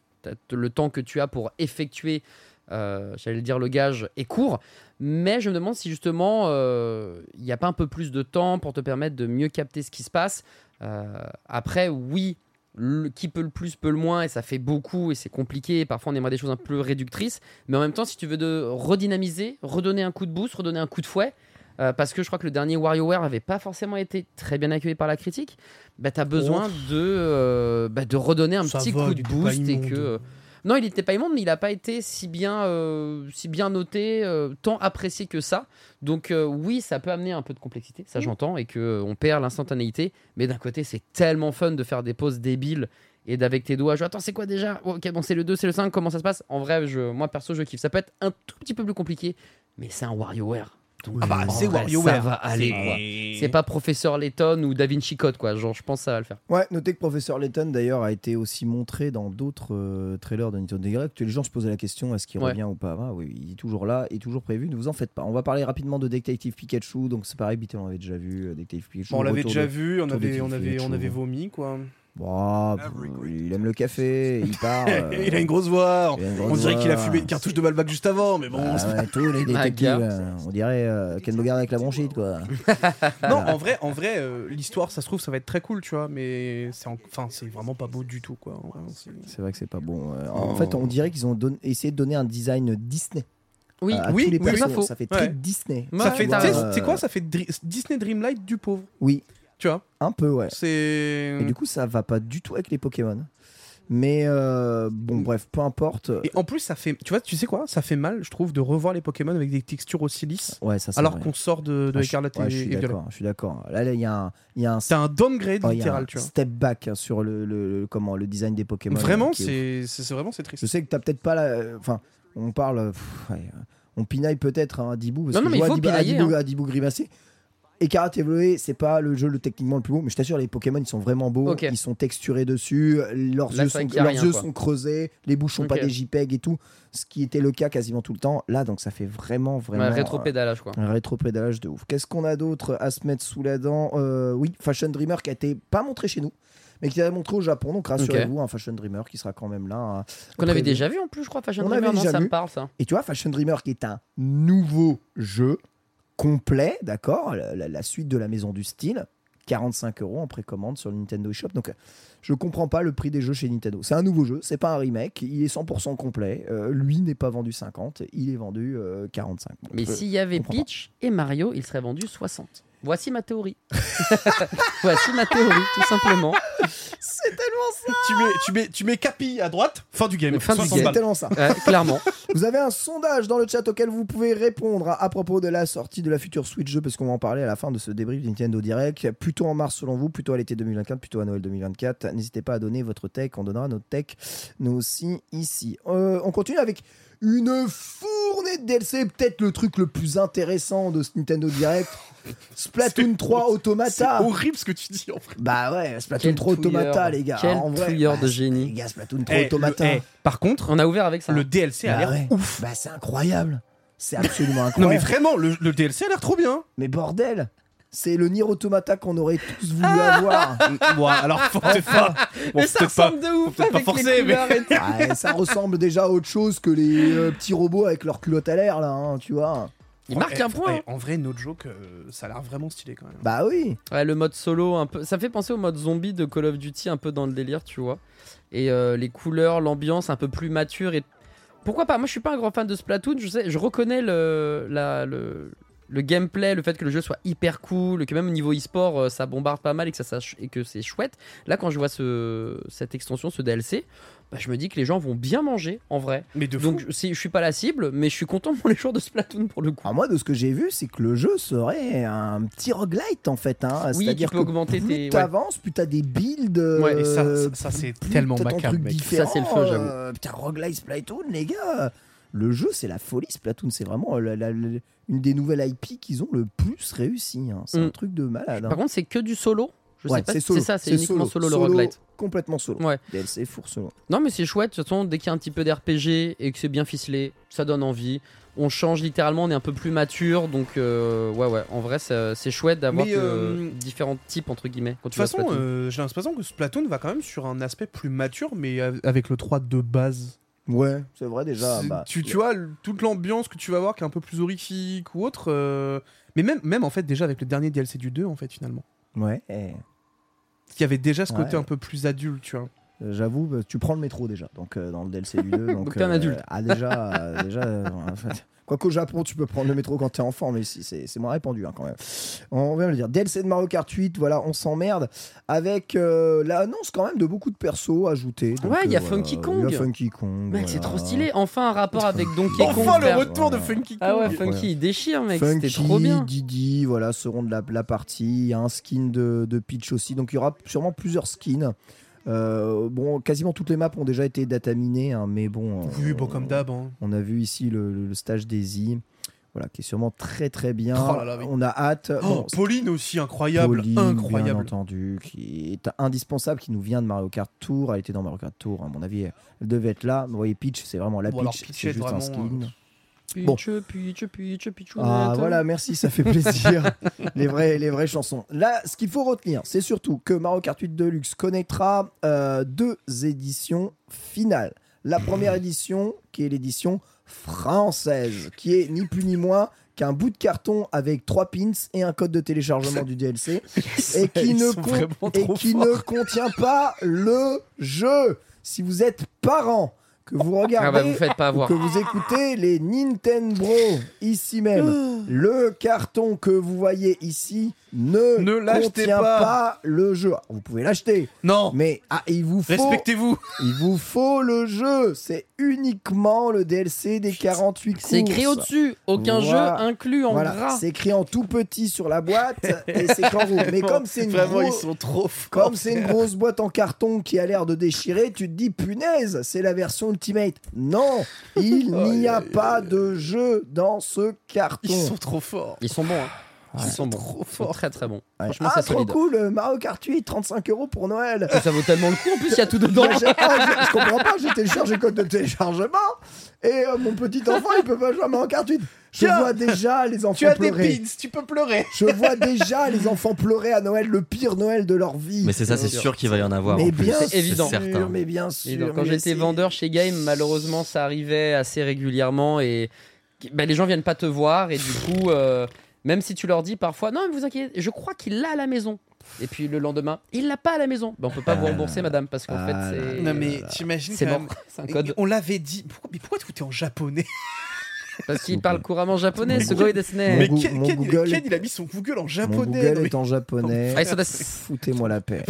le temps que tu as pour effectuer, j'allais dire le gage, est court. Mais je me demande si justement il n'y a pas un peu plus de temps pour te permettre de mieux capter ce qui se passe. Après, oui. Qui peut le plus peut le moins, et ça fait beaucoup et c'est compliqué, et parfois on aimerait des choses un peu réductrices, mais en même temps si tu veux redynamiser, redonner un coup de boost, redonner un coup de fouet, parce que je crois que le dernier WarioWare avait pas forcément été très bien accueilli par la critique, t'as besoin de redonner un Ça petit va, coup il de était pas boost et immonde. que non, il n'était pas immonde, mais il n'a pas été si bien noté, tant apprécié que ça. Donc oui, ça peut amener un peu de complexité, ça j'entends, et qu'on perd l'instantanéité. Mais d'un côté, c'est tellement fun de faire des pauses débiles et d'avec tes doigts, attends, c'est quoi déjà ? Ok, bon, c'est le 2, c'est le 5, comment ça se passe ? En vrai, moi perso, je kiffe. Ça peut être un tout petit peu plus compliqué, mais c'est un WarioWare. Donc, en c'est vrai, WarioWare. ça va aller, quoi. C'est pas Professeur Layton ou Da Vinci Code, quoi. Genre, je pense que ça va le faire. Ouais, notez que Professeur Layton d'ailleurs a été aussi montré dans d'autres trailers de Nintendo Direct. Les gens se posaient la question, est-ce qu'il revient ou pas ? Oui, il est toujours là, il est toujours prévu, ne vous en faites pas. On va parler rapidement de Detective Pikachu, donc c'est pareil, Beatle, on l'avait déjà vu, Detective Pikachu. Bon, on l'avait retour déjà de- vu, on retour de avait Detective vomi quoi. Bon, il aime le café, il part. Il a une grosse voix. il a une grosse On dirait qu'il a voix. fumé une cartouche de Malbec juste avant, mais bon. Ah ouais, tous les détectives, gars. on dirait Ken Bogard avec la bronchite, quoi. Non, en vrai, l'histoire, ça se trouve, ça va être très cool, tu vois, mais c'est vraiment pas beau du tout, quoi. C'est vrai que c'est pas bon. En fait, on dirait qu'ils ont essayé de donner un design Disney. Oui, à oui, tous les oui, persos. pas faux. Ça fait très Ouais. Disney. Ouais, Ça fait, t'as tu sais, raison. c'est quoi ? Ça fait Disney Dreamlight du pauvre, Oui, tu vois. un peu, ouais. C'est. Et du coup, ça va pas du tout avec les Pokémon. Mais bon, bref, peu importe. Et en plus, ça fait, tu sais quoi ? Ça fait mal, je trouve, de revoir les Pokémon avec des textures aussi lisses, Ouais, ça c'est alors vrai. qu'on sort de Ah, Écarlate ouais, et je suis Violet. d'accord, je suis d'accord. Là, il y a un C'est un downgrade oh, il y a littéral, un tu vois. step back sur le design des Pokémon. Vraiment, qui est ouf. c'est vraiment c'est triste. Je sais que t'as peut-être pas la. Enfin, on parle. On pinaille peut-être à Dibou. Parce Non, que non, je mais il vois faut pinailler, Adibou grimacé. Et Karate Evoé, c'est pas le jeu techniquement le plus beau, mais je t'assure, les Pokémon ils sont vraiment beaux, Ok. ils sont texturés dessus, leurs Là, yeux, c'est vrai sont, qu'il y a leurs rien, yeux quoi. sont creusés, les bouches sont pas Ok. des JPEG et tout, ce qui était le cas quasiment tout le temps. Là, donc ça fait vraiment. Rétro-pédalage, quoi. Un rétro-pédalage de ouf. Qu'est-ce qu'on a d'autre à se mettre sous la dent Oui, Fashion Dreamer qui a été pas montré chez nous, mais qui a été montré au Japon. Donc rassurez-vous, un Fashion Dreamer qui sera quand même là. Qu'on avait prévu. déjà vu en plus, je crois, Fashion On Dreamer. avait Non, déjà ça vu. me parle, ça. Et tu vois, Fashion Dreamer qui est un nouveau jeu complet, d'accord, la suite de la Maison du Style, 45 € en précommande sur le Nintendo eShop. Donc je comprends pas le prix des jeux chez Nintendo. C'est un nouveau jeu, c'est pas un remake, il est 100% complet. Lui n'est pas vendu 50, il est vendu 45. Bon, Mais je s'il y avait comprends pas. Peach et Mario, il serait vendu 60. Voici ma théorie. Voici ma théorie, tout simplement. C'est tellement ça. Tu mets Capi à droite, fin du game. Fin du 60 game. C'est balles. tellement ça. Clairement. Vous avez un sondage dans le chat auquel vous pouvez répondre à propos de la sortie de la future Switch jeu, parce qu'on va en parler à la fin de ce débrief de Nintendo Direct. Plutôt en mars selon vous, plutôt à l'été 2024, plutôt à Noël 2024. N'hésitez pas à donner votre tech, on donnera notre tech nous aussi ici. On continue avec une fournée de DLC, peut-être le truc le plus intéressant de ce Nintendo Direct. Splatoon 3 C'est Automata. horrible ce que tu dis en fait. Bah ouais, Splatoon Quel 3 Automata, touilleur. les gars. Quel en vrai, touilleur de bah, génie. Les gars, Splatoon 3 Automata. Par contre, On a ouvert avec ça. le DLC a Bah l'air ouais. ouf. Bah c'est incroyable. C'est absolument Non incroyable. mais vraiment, le DLC a l'air trop bien. Mais bordel, c'est le Nier Automata qu'on aurait tous voulu avoir. Bon, alors faut peut-être pas. Bon, Mais ça peut-être pas. ressemble de ouf peut-être pas avec forcer, les mais- couleurs et tout. Ouais, ça ressemble déjà à autre chose que les petits robots avec leur culotte à l'air là, hein, tu vois. Il marque un point. En vrai, no joke, ça a l'air vraiment stylé quand même. Bah oui. Ouais, le mode solo, un peu. Ça fait penser au mode zombie de Call of Duty, un peu dans le délire, tu vois. Et les couleurs, l'ambiance un peu plus mature. Et pourquoi pas? Moi, je suis pas un grand fan de Splatoon. Je reconnais le gameplay, le fait que le jeu soit hyper cool, que même au niveau e-sport, ça bombarde pas mal et que c'est chouette. Là, quand je vois cette extension, ce DLC, bah, je me dis que les gens vont bien manger en vrai. Mais de fou. Donc, je suis pas la cible, mais je suis content pour les joueurs de Splatoon pour le coup. Alors moi, de ce que j'ai vu, c'est que le jeu serait un petit roguelite en fait. Hein. Oui, C'est-à-dire tu que peux augmenter plus tes- t'avances, plus t'as des builds. Ouais, et ça, c'est plus tellement t'as ton macabre, truc mec. différent, Ça, c'est le feu, j'avoue. Putain, roguelite Splatoon, les gars. Le jeu, c'est la folie. Splatoon, c'est vraiment une des nouvelles IP qu'ils ont le plus réussi. Hein. C'est un truc de malade. Hein. Par contre, c'est que du solo. Je Ouais, sais pas c'est si solo. c'est ça, c'est uniquement solo le roguelite. Complètement solo. Ouais. DLC four solo. Non, mais c'est chouette. De toute façon, dès qu'il y a un petit peu d'RPG et que c'est bien ficelé, ça donne envie. On change littéralement, on est un peu plus mature. Donc, ouais, en vrai, c'est chouette d'avoir Mais, différents types, entre guillemets. Quand De tu toute joues à façon, Splatoon. j'ai l'impression que Splatoon va quand même sur un aspect plus mature, mais avec le 3 de base. Ouais, c'est vrai déjà. Bah, Tu vois, toute l'ambiance que tu vas voir qui est un peu plus horrifique ou autre. Mais même en fait, déjà avec le dernier DLC du 2, en fait, finalement. Ouais. Il y avait déjà ce côté Ouais. un peu plus adulte, tu vois. J'avoue, bah, tu prends le métro déjà, donc dans le DLC du 2. Donc t'es un adulte. Ah déjà, en fait. Quoique au Japon, tu peux prendre le métro quand t'es enfant, mais ici, c'est moins répandu hein, quand même. On vient de le dire. DLC de Mario Kart 8, voilà, on s'emmerde avec l'annonce quand même de beaucoup de persos ajoutés. Donc, Ouais, il y a voilà, Funky Kong. Il y a Funky Kong. Mec, c'est voilà. trop stylé. Enfin, un rapport avec Donkey Kong. Enfin, le frère. retour de Ouais. Funky Kong. Ah ouais, Incroyable. Funky, il déchire, mec. C'était Funky, trop bien. Didi, voilà, seront de la partie. Il y a un skin de Peach aussi. Donc il y aura sûrement plusieurs skins. Bon, quasiment toutes les maps ont déjà été dataminées, hein, mais bon. Oui, bon, comme d'hab. Hein. On a vu ici le stage Daisy, voilà, qui est sûrement très très bien. Oh là là, oui. On a hâte. Oh, Pauline aussi, incroyable. Pauline, bien incroyable. entendu, qui est indispensable, qui nous vient de Mario Kart Tour. Elle était dans Mario Kart Tour, à mon avis, elle devait être là. Vous voyez, Peach, c'est vraiment la Bon, alors, Peach, Peach c'est est juste un vraiment, skin. Bon. Peach. Ah voilà, merci, ça fait plaisir. les vraies chansons. Là, ce qu'il faut retenir, c'est surtout que Mario Kart 8 Deluxe connaîtra 2 éditions finales. La première édition, qui est l'édition française, qui est ni plus ni moins qu'un bout de carton avec 3 pins et un code de téléchargement du DLC, et qui, Ils ne, sont vraiment trop ne forts. contient pas le jeu. Si vous êtes parent, que vous regardez Ah bah, vous faites pas avoir. que vous écoutez les Nintendo Bro ici même, le carton que vous voyez ici ne l'achetez contient pas. pas le jeu. Alors, vous pouvez l'acheter, Non, mais il vous faut le jeu. C'est uniquement le DLC des 48 courses. C'est écrit au-dessus. Aucun Voilà. jeu inclus en Voilà, gras. c'est écrit en tout petit sur la boîte et c'est qu'en rouge. Mais comme c'est une Vraiment, ils grosse- sont trop forts. comme c'est une grosse boîte en carton qui a l'air de déchirer, tu te dis punaise, c'est la version Ultimate. Non, il n'y a pas de jeu dans ce carton. Ils sont trop forts. Ils sont bons. Hein. Ils sont bons. trop Ils sont forts. très très bons. Ouais. Franchement, c'est trop solide. cool, Mario Kart 8, 35 € pour Noël. Ça vaut tellement le coup. En plus, il y a tout dedans. Je comprends pas, j'ai téléchargé le code de téléchargement et mon petit enfant il peut pas jouer à Mario Kart 8. Je Tiens, vois déjà les enfants Tu as des pleurer. pins, tu peux pleurer. Je vois déjà les enfants pleurer à Noël, le pire Noël de leur vie. Mais c'est ça, c'est sûr qu'il va y en avoir. Mais en plus. bien C'est évident. sûr, certain. mais bien sûr. Et donc, quand mais j'étais c'est- vendeur chez Game, malheureusement, ça arrivait assez régulièrement et les gens viennent pas te voir et du coup, même si tu leur dis parfois, non, mais vous inquiétez, je crois qu'il l'a à la maison. Et puis le lendemain, il l'a pas à la maison. On peut pas vous rembourser, madame, parce qu'en fait, c'est. Non mais t'imagines C'est quand mort. même. C'est un code. On l'avait dit. Mais pourquoi tout est en japonais? Parce qu'il parle couramment japonais, Mais ce gars desne. Mais Mon Ken, Google- Ken, il a mis son Google en Mon japonais. Google non, mais- est en japonais. Ah, ils sont des- Foutez-moi la paix.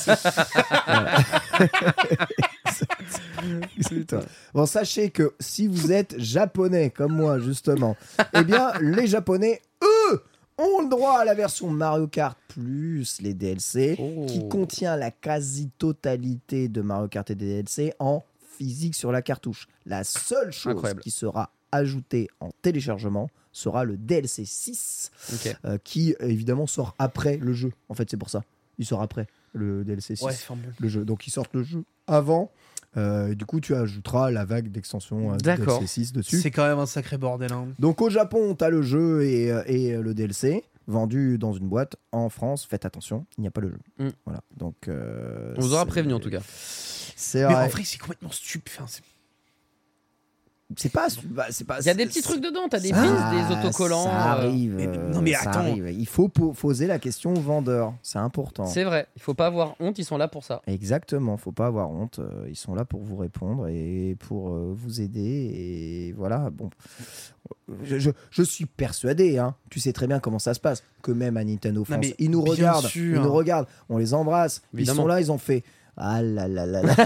C'est toi. Bon, sachez que si vous êtes japonais comme moi, justement, eh bien, les japonais, eux, ont le droit à la version Mario Kart plus les DLC, qui contient la quasi-totalité de Mario Kart et des DLC en physique sur la cartouche. La seule chose Incroyable. qui sera ajoutée en téléchargement sera le DLC 6, Ok. qui évidemment sort après le jeu. En fait, c'est pour ça. Il sort après le DLC 6. Ouais, enfin bon. Le jeu. Donc ils sortent le jeu avant. Du coup, tu ajouteras la vague d'extension du D'accord. DLC 6 dessus. C'est quand même un sacré bordel. Hein. Donc au Japon, tu as le jeu et le DLC vendu dans une boîte. En France, faites attention, il n'y a pas le jeu. Mm. Voilà. Donc On vous aura c'est- prévenu en tout cas. C'est Mais vrai. en vrai, c'est complètement stupide. Enfin, C'est pas. Bah, c'est pas. Il y a des petits trucs dedans, t'as des Ah, pins, des autocollants. Ça arrive. mais- non, mais ça attends. arrive. Il faut poser la question au vendeur. C'est important. C'est vrai, il faut pas avoir honte, ils sont là pour ça. Exactement, faut pas avoir honte. Ils sont là pour vous répondre et pour vous aider. Et voilà, bon. Je suis persuadé, hein, tu sais très bien comment ça se passe, que même à Nintendo France, mais ils nous bien regardent, sûr. ils nous regardent, on les embrasse. Évidemment. Ils sont là, ils ont fait. Ah là là là là.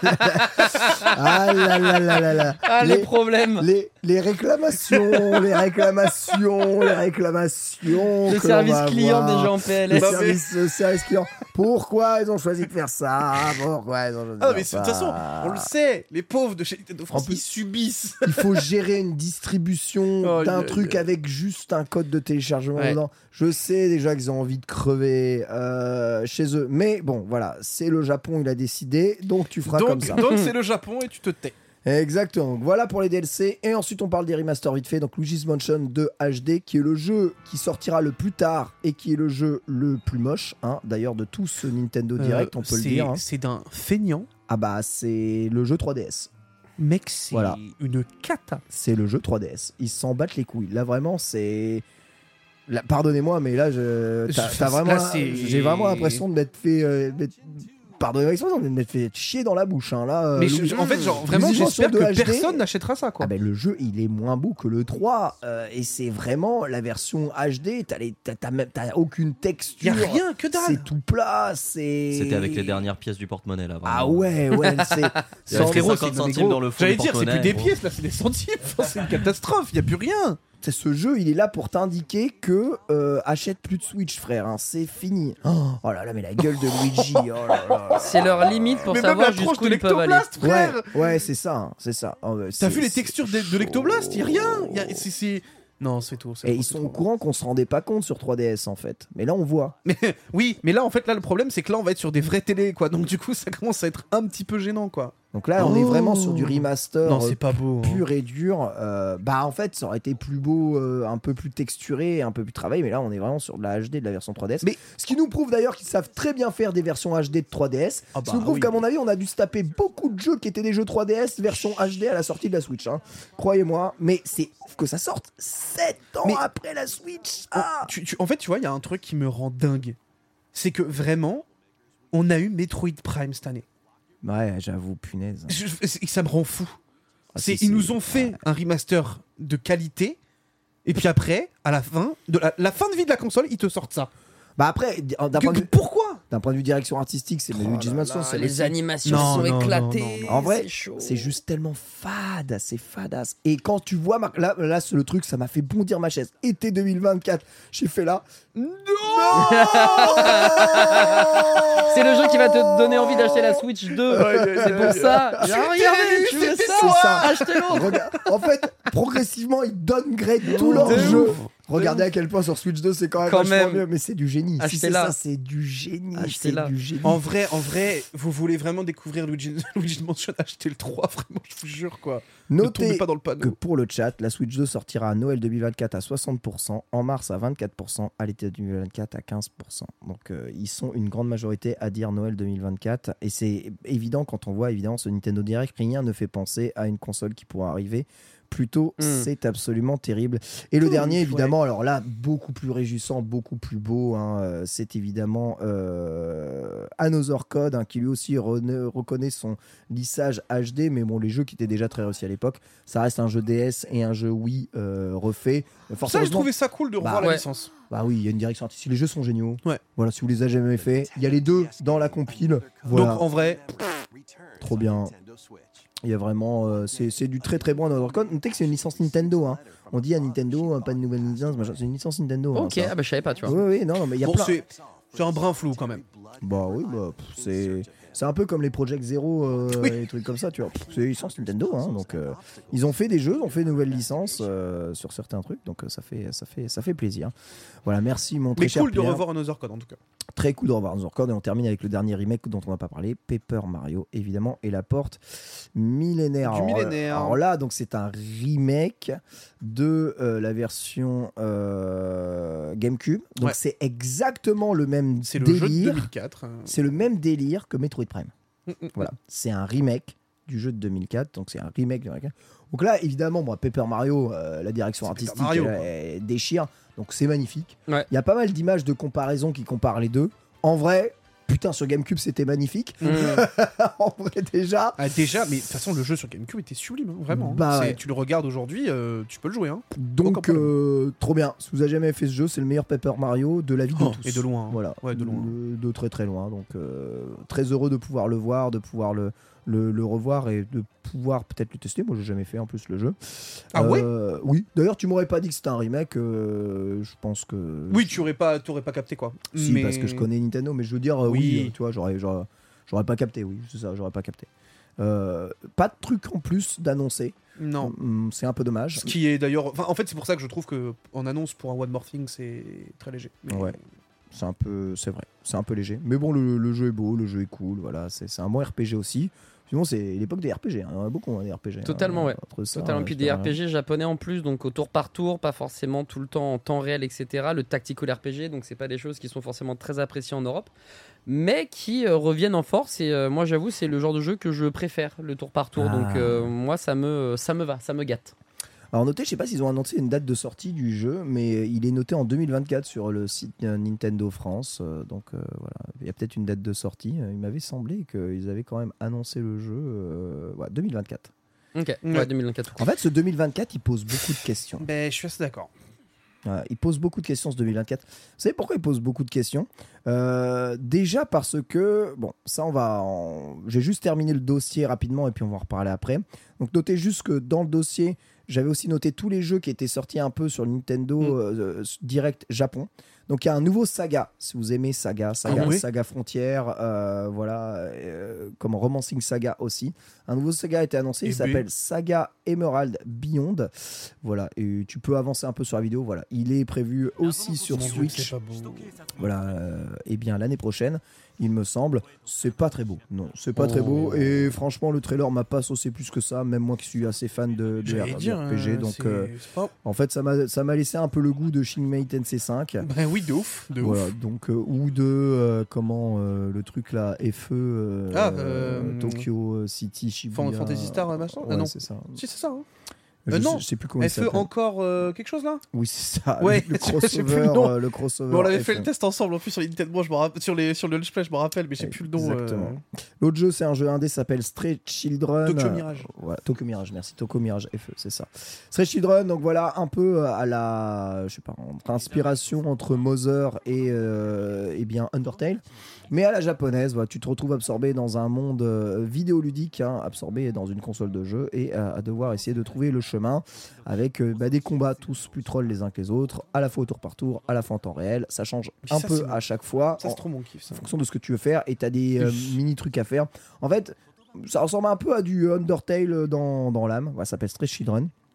Ah là là là là là. Ah, les problèmes. Les réclamations, les réclamations, les réclamations. Le que service l'on va client avoir. des gens Le PLS. service client. Pourquoi ils ont choisi de faire ça? Pourquoi ils ont choisi de Ah, mais faire de toute façon, ça on le sait, les pauvres de chez Nintendo France, En plus- ils subissent. Il faut gérer une distribution Oh, d'un yeah, truc yeah. avec juste un code de téléchargement Ouais. dedans. Je sais déjà qu'ils ont envie de crever chez eux. Mais bon, voilà, c'est le Japon, il a décidé. Donc tu feras comme ça. Donc c'est le Japon et tu te tais. Exactement. Donc, voilà pour les DLC. Et ensuite, on parle des remasters vite fait. Donc, Luigi's Mansion 2 HD, qui est le jeu qui sortira le plus tard et qui est le jeu le plus moche. Hein. D'ailleurs, de tout ce Nintendo Direct, on peut le dire. Hein. C'est d'un feignant. Ah bah, c'est le jeu 3DS. Mec, c'est Voilà. une cata. C'est le jeu 3DS. Ils s'en battent les couilles. Là, vraiment, c'est. Là, pardonnez-moi, mais là, Là, c'est- j'ai vraiment l'impression de m'être fait. Pardonnez-moi l'expression, de m'être fait chier dans la bouche. Hein. Là, Mais Luigi- en fait, genre, vraiment, Luigi's Mansion j'espère 2 que HD, personne n'achètera ça, quoi. Ah ben, le jeu, il est moins beau que le 3. Et c'est vraiment la version HD. T'as aucune texture. Y a rien, que dalle. C'est tout plat. C'était avec les dernières pièces du porte-monnaie là. Ah vraiment. ouais, c'est. Il y a sans- frérot, 50 50 centimes centimes dans le fond J'allais du dire, c'est plus porte-monnaie. des pièces, là, c'est des centimes. Enfin, c'est une catastrophe, y a plus rien. Ce jeu, il est là pour t'indiquer que achète plus de Switch, frère. Hein, c'est fini. Oh là là, mais la gueule de Luigi. Oh là là. C'est leur limite pour Mais même savoir la tranche jusqu'où de ils peuvent aller. l'ectoblast, frère. Ouais, c'est ça. Hein, c'est ça. Oh, T'as c'est- vu les c'est textures de l'ectoblast? Y a rien. C'est. Non, c'est tout. Et ils sont au courant qu'on se rendait pas compte sur 3DS en fait. Mais là, on voit. Oui, mais là, en fait, là, le problème, c'est que là, on va être sur des vraies télés, quoi. Donc, du coup, ça commence à être un petit peu gênant, quoi. Donc là, on est Oh. vraiment sur du remaster. Non, c'est pas beau. hein. Pur et dur. Bah en fait ça aurait été plus beau, un peu plus texturé, un peu plus travaillé, mais là on est vraiment sur de la HD de la version 3DS. Mais- ce qui nous prouve d'ailleurs qu'ils savent très bien faire des versions HD de 3DS. Ah Ce qui bah nous prouve oui. qu'à mon avis on a dû se taper beaucoup de jeux qui étaient des jeux 3DS version HD à la sortie de la Switch. Hein. Croyez-moi, mais c'est que ça sorte 7 ans Mais- après la Switch. Ah En fait, tu vois, il y a un truc qui me rend dingue. C'est que vraiment, on a eu Metroid Prime cette année. Ouais, j'avoue, punaise. Ça me rend fou. Ah, si, Ils nous ont fait un remaster de qualité, et puis après, à la fin de la fin de vie de la console, ils te sortent ça. Bah après, d'un Pourquoi point de vue direction artistique, c'est Luigi's Mansion, c'est Les animations Non, sont non, éclatées. En vrai, c'est chaud. c'est juste tellement fade, c'est fadasse. Et quand tu vois, là, c'est le truc, ça m'a fait bondir ma chaise. Été 2024, j'ai fait là. Non C'est le jeu qui va te donner envie d'acheter la Switch 2. C'est pour ça. Regardez, tu veux c'est ça ça. Achetez l'autre. Regarde, en fait, progressivement, ils downgrade tout De leur ouf. jeu. Regardez à quel point sur Switch 2 c'est quand même vachement mieux, mais c'est du génie. Si c'est Achetez-la. ça, c'est du génie. Achetez-la. C'est du génie. En vrai, vous voulez vraiment découvrir Luigi's Mansion, achetez le 3, vraiment, je vous jure, quoi. Ne tombez Notez pas dans le panneau. que pour le chat, la Switch 2 sortira à Noël 2024 à 60%, en mars à 24%, à l'été 2024 à 15%. Donc ils sont une grande majorité à dire Noël 2024. Et c'est évident quand on voit évidemment ce Nintendo Direct, rien ne fait penser à une console qui pourra arriver. Plutôt, c'est absolument terrible. Et le dernier, évidemment, alors là, beaucoup plus réjouissant, beaucoup plus beau, hein, c'est évidemment Another Code, hein, qui lui aussi reconnaît son lissage HD, mais bon, les jeux qui étaient déjà très réussis à l'époque, ça reste un jeu DS et un jeu Wii refait. Ça, j'ai trouvé ça cool de revoir la licence. Bah oui, il y a une direction artistique. Les jeux sont géniaux. Ouais. Voilà, si vous les avez jamais fait, il y a les deux dans la compile. Voilà. Donc en vrai, trop bien. Il y a vraiment, c'est du très très bon Another Code. Notez que c'est une licence Nintendo. Hein. On dit à Nintendo, pas de nouvelle licence, c'est une licence Nintendo. Ok, hein, je savais pas, tu vois. Oui, non, mais il y a plein. c'est un brin flou quand même. Bah oui, c'est un peu comme les Project Zero et des trucs comme ça, tu vois. C'est une licence Nintendo, hein, donc ils ont fait des jeux, ont fait de nouvelles licences sur certains trucs, donc ça fait plaisir. Voilà, merci mon très cher Mais cool de Pierre. revoir Another Code en tout cas. Très cool de revoir Another Code, et on termine avec le dernier remake dont on va pas parler, Paper Mario évidemment, et la porte millénaire. Du millénaire. Alors là, donc c'est un remake de la version GameCube. Donc c'est exactement le même C'est le délire. jeu de 2004. C'est le même délire que Metroid Prime. Voilà, c'est un remake du jeu de 2004, donc c'est un remake de 2004. Donc là, évidemment, Paper Mario, la direction artistique elle déchire, donc c'est magnifique. Il y a pas mal d'images de comparaison qui comparent les deux. En vrai, putain, sur GameCube, c'était magnifique. En vrai, déjà. Déjà, mais de toute façon, le jeu sur GameCube était sublime, hein, vraiment. Bah, ouais. Tu le regardes aujourd'hui, tu peux le jouer. Hein. Donc, trop bien. Si vous avez jamais fait ce jeu, c'est le meilleur Paper Mario de la vie de tous. Et de loin. Hein. Voilà. Ouais, de loin. De très très loin. Donc, très heureux de pouvoir le voir, de pouvoir le revoir et de pouvoir peut-être le tester. Moi, j'ai jamais fait en plus le jeu. Ah ouais. Oui. D'ailleurs, tu m'aurais pas dit que c'était un remake. Je pense que. Oui, tu aurais pas capté quoi. Si, mais... parce que je connais Nintendo, mais je veux dire, oui, tu vois, j'aurais pas capté. Oui, c'est ça, j'aurais pas capté. Pas de truc en plus d'annoncer. Non. C'est un peu dommage. Ce qui est d'ailleurs. En fait, c'est pour ça que je trouve qu'en annonce pour un One More Thing, c'est très léger. Mais... Ouais. C'est vrai, c'est un peu léger. Mais bon, le jeu est beau, le jeu est cool, voilà, c'est un bon RPG aussi. Sinon, c'est l'époque des RPG, hein. Il y en a beaucoup, des RPG. Totalement, ouais. Ça, totalement. Puis des RPG japonais en plus, donc au tour par tour, pas forcément tout le temps en temps réel, etc. Le tactical RPG, donc c'est pas des choses qui sont forcément très appréciées en Europe, mais qui reviennent en force. Et moi, j'avoue, c'est le genre de jeu que je préfère, le tour par tour. Donc moi, ça me va, ça me gâte. Alors notez, je sais pas s'ils ont annoncé une date de sortie du jeu, mais il est noté en 2024 sur le site Nintendo France. Donc voilà, il y a peut-être une date de sortie. Il m'avait semblé qu'ils avaient quand même annoncé le jeu 2024. Ok, ouais, 2024. En fait, ce 2024, il pose beaucoup de questions. Ben, je suis assez d'accord. Il pose beaucoup de questions ce 2024. Vous savez pourquoi il pose beaucoup de questions ? Déjà parce que, bon, ça j'ai juste terminé le dossier rapidement et puis on va en reparler après. Donc notez juste que dans le dossier, j'avais aussi noté tous les jeux qui étaient sortis un peu sur le Nintendo Direct Japon. Donc il y a un nouveau Saga, si vous aimez Saga Frontier, comme Romancing Saga aussi. Un nouveau Saga a été annoncé, il s'appelle Saga Emerald Beyond. Voilà, et tu peux avancer un peu sur la vidéo. Voilà, il est prévu aussi sur Switch. Voilà, et bien l'année prochaine. Il me semble, c'est pas très beau. Non, c'est pas très beau. Et franchement, le trailer m'a pas saucé plus que ça. Même moi qui suis assez fan de RPG. Donc, en fait, ça m'a laissé un peu le goût de Shin Megami Tensei 5. Ben oui, de ouf. Donc, ou de le truc là, FE, Tokyo City Shibuya. Fantasy Star, machin. Ouais, non, c'est ça. Si, c'est ça. Hein. Je sais plus comment il s'appelle. encore quelque chose là. Oui, c'est ça. Ouais, le crossover. Mais on l'avait fait le test ensemble en plus sur Nintendo, je me rappelle, sur le Let's Play, je me rappelle, mais j'ai plus le nom. Exactement. L'autre jeu, c'est un jeu indé, s'appelle Stray Children. Tokyo Mirage. Voilà, Tokyo Mirage, merci. Tokyo Mirage FE, c'est ça. Stray Children, donc voilà, un peu à la, je sais pas, entre inspiration entre Mother et bien Undertale. Mais à la japonaise, voilà, tu te retrouves absorbé dans un monde vidéoludique, absorbé dans une console de jeu et à devoir essayer de trouver le chemin avec des combats tous plus trolls les uns que les autres, à la fois au tour par tour, à la fois en temps réel. Ça change un peu à chaque fois. Ça, c'est trop mon kiff. En fonction de ce que tu veux faire et tu as des mini trucs à faire. En fait, ça ressemble un peu à du Undertale dans l'âme. Voilà, ça s'appelle Stray Children.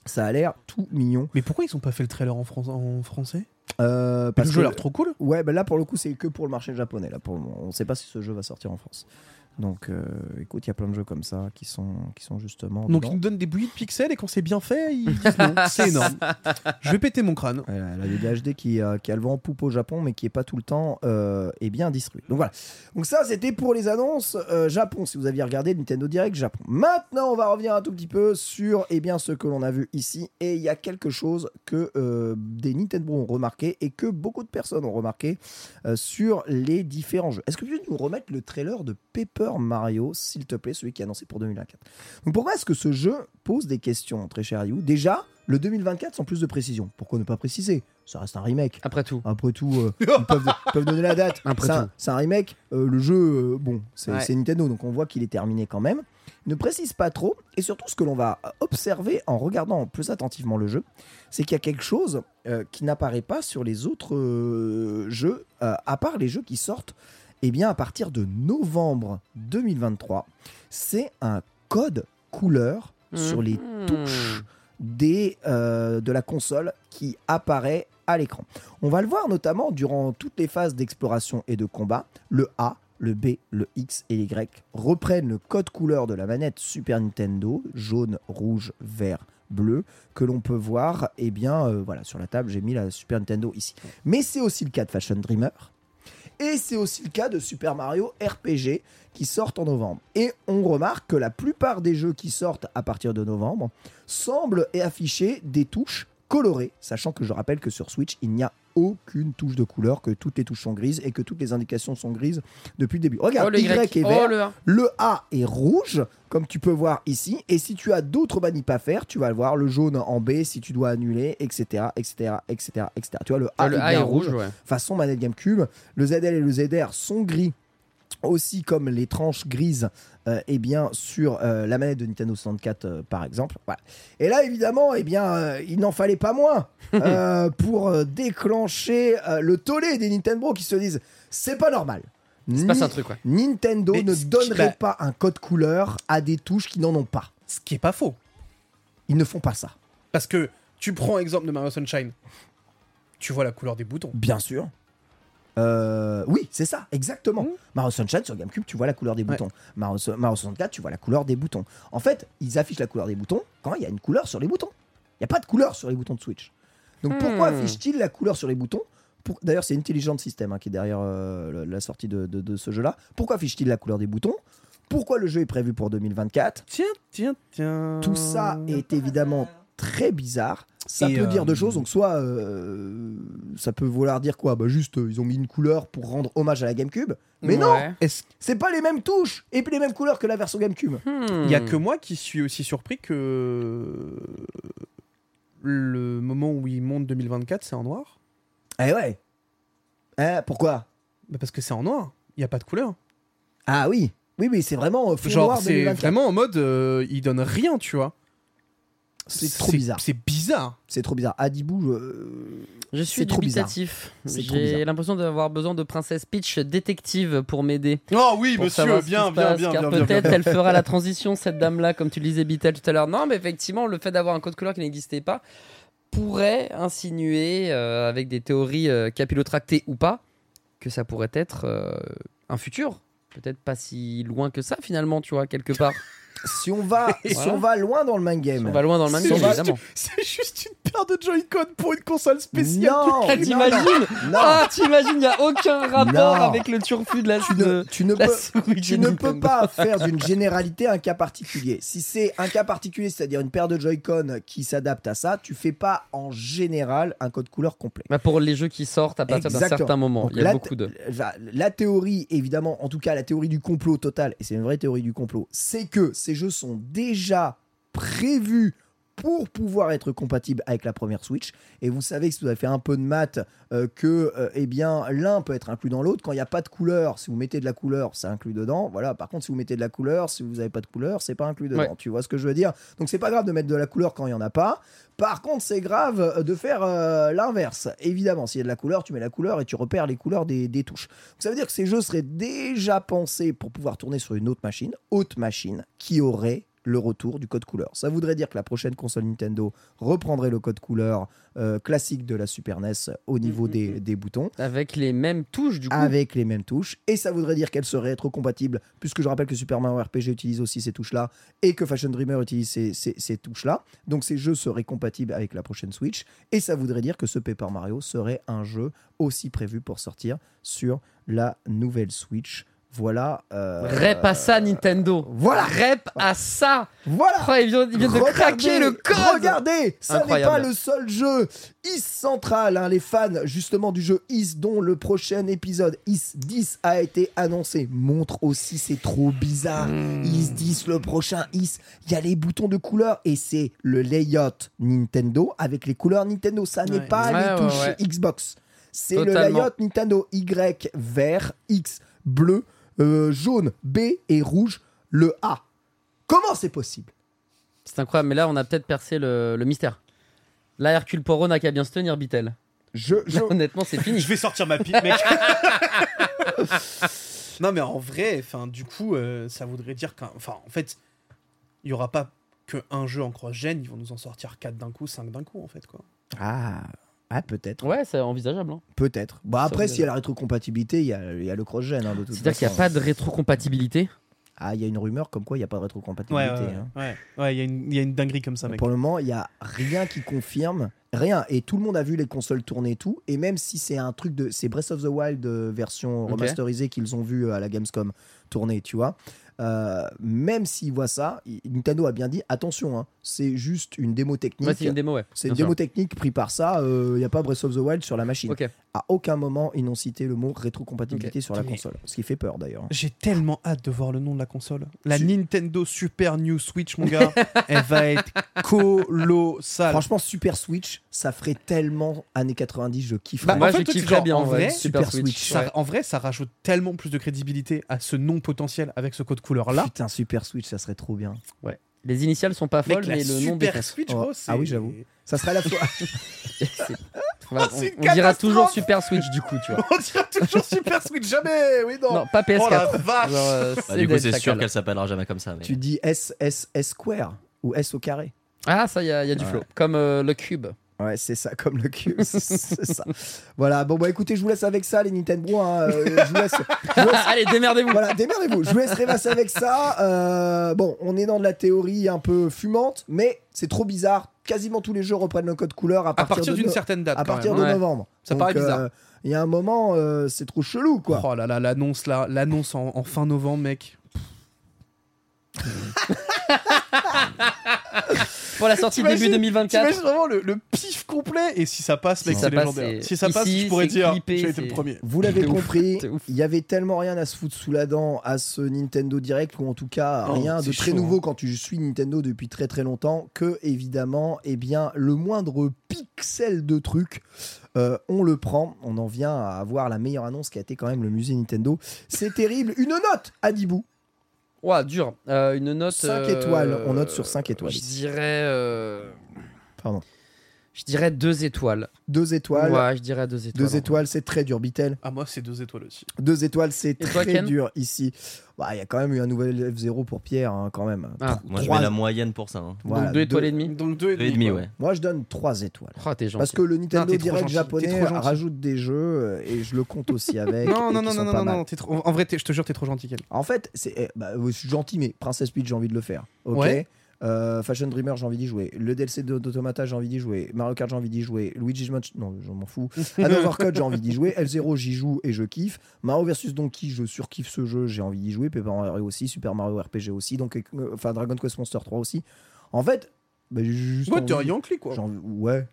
Ça a l'air tout mignon. Mais pourquoi ils ont pas fait le trailer en français? Parce Le jeu a que- l'air trop cool. Ouais, bah là pour le coup c'est que pour le marché japonais. Là, pour le moment. On sait pas si ce jeu va sortir en France. Donc écoute, il y a plein de jeux comme ça qui sont justement. Donc dedans. ils nous donnent des bouillies de pixels et quand c'est bien fait, ils disent non. C'est énorme. Je vais péter mon crâne. Ouais, la Liga HD qui a le vent en poupe au Japon, mais qui est pas tout le temps est bien distribué. Donc voilà. Donc ça, c'était pour les annonces Japon. Si vous aviez regardé Nintendo Direct Japon. Maintenant, on va revenir un tout petit peu sur ce que l'on a vu ici. Et il y a quelque chose que des Nintendo ont remarqué et que beaucoup de personnes ont remarqué sur les différents jeux. Est-ce que tu peux nous remettre le trailer de Paper Mario, s'il te plaît, celui qui est annoncé pour 2024? Donc pourquoi est-ce que ce jeu pose des questions, très cher Ryu? Déjà, le 2024 sans plus de précision. Pourquoi ne pas préciser? Ça reste un remake. Après tout. Après tout, ils peuvent donner la date. Après tout. C'est un remake. Le jeu, c'est Ouais. c'est Nintendo, donc on voit qu'il est terminé quand même. Ne précise pas trop. Et surtout, ce que l'on va observer en regardant plus attentivement le jeu, c'est qu'il y a quelque chose qui n'apparaît pas sur les autres jeux, à part les jeux qui sortent à partir de novembre 2023. C'est un code couleur sur les touches de la console qui apparaît à l'écran. On va le voir notamment durant toutes les phases d'exploration et de combat. Le A, le B, le X et Y reprennent le code couleur de la manette Super Nintendo, jaune, rouge, vert, bleu, que l'on peut voir voilà, sur la table. J'ai mis la Super Nintendo ici. Mais c'est aussi le cas de Fashion Dreamer. Et c'est aussi le cas de Super Mario RPG qui sortent en novembre. Et on remarque que la plupart des jeux qui sortent à partir de novembre semblent afficher des touches colorées, sachant que je rappelle que sur Switch, il n'y a aucune touche de couleur, que toutes les touches sont grises et que toutes les indications sont grises depuis le début. Regarde, le Y est vert, le A. le A est rouge, comme tu peux voir ici, et si tu as d'autres manips à faire, tu vas le voir, le jaune en B si tu dois annuler, etc., etc., etc., etc. Tu vois, le A, Le A bien est rouge, ouais. façon manette GameCube. Le ZL et le ZR sont gris, aussi comme les tranches grises sur la manette de Nintendo 64 par exemple. Voilà. Et là évidemment il n'en fallait pas moins pour déclencher le tollé des Nintendo qui se disent c'est pas normal. Il se passe un truc, ouais. Nintendo Mais ne ce qui- donnerait pas un code couleur à des touches qui n'en ont pas. Ce qui est pas faux. Ils ne font pas ça. Parce que tu prends exemple de Mario Sunshine. Tu vois la couleur des boutons. Bien sûr. Oui, c'est ça, exactement. Mario Sunshine sur GameCube, tu vois la couleur des boutons. Mario 64, tu vois la couleur des boutons. En fait, ils affichent la couleur des boutons quand il y a une couleur sur les boutons. Il n'y a pas de couleur sur les boutons de Switch. Donc pourquoi affichent-ils la couleur sur les boutons? D'ailleurs, c'est Intelligent System qui est derrière la sortie de ce jeu-là. Pourquoi affichent-ils la couleur des boutons? Pourquoi le jeu est prévu pour 2024? Tiens. Tout ça est évidemment très bizarre. Ça Et, peut dire deux choses. Donc soit ça peut vouloir dire quoi? Bah juste ils ont mis une couleur pour rendre hommage à la GameCube. Mais non, Ouais. Est-ce c'est pas les mêmes touches et puis les mêmes couleurs que la version GameCube. Il y a que moi qui suis aussi surpris que le moment où ils montent 2024, c'est en noir. Eh ouais. Pourquoi? Bah parce que c'est en noir. Il y a pas de couleur. Ah oui. Oui, c'est vraiment fond Genre noir c'est 2024. vraiment en mode ils donnent rien, tu vois. C'est trop bizarre. C'est bizarre. C'est trop bizarre. Adibou, Je suis c'est trop dubitatif. C'est trop J'ai bizarre. l'impression d'avoir besoin de Princesse Peach détective pour m'aider. Oh oui, Pour savoir ce qui se passe, car peut-être elle fera la transition, cette dame-là, comme tu le disais, Bitel, tout à l'heure. Non, mais effectivement, le fait d'avoir un code couleur qui n'existait pas pourrait insinuer, avec des théories capillotractées ou pas, que ça pourrait être un futur. Peut-être pas si loin que ça, finalement, tu vois, quelque part. si on va loin dans le mind game. On va loin dans le même C'est game, juste- évidemment. C'est juste une paire de Joy-Con pour une console spéciale. Non, Ah, t'imagines non. Ah, t'imagines, il n'y a aucun rapport Non. avec le turfu de la Tu ne la peux, souris tu de ne Nintendo. peux pas faire d'une généralité un cas particulier. Si c'est un cas particulier, c'est-à-dire une paire de Joy-Con qui s'adapte à ça, tu fais pas en général un code couleur complet. Bah, pour les jeux qui sortent à partir d'un Exactement. certain moment, Donc il y a la- beaucoup de... La théorie, évidemment, en tout cas la théorie du complot total, et c'est une vraie théorie du complot, c'est que ces jeux sont déjà prévus pour pouvoir être compatibles avec la première Switch. Et vous savez que si vous avez fait un peu de maths, l'un peut être inclus dans l'autre. Quand il n'y a pas de couleur, si vous mettez de la couleur, c'est inclus dedans. Voilà. Par contre, si vous mettez de la couleur, si vous n'avez pas de couleur, c'est pas inclus dedans. Ouais. Tu vois ce que je veux dire? Donc c'est pas grave de mettre de la couleur quand il n'y en a pas. Par contre, c'est grave de faire l'inverse. Évidemment, s'il y a de la couleur, tu mets la couleur et tu repères les couleurs des touches. Donc, ça veut dire que ces jeux seraient déjà pensés pour pouvoir tourner sur une autre machine, qui aurait le retour du code couleur. Ça voudrait dire que la prochaine console Nintendo reprendrait le code couleur classique de la Super NES au niveau des boutons. Avec les mêmes touches, du coup. Avec les mêmes touches. Et ça voudrait dire qu'elle serait rétrocompatible, puisque je rappelle que Super Mario RPG utilise aussi ces touches-là, et que Fashion Dreamer utilise ces touches-là. Donc ces jeux seraient compatibles avec la prochaine Switch. Et ça voudrait dire que ce Paper Mario serait un jeu aussi prévu pour sortir sur la nouvelle Switch. Voilà. Rep à ça, Nintendo. Voilà. Rep à ça. Voilà. Oh, ils viennent de craquer le code. Regardez, ça n'est Incroyable. pas le seul jeu. Is Central, hein, les fans justement du jeu Is, dont le prochain épisode Is 10 a été annoncé, montre aussi, c'est trop bizarre. Is 10, le prochain Is, il y a les boutons de couleur et c'est le layout Nintendo avec les couleurs Nintendo. Ça n'est pas les touches Xbox. C'est le layout Nintendo. Y vert, X bleu, jaune, B et rouge, le A. Comment c'est possible? C'est incroyable, mais là, on a peut-être percé le mystère. Là, Hercule Poirot n'a qu'à bien se tenir, Bitel. Là, honnêtement, c'est fini. Je vais sortir ma pipe, mec. Non, mais en vrai, du coup, ça voudrait dire en fait, il n'y aura pas qu'un jeu en cross-gen, ils vont nous en sortir 4 d'un coup, 5 d'un coup, en fait, quoi. Ah, peut-être. Ouais, c'est envisageable. Hein. Peut-être. Bah après, s'il y a la rétrocompatibilité, il y a le cross-gen. Hein, de toute C'est-à-dire qu'il n'y a pas de rétrocompatibilité. Ah, il y a une rumeur comme quoi il n'y a pas de rétrocompatibilité. Ouais, il y a une dinguerie comme ça, mec. Pour le moment, il n'y a rien qui confirme. Rien. Et tout le monde a vu les consoles tourner et tout. Et même si c'est un truc de. C'est Breath of the Wild version remasterisée qu'ils ont vu à la Gamescom tourner, tu vois. Même s'ils voient ça, Nintendo a bien dit attention, hein, c'est juste une démo technique. Ouais, c'est une démo, ouais. C'est une démo technique pris par ça. Il n'y a pas Breath of the Wild sur la machine. Okay. À aucun moment ils n'ont cité le mot rétrocompatibilité sur la console. Ce qui fait peur d'ailleurs. J'ai tellement hâte de voir le nom de la console. La Nintendo Super New Switch, mon gars, elle va être colossale. Franchement, Super Switch, ça ferait tellement années 90, je kifferais. Moi, en fait, je kifferais bien en vrai, Super Switch. En vrai, ça rajoute tellement plus de crédibilité à ce nom potentiel avec ce code couleur là. Putain, Super Switch, ça serait trop bien. Ouais. Les initiales sont pas folles, mais le nom Super défonce. Switch, gros, Ah oui, j'avoue. Ça serait à la fois. On dira toujours Super Switch du coup, tu vois. On dira toujours Super Switch, jamais. Oui, non. Non, pas PS4. Oh la vache. Genre, Du coup, c'est sûr qu'elle s'appellera jamais comme ça. Mais... Tu dis S square ou S au carré. Ah, ça, il y a du flow. Comme le cube. Ouais, c'est ça, comme le cube. c'est ça. Voilà, bon, bah écoutez, je vous laisse avec ça, les Nintendo. Hein, je vous laisse... Allez, démerdez-vous. Voilà, démerdez-vous. Je vous laisse rêvasser avec ça. Bon, on est dans de la théorie un peu fumante, mais c'est trop bizarre. Quasiment tous les jeux reprennent le code couleur à partir d'une certaine date. À partir quand de même. novembre. Ça paraît bizarre. Il y a un moment, c'est trop chelou, quoi. Oh là là, l'annonce en fin novembre, mec. Pour la sortie début 2024. T'imagines vraiment le pif complet. Et si ça passe, mec, Si c'est ça passe, légendaire. c'est- Si ça passe, ici, je pourrais c'est dire clippé, j'ai été c'est- le premier. Vous l'avez C'est ouf, compris, c'est ouf. il y avait tellement rien à se foutre sous la dent à ce Nintendo Direct, ou en tout cas Oh, rien de c'est très chaud, nouveau hein. quand tu suis Nintendo depuis très très longtemps, que évidemment, eh bien, le moindre pixel de truc, on le prend. On en vient à avoir la meilleure annonce qui a été quand même le musée Nintendo. C'est terrible. Une note à Dibou. Ouah, dur. Une note. 5 étoiles. On note sur 5 étoiles. Je dirais. Pardon. Je dirais 2 étoiles. 2 étoiles. Ouais, je dirais 2 étoiles. 2 étoiles, c'est très dur, Bitel. Ah, moi, c'est 2 étoiles aussi. 2 étoiles, c'est Et toi, très Ken dur ici. Bah, il y a quand même eu un nouvel F0 pour Pierre, hein, quand même. Ah. Moi, je Trois- mets la moyenne pour ça. Hein. Voilà, Donc 2 étoiles et demie. Donc 2 2,5, et ouais. Moi, je donne 3 étoiles. Oh, t'es gentil. Parce que le Nintendo t'es trop Direct gentil, japonais t'es trop gentil. rajoute des jeux et je le compte aussi avec. Non, et non, qui non, sont non, pas non, mal. non, en vrai, je te jure, t'es trop gentil, Ken. En fait, je suis gentil, mais Princess Peach, j'ai envie de le faire. Ok. Ouais. Fashion Dreamer, j'ai envie d'y jouer. Le DLC d'Automata, j'ai envie d'y jouer. Mario Kart, j'ai envie d'y jouer. Luigi's Mansion, non, je m'en fous. Another Code, j'ai envie d'y jouer. F0, j'y joue et je kiffe. Mario vs Donkey, je surkiffe ce jeu, j'ai envie d'y jouer. Paper Mario aussi, Super Mario RPG aussi. Donc, enfin, Dragon Quest Monster 3 aussi. En fait, bah, j'ai juste. Ouais, t'es un envie- Yankee, quoi. j'ai envie- Ouais.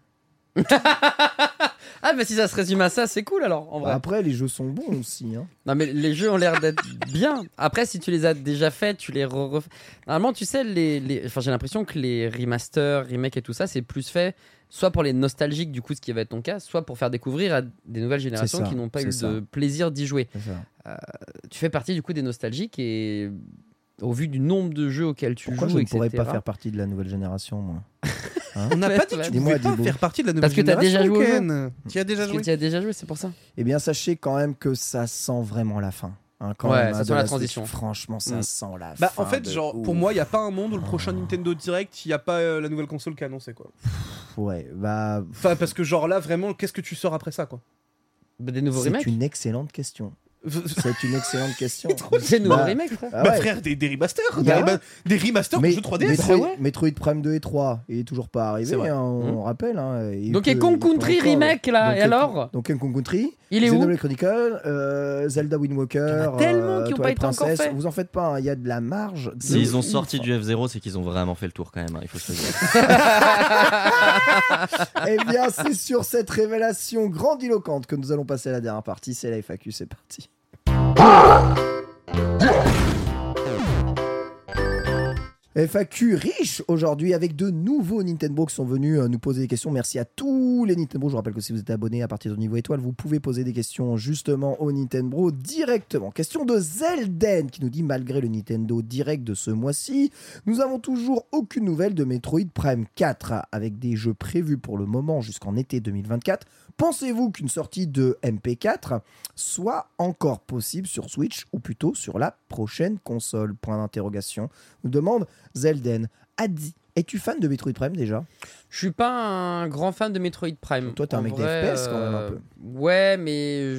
Ah, mais si ça se résume à ça, c'est cool alors, en vrai. Après, les jeux sont bons aussi. Hein. Non, mais les jeux ont l'air d'être bien. Après, si tu les as déjà faits, tu les refais. Normalement, tu sais, enfin, j'ai l'impression que les remasters, remakes et tout ça, c'est plus fait soit pour les nostalgiques, du coup, ce qui va être ton cas, soit pour faire découvrir à des nouvelles générations ça, qui n'ont pas c'est eu ça. de plaisir d'y jouer. C'est ça. Tu fais partie du coup des nostalgiques et au vu du nombre de jeux auxquels tu Pourquoi joues, je ne etc. pourrais pas faire partie de la nouvelle génération, moi On n'a pas dit que tu Dis-moi, pouvais pas Dibou. faire partie de la nouvelle Parce que t'as déjà génération, joué au Ken. Tu y as déjà Parce que joué. tu as déjà joué, c'est pour ça. Eh bien, sachez quand même que ça sent vraiment la fin. Quand Ouais, même, ça de sent la Switch. transition. Franchement, ça Mm. sent la Bah, fin en fait, de genre, ouf. pour moi, il n'y a pas un monde où le prochain Nintendo Direct, il n'y a pas la nouvelle console qui est annoncée, quoi. Ouais, bah... Enfin, parce que, genre, là, vraiment, qu'est-ce que tu sors après ça, quoi? Des nouveaux C'est remakes. une excellente question. C'est une excellente question. Des nouveaux Bah, remakes, frère. ah Bah, ouais. frère, des remasters, Il y a- des remasters de Mais jeux 3DS. Metroid, Ah ouais Metroid Prime 2 et 3, il est toujours pas arrivé, C'est vrai. hein, on rappelle. Hein, Donkey Kong Country remake, là, et alors Donkey Kong Country, Il est où? Xenoblade Chronicle, Zelda Wind Walker, Il y en a tellement qui ont pas Twilight été encore Princess. faits. Vous en faites pas, hein, il y a de la marge. de S'ils ont ouf. sorti du F0, c'est qu'ils ont vraiment fait le tour quand même, hein, il faut que je te dise. Eh bien, c'est sur cette révélation grandiloquente que nous allons passer à la dernière partie. C'est la FAQ, c'est parti. FAQ riche aujourd'hui avec de nouveaux Nintendo qui sont venus nous poser des questions. Merci à tous les Nintendo. Je vous rappelle que si vous êtes abonné à partir du niveau étoile, vous pouvez poser des questions justement au Nintendo directement. Question de Zelden qui nous dit: malgré le Nintendo Direct de ce mois-ci, nous avons toujours aucune nouvelle de Metroid Prime 4 avec des jeux prévus pour le moment jusqu'en été 2024. Pensez-vous qu'une sortie de MP4 soit encore possible sur Switch ou plutôt sur la prochaine console? Point d'interrogation. Nous demande Zelden. Adi, es-tu fan de Metroid Prime déjà? Je suis pas un grand fan de Metroid Prime. Toi, t'es un En mec vrai, d'FPS quand même un peu. Ouais, mais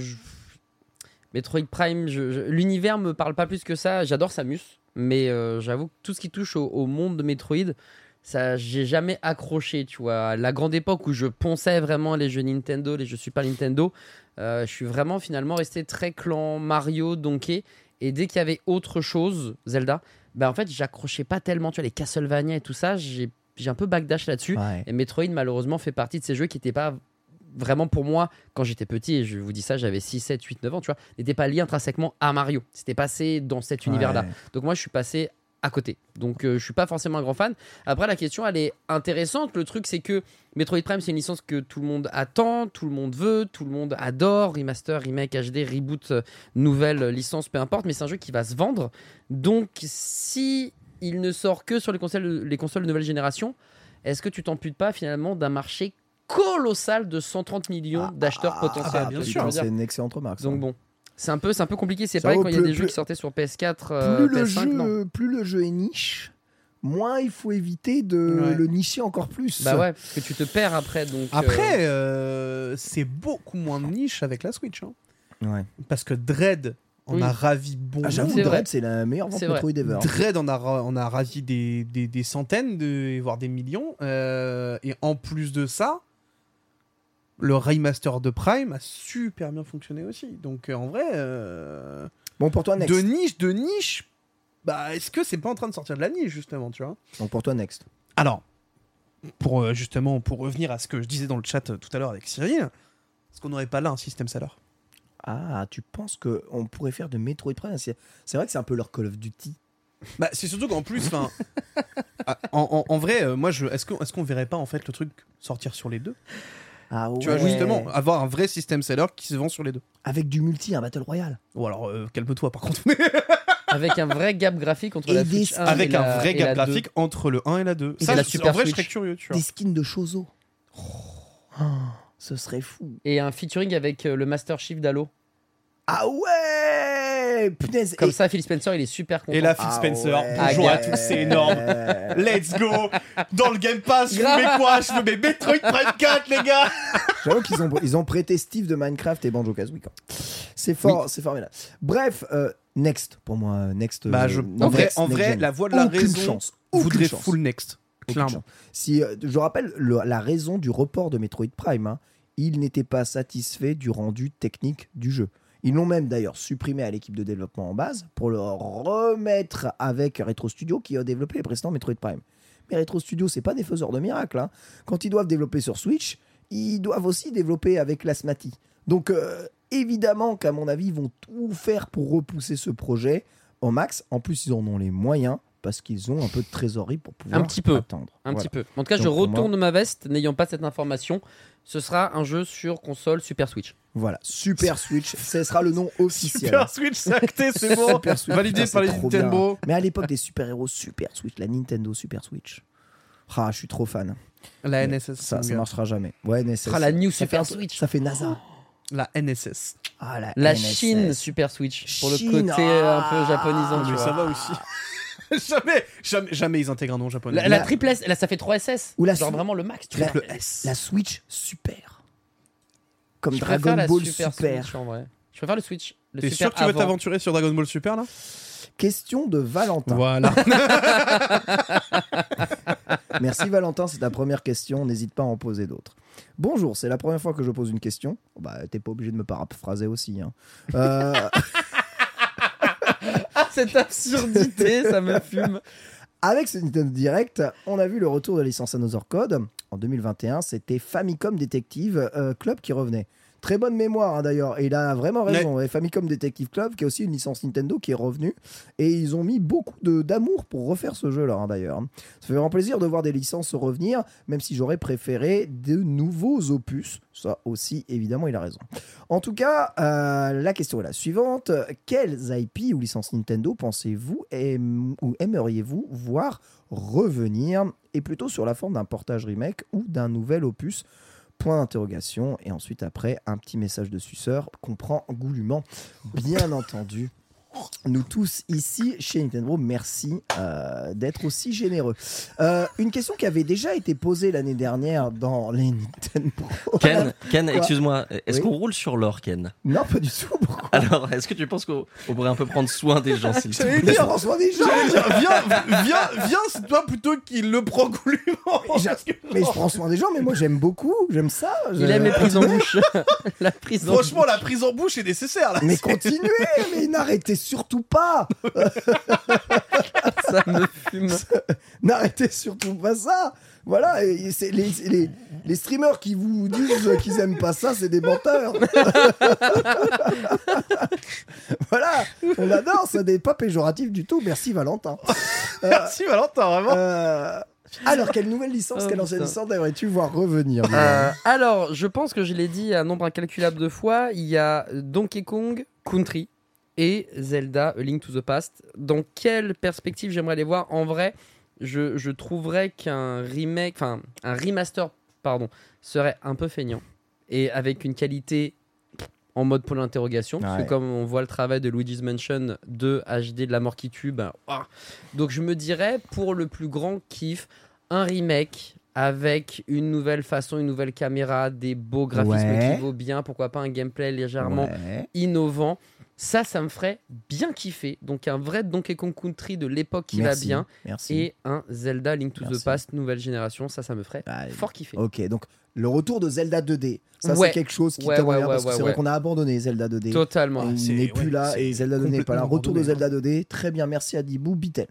Metroid Prime, l'univers me parle pas plus que ça. J'adore Samus, mais j'avoue que tout ce qui touche au monde de Metroid, ça, j'ai jamais accroché. Tu vois, à la grande époque où je ponçais vraiment les jeux Nintendo, les jeux Super Nintendo, je suis vraiment finalement resté très clan Mario, Donkey. Et dès qu'il y avait autre chose, Zelda, bah en fait, j'accrochais pas tellement. Tu vois, les Castlevania et tout ça, j'ai un peu backdash là-dessus. Ouais. Et Metroid, malheureusement, fait partie de ces jeux qui n'étaient pas vraiment pour moi, quand j'étais petit, et je vous dis ça, j'avais 6, 7, 8, 9 ans, tu vois, n'étaient pas liés intrinsèquement à Mario. C'était passé dans cet univers-là. Ouais. Donc moi, je suis passé à côté. Donc je suis pas forcément un grand fan. Après, la question, elle est intéressante. Le truc, c'est que Metroid Prime, c'est une licence que tout le monde attend, tout le monde veut, tout le monde adore. Remaster, remake, HD, reboot, nouvelle licence, peu importe. Mais c'est un jeu qui va se vendre. Donc si il ne sort que sur les consoles de nouvelle génération, est-ce que tu t'amputes pas finalement d'un marché colossal de 130 millions d'acheteurs potentiels? bien Tu sûr. veux dire. C'est une excellente remarque. ça. Donc bon, c'est un peu compliqué. C'est Ça pareil vaut quand il y a plus- des jeux plus- qui sortaient sur PS4, plus, le PS5, non. plus le jeu est niche, moins il faut éviter de Ouais. le nicher encore plus. Bah ouais, parce que tu te perds après. Donc, Après, c'est beaucoup moins de niche avec la Switch. Hein. Ouais. Parce que Dread en Oui. a ravi bon. Ah, j'avoue, C'est vrai. Dread, c'est la meilleure vente C'est vrai. Metroid ever. Dread en a ravi des centaines, voire des millions. Et en plus de ça, le remaster de Prime a super bien fonctionné aussi. Donc en vrai, Bon, pour toi, next. de niche, bah est-ce que c'est pas en train de sortir de la niche justement, tu vois? Donc pour toi, next. Alors, pour revenir à ce que je disais dans le chat tout à l'heure avec Cyril, est-ce qu'on n'aurait pas là un système seller? Ah, tu penses qu'on pourrait faire de Metroid Prime? C'est vrai que c'est un peu leur Call of Duty. Bah, c'est surtout qu'en plus, enfin, en vrai, moi, est-ce qu'on verrait pas en fait le truc sortir sur les deux? Ah ouais. Tu vois, justement, avoir un vrai système seller qui se vend sur les deux. Avec du multi, un Battle Royale. Ou alors, calme-toi par contre. avec un vrai gap graphique entre Et la des- Switch 1 Avec et un la- vrai et gap la 2. graphique entre le 1 et la 2. Et Ça, la en Super vrai, je Switch. serais curieux, tu vois. Des skins de Chozo. Oh, ce serait fou. Et un featuring avec le Master Chief d'Halo. Ah ouais, punaise. Comme Et- ça, Phil Spencer, il est super content. Et là, Ah Phil Spencer, ouais. bonjour à Ah, tous, c'est énorme. Let's go. Dans le Game Pass, je vous mets quoi? Je me mets Metroid Prime 4, les gars. J'avoue qu'ils ils ont prêté Steve de Minecraft et Banjo-Kazooie. Quoi. C'est fort, c'est formidable. Bref, next pour moi, next. Bah, en next vrai, gen. la voix de la Aucune raison chance, aucune voudrait chance. full next. Aucune Clairement. chance. Si je rappelle la raison du report de Metroid Prime, hein, ils n'étaient pas satisfaits du rendu technique du jeu. Ils l'ont même d'ailleurs supprimé à l'équipe de développement en base pour le remettre avec Retro Studio qui a développé les précédents Metroid Prime. Mais Retro Studio, c'est pas des faiseurs de miracles. Hein. Quand ils doivent développer sur Switch, ils doivent aussi développer avec l'Asmati. Donc évidemment qu'à mon avis, ils vont tout faire pour repousser ce projet au max. En plus, ils en ont les moyens parce qu'ils ont un peu de trésorerie pour pouvoir Un petit peu. attendre. Un Voilà. petit peu. En tout cas, Donc, je pour moi- retourne ma veste, n'ayant pas cette information. Ce sera un jeu sur console Super Switch. Voilà, Super Switch, ce sera le nom officiel. Super Switch, c'est acté, c'est bon. Super Switch, Validé putain, par les c'est trop bien. Nintendo. Mais à l'époque des super-héros Super Switch, la Nintendo Super Switch. Ah, je suis trop fan. La NSS. Ça marchera jamais. Ouais, NSS. Ah, la New Ça Super fait un peu- Switch. Ça fait NASA. La NSS. Ah, La NSS. Chine Super Switch, pour le Chine, côté un peu japonisant. tu Mais vois. ça va aussi. jamais ils intègrent un nom japonais. La triple S, là ça fait 3 SS. Ou la genre sou- vraiment le max. Tu vois. Triple S. La Switch Super. Comme Je Dragon préfère la Ball Super Super. Switch en vrai. Je préfère le Switch. Le T'es Super sûr que tu veux avant. t'aventurer sur Dragon Ball Super là? Question de Valentin. Voilà. Merci Valentin, c'est ta première question. N'hésite pas à en poser d'autres. Bonjour, c'est la première fois que je pose une question. Bah, t'es pas obligé de me paraphraser aussi. Hein. Cette absurdité, ça me fume. Avec ce Nintendo Direct, on a vu le retour de la licence Another Code. En 2021, c'était Famicom Detective Club qui revenait. Très bonne mémoire hein, d'ailleurs, et il a vraiment raison. Et Famicom Detective Club, qui est aussi une licence Nintendo qui est revenue, et ils ont mis beaucoup d'amour pour refaire ce jeu-là hein, d'ailleurs. Ça fait vraiment plaisir de voir des licences revenir, même si j'aurais préféré de nouveaux opus. Ça aussi, évidemment, il a raison. En tout cas, la question est la suivante. Quelles IP ou licences Nintendo pensez-vous ou aimeriez-vous voir revenir, et plutôt sur la forme d'un portage remake ou d'un nouvel opus? Point d'interrogation. Et ensuite, après, un petit message de suceur qu'on prend goulûment, bien entendu. Nous tous ici chez Nintendo, merci d'être aussi généreux. Une question qui avait déjà été posée l'année dernière dans les Nintendo. Ken, Quoi excuse-moi, est-ce Oui. qu'on roule sur l'or, Ken? Non, pas du tout. Pourquoi Alors, est-ce que tu penses qu'on pourrait un peu prendre soin des gens, s'il te J'allais plaît? dire, François des gens. J'allais dire, viens, c'est toi plutôt qui le prend goulûment. Mais je prends soin des gens, mais moi j'aime beaucoup, j'aime ça. Il aime les prises en bouche. La prise en Franchement, bouche. la prise en bouche est nécessaire là. Mais continuez, mais n'arrêtez surtout pas. Ça me fume. N'arrêtez surtout pas ça. Voilà, et c'est les streamers qui vous disent qu'ils aiment pas ça, c'est des menteurs. Voilà, on adore, ça n'est pas péjoratif du tout. Merci Valentin. Merci Valentin, vraiment. Alors, quelle nouvelle licence, Oh, quelle ancienne putain. licence aimerais-tu voir revenir Alors, je pense que je l'ai dit un nombre incalculable de fois. Il y a Donkey Kong Country et Zelda A Link to the Past. Dans quelle perspective j'aimerais les voir? En vrai, je trouverais qu'un remake, enfin un remaster, pardon, serait un peu feignant et avec une qualité en mode pour l'interrogation, parce Ouais. que comme on voit le travail de Luigi's Mansion 2 HD de la mort qui tue, ben, donc je me dirais pour le plus grand kiff, un remake avec une nouvelle façon, une nouvelle caméra, des beaux graphismes Ouais. qui vaut bien, pourquoi pas un gameplay légèrement Ouais. innovant. Ça me ferait bien kiffer. Donc un vrai Donkey Kong Country de l'époque qui Merci, va bien Merci. et un Zelda Link to Merci. the Past nouvelle génération, ça me ferait Allez. fort kiffer. Ok, donc le retour de Zelda 2D, ça Ouais. c'est quelque chose qui Ouais, t'aimerait ouais, bien, parce que ouais, c'est vrai ouais. qu'on a abandonné Zelda 2D. Totalement. Il c'est- n'est plus ouais, là c'est et Zelda 2D n'est pas là. complètement Retour de abandonné, Zelda 2D, très bien, merci à Dibou Bitel.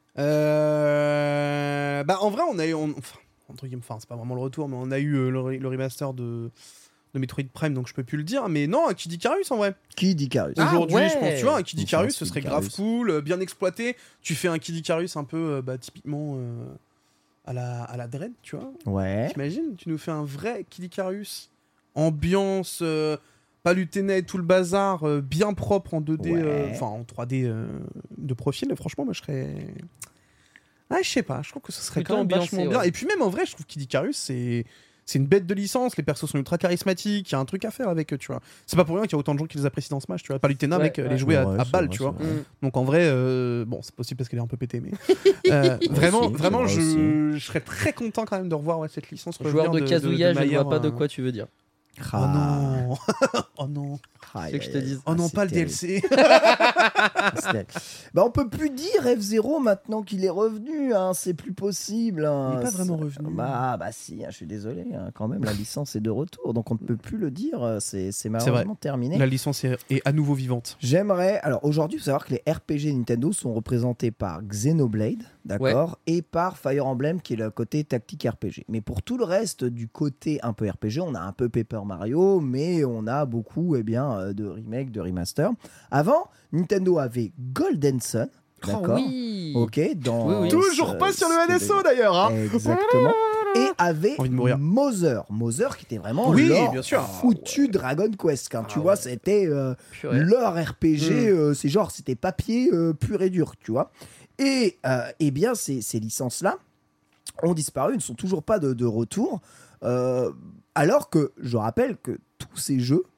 Bah en vrai, on a eu, enfin, entre guillemets, enfin, c'est pas vraiment le retour, mais on a eu le remaster de Metroid Prime, donc je peux plus le dire. Mais non, un Kid Icarus en vrai. Kid Icarus. Ah, Aujourd'hui, ouais. je pense, tu vois, un Kid Une Icarus, chance, ce Kid serait Icarus. grave cool, bien exploité. Tu fais un Kid Icarus un peu, bah, typiquement à la Dread, tu vois. Ouais. T'imagines, tu nous fais un vrai Kid Icarus, ambiance, pas luténet, tout le bazar, bien propre en 2D, Ouais. enfin en 3D de profil. Franchement, moi je serais. Ah, je sais pas, je trouve que ce serait Plutôt quand même ambiancé, vachement bien. ouais. Et puis même en vrai, je trouve Kid Icarus, c'est une bête de licence, les persos sont ultra charismatiques, il y a un truc à faire avec eux, tu vois. C'est pas pour rien qu'il y a autant de gens qui les apprécient dans Smash, tu vois. Pas Lutena, Ouais, mec, ouais. les jouer à Ouais, c'est balle, vrai, tu c'est vois. vrai. Donc en vrai, bon, c'est possible parce qu'elle est un peu pétée, mais vraiment, aussi, vraiment, c'est vrai je serais très content quand même de revoir cette licence. Joueur de revenir Kazuya, je ne manière, vois pas de quoi tu veux dire. Oh non, oh non, Aïe, C'est que je te aïe, dise. oh non, c'est pas le terrible. DLC. C'est terrible. Bah, on peut plus dire F0 maintenant qu'il est revenu, hein, c'est plus possible. Hein. Il est pas C'est- vraiment revenu. Bah si, hein, je suis désolé, hein, quand même, la licence est de retour, donc on ne peut plus le dire, c'est malheureusement terminé. La licence est à nouveau vivante. J'aimerais. Alors aujourd'hui, il faut savoir que les RPG Nintendo sont représentés par Xenoblade, d'accord, et par Fire Emblem, qui est le côté tactique RPG. Mais pour tout le reste du côté un peu RPG, on a un peu Paper Mario, mais on a beaucoup de remakes, de remasters. Avant, Nintendo avait Golden Sun, d'accord, oui. ok, dans Oui, oui. Toujours pas sur le NSO d'ailleurs. Hein. Exactement. Et avait Envie de mourir. Mother qui était vraiment Oui, leur bien sûr. foutu Dragon Quest. Quand tu vois, c'était Purée. leur RPG, c'est genre, c'était papier pur et dur, tu vois. Et eh bien, ces licences-là ont disparu, ne sont toujours pas de retour. Alors que je rappelle que tous ces jeux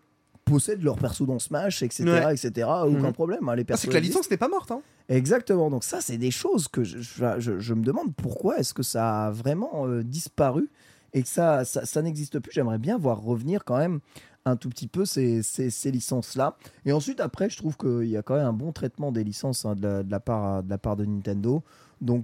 possèdent leur perso dans Smash, etc. Ouais. etc. Aucun problème, hein, les persos C'est que la existent. licence n'est pas morte. Hein. Exactement, donc ça c'est des choses que je me demande pourquoi est-ce que ça a vraiment disparu et que ça n'existe plus. J'aimerais bien voir revenir quand même un tout petit peu ces licences-là. Et ensuite après je trouve qu'il y a quand même un bon traitement des licences de la part de Nintendo. Donc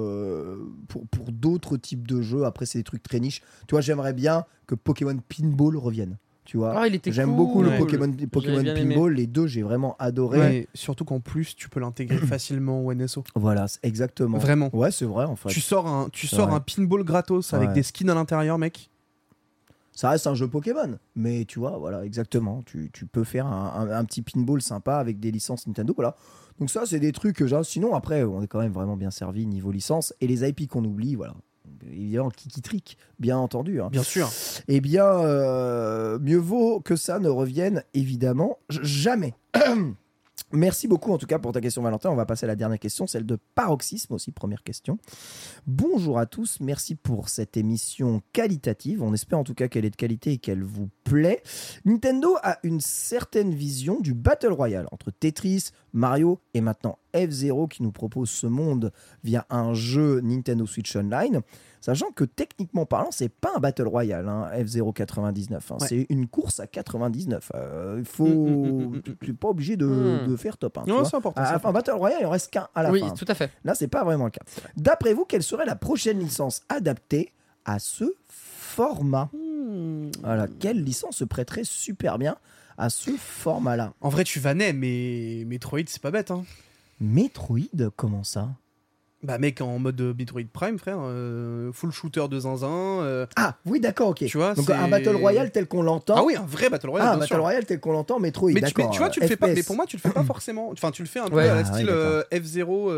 pour d'autres types de jeux, après c'est des trucs très niches. Tu vois, j'aimerais bien que Pokémon Pinball revienne. Tu vois, Ah, il était j'aime cool. beaucoup le Ouais. Pokémon J'avais bien aimé. Pinball. Les deux, j'ai vraiment adoré. Ouais, surtout qu'en plus, tu peux l'intégrer facilement au NSO. Voilà, exactement. Vraiment. Ouais, c'est vrai en fait. Tu sors vrai. un pinball gratos avec Ouais. des skins à l'intérieur, mec. Ça reste un jeu Pokémon, mais tu vois, voilà, exactement. Tu peux faire un petit pinball sympa avec des licences Nintendo, voilà. Donc ça, c'est des trucs que genre, sinon après, on est quand même vraiment bien servi niveau licence et les IP qu'on oublie, voilà. Évidemment, Kiki Trick, bien entendu. Hein. Bien sûr. Eh bien, mieux vaut que ça ne revienne évidemment jamais. Merci beaucoup en tout cas pour ta question Valentin. On va passer à la dernière question, celle de Paroxysme aussi, première question. Bonjour à tous, merci pour cette émission qualitative. On espère en tout cas qu'elle est de qualité et qu'elle vous plaît. Nintendo a une certaine vision du Battle Royale entre Tetris, Mario et maintenant F-Zero qui nous propose ce monde via un jeu Nintendo Switch Online. Sachant que techniquement parlant, c'est pas un Battle Royale, hein, F-Zero 99. Hein, Ouais. c'est une course à 99. Il faut... Tu n'es pas obligé de faire top 1. Non, c'est important. c'est Enfin, Battle Royale, il en reste qu'un à la Oui, fin. tout à fait. Là, c'est pas vraiment le cas. D'après vous, quelle serait la prochaine licence adaptée à ce format? Voilà, quelle licence se prêterait super bien à ce format-là? En vrai, tu vannais, mais Metroid, c'est pas bête. Hein. Metroid, comment ça? Bah, mec, en mode Metroid Prime, frère, full shooter de zinzin. Ah, oui, d'accord, ok. Tu vois, donc c'est- un Battle Royale tel qu'on l'entend. Ah oui, un vrai Battle Royale, un bien Battle sûr. Royale tel qu'on l'entend, Metroid, Mais d'accord. tu vois, tu le fais pas. FPS. Mais pour moi, tu le fais pas forcément. Enfin, tu le fais un peu Ouais. à la Ah, style ouais, F-Zero,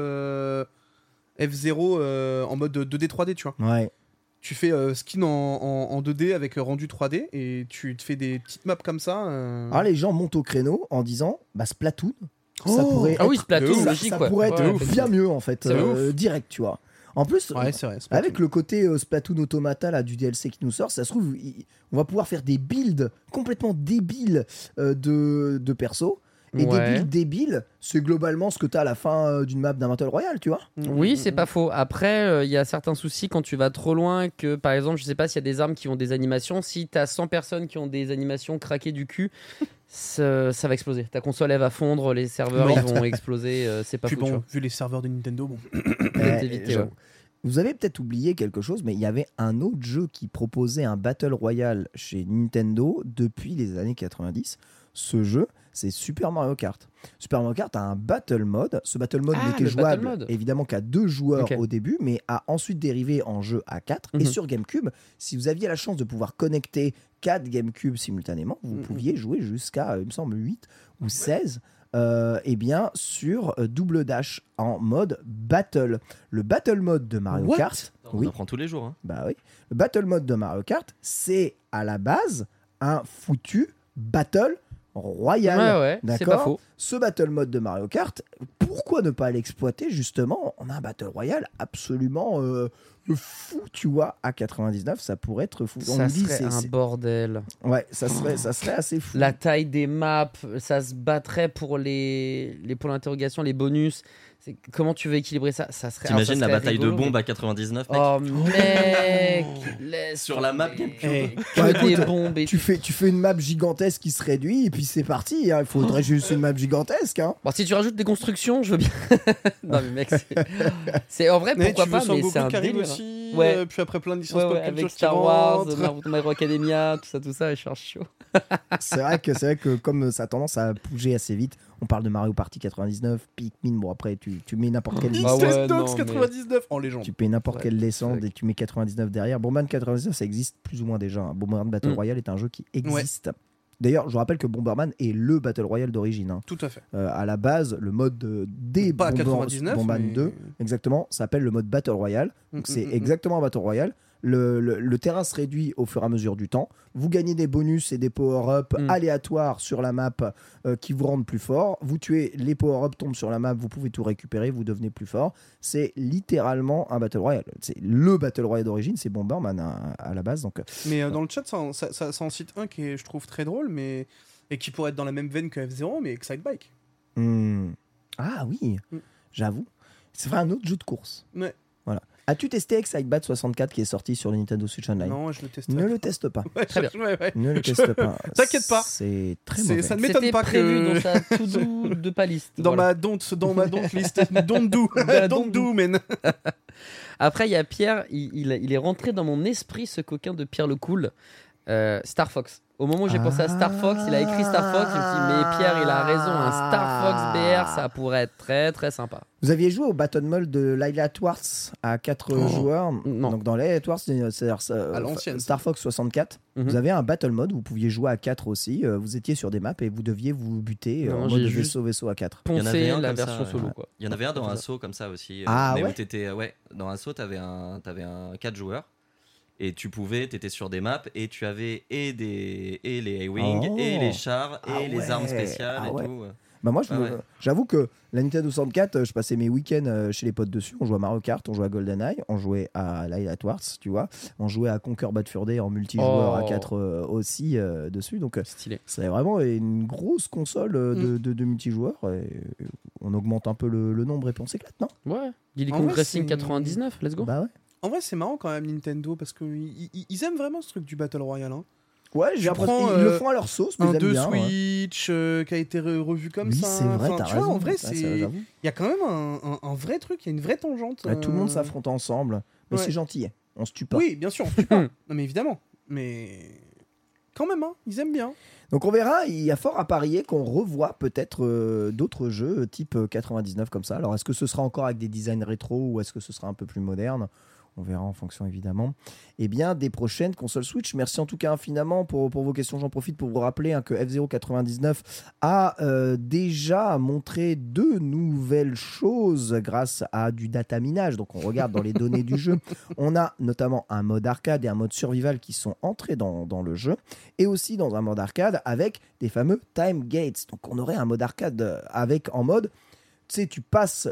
F-Zero en mode 2D 3D, tu vois. Ouais. Tu fais skin en 2D avec rendu 3D et tu te fais des petites maps comme ça. Alors les gens montent au créneau en disant bah Splatoon, ça pourrait Ah oui, être, Splatoon, ça, logique, ça ouais. pourrait être Ouais, bien effectivement. mieux en fait, C'est ouf. direct, tu vois. En plus, Ouais, c'est vrai. avec le côté Splatoon Automata là, du DLC qui nous sort, ça se trouve, on va pouvoir faire des builds complètement débiles de persos. Et Ouais. des builds débiles, c'est globalement ce que tu as à la fin d'une map d'un Battle Royale, tu vois. Oui, c'est pas faux. Après, il y a certains soucis quand tu vas trop loin. Que par exemple, je sais pas s'il y a des armes qui ont des animations. Si t'as 100 personnes qui ont des animations craquées du cul, ça va exploser. Ta console, elle va fondre, les serveurs Oui. ils vont exploser. C'est pas Puis fou. tu bon, vois. vu les serveurs de Nintendo, bon. Peut-être éviter, j'avoue. ouais. Vous avez peut-être oublié quelque chose, mais il y avait un autre jeu qui proposait un Battle Royale chez Nintendo depuis les années 90. Ce jeu, c'est Super Mario Kart. Super Mario Kart a un Battle Mode. Ce Battle Mode Ah, n'était le Battle jouable Mode. évidemment qu'à 2 joueurs Ok. au début, mais a ensuite dérivé en jeu à 4. Et Mhm. sur GameCube, si vous aviez la chance de pouvoir connecter 4 GameCube simultanément, vous pouviez jouer jusqu'à, il me semble, 8 ou 16. Eh bien sur Double Dash en mode Battle. Le Battle Mode de Mario What Kart, On oui, apprend tous les jours. Hein. bah oui, le Battle Mode de Mario Kart, c'est à la base un foutu Battle Royale. Ouais, ouais, c'est pas D'accord. faux. Ce Battle Mode de Mario Kart, pourquoi ne pas l'exploiter justement? On a un Battle Royale absolument fou, tu vois, à 99, ça pourrait être fou. On Ça nous dit serait un bordel. ouais, ça serait assez fou. La taille des maps, ça se battrait pour les points d'interrogation, les bonus. Comment tu veux équilibrer ça? Ça serait. T'imagines la alors, ça serait bataille de rigolo, bombes mais- à 99, mec Oh mec, laisse Sur la map tomber. GameCube. Que Bah, des écoute, bombes et tu fais une map gigantesque qui se réduit et puis c'est parti. Hein. Il faudrait juste une map gigantesque. Hein. Bon, si tu rajoutes des constructions, je veux bien. Non mais mec, c'est en vrai Mais pourquoi tu veux pas, mais Sangoku c'est un qui arrive délire. aussi. Ouais. Puis après plein de licences Ouais, pop ouais, culture avec qui Star Wars, rentrent. My Hero Academia, tout ça, je suis chaud. C'est vrai que comme ça a tendance à bouger assez vite, on parle de Mario Party 99, Pikmin. Bon après tu mets n'importe quelle Ah ouais, X-Test non, Dogs mais- 99 en légende. tu payes n'importe Ouais, quelle descente c'est et tu mets 99 derrière. Bomberman 99, ça existe plus ou moins déjà. Hein. Bomberman Battle Mm. Royale est un jeu qui existe. D'ailleurs, je rappelle que Bomberman est le Battle Royale d'origine. Hein. Tout à fait. À la base, le mode des Pas 99, Bomberman mais- 2, exactement, s'appelle le mode Battle Royale. Donc c'est mm. exactement un Battle Royale. Le terrain se réduit au fur et à mesure du temps. Vous gagnez des bonus et des power-up aléatoires sur la map qui vous rendent plus fort. Vous tuez, les power-up tombent sur la map, vous pouvez tout récupérer, vous devenez plus fort. C'est littéralement un Battle Royale. C'est le Battle Royale d'origine, c'est Bomberman à la base. Donc, Mais dans le chat, ça en cite un qui est, je trouve, très drôle, mais et qui pourrait être dans la même veine que F-Zero, mais Excitebike. Ah oui, j'avoue. C'est un autre jeu de course. Ouais. Voilà. As-tu testé Excitebike 64 qui est sorti sur le Nintendo Switch Online? Non, je le teste. Ne le teste pas. Ouais, Très bien. Ne le teste pas. T'inquiète pas. C'est très mauvais. Ça ne m'étonne C'était pas prévu que dans sa to-do de pas liste. dans voilà. ma don't list, don't do, don't do, man. Après, il y a Pierre, il est rentré dans mon esprit, ce coquin de Pierre le Cool, Star Fox. Au moment où j'ai pensé à Star Fox, il a écrit Star Fox, je me suis dit, mais Pierre, il a raison, un Star Fox BR, ça pourrait être très très sympa. Vous aviez joué au Battle Mode de Light Wars à 4 joueurs. Non. Donc dans Light Wars, c'est-à-dire À l'ancienne. Star Fox 64, vous avez un Battle Mode où vous pouviez jouer à 4 aussi. Vous étiez sur des maps et vous deviez vous buter Non, en j'ai mode juste vaisseau à 4. Il y en avait Poncer un la comme ça, version solo, quoi. Il y en avait un dans Assaut comme ça aussi. Ah mais ouais où t'étais, dans Assaut, t'avais un 4 joueurs. Et t'étais sur des maps et tu avais et les A-Wing, et les chars, et les armes spéciales et tout. Bah moi, Ah ouais. j'avoue que la Nintendo 64, je passais mes week-ends chez les potes dessus. On jouait à Mario Kart, on jouait à GoldenEye, on jouait à Light Wars, tu vois. On jouait à Conquer Bad Fur Day en multijoueur à 4 aussi dessus. Donc Stylé. c'est vraiment une grosse console de multijoueurs. Et on augmente un peu le nombre et puis on s'éclate, non? Ouais, Diddy En Kong vrai, Racing c'est- 99, let's go. Bah ouais. En vrai, c'est marrant quand même Nintendo parce que ils aiment vraiment ce truc du Battle Royale. Hein. Ouais, j'ai Tu l'impression prends, qu'ils le font à leur sauce, mais Un ils aiment 2 bien. Ouais. Switch qui a été revu comme Oui, ça. c'est vrai, Enfin, t'as tu raison. vois, en vrai, Ouais, ça, j'avoue. il y a quand même un vrai truc, il y a une vraie tangente. Ouais, tout le monde s'affronte ensemble, mais Ouais. c'est gentil. On se tue pas. Oui, bien sûr, on tue pas. Non, mais évidemment. Mais quand même, hein, ils aiment bien. Donc on verra, il y a fort à parier qu'on revoit peut-être d'autres jeux type 99 comme ça. Alors est-ce que ce sera encore avec des designs rétro ou est-ce que ce sera un peu plus moderne? On verra en fonction évidemment. Et bien des prochaines consoles Switch. Merci en tout cas infiniment pour vos questions. J'en profite pour vous rappeler que F-Zero 99 a déjà montré 2 nouvelles choses grâce à du data minage. Donc on regarde dans les données du jeu. On a notamment un mode arcade et un mode survival qui sont entrés dans le jeu. Et aussi dans un mode arcade avec des fameux time gates. Donc on aurait un mode arcade avec en mode... Tu sais, tu passes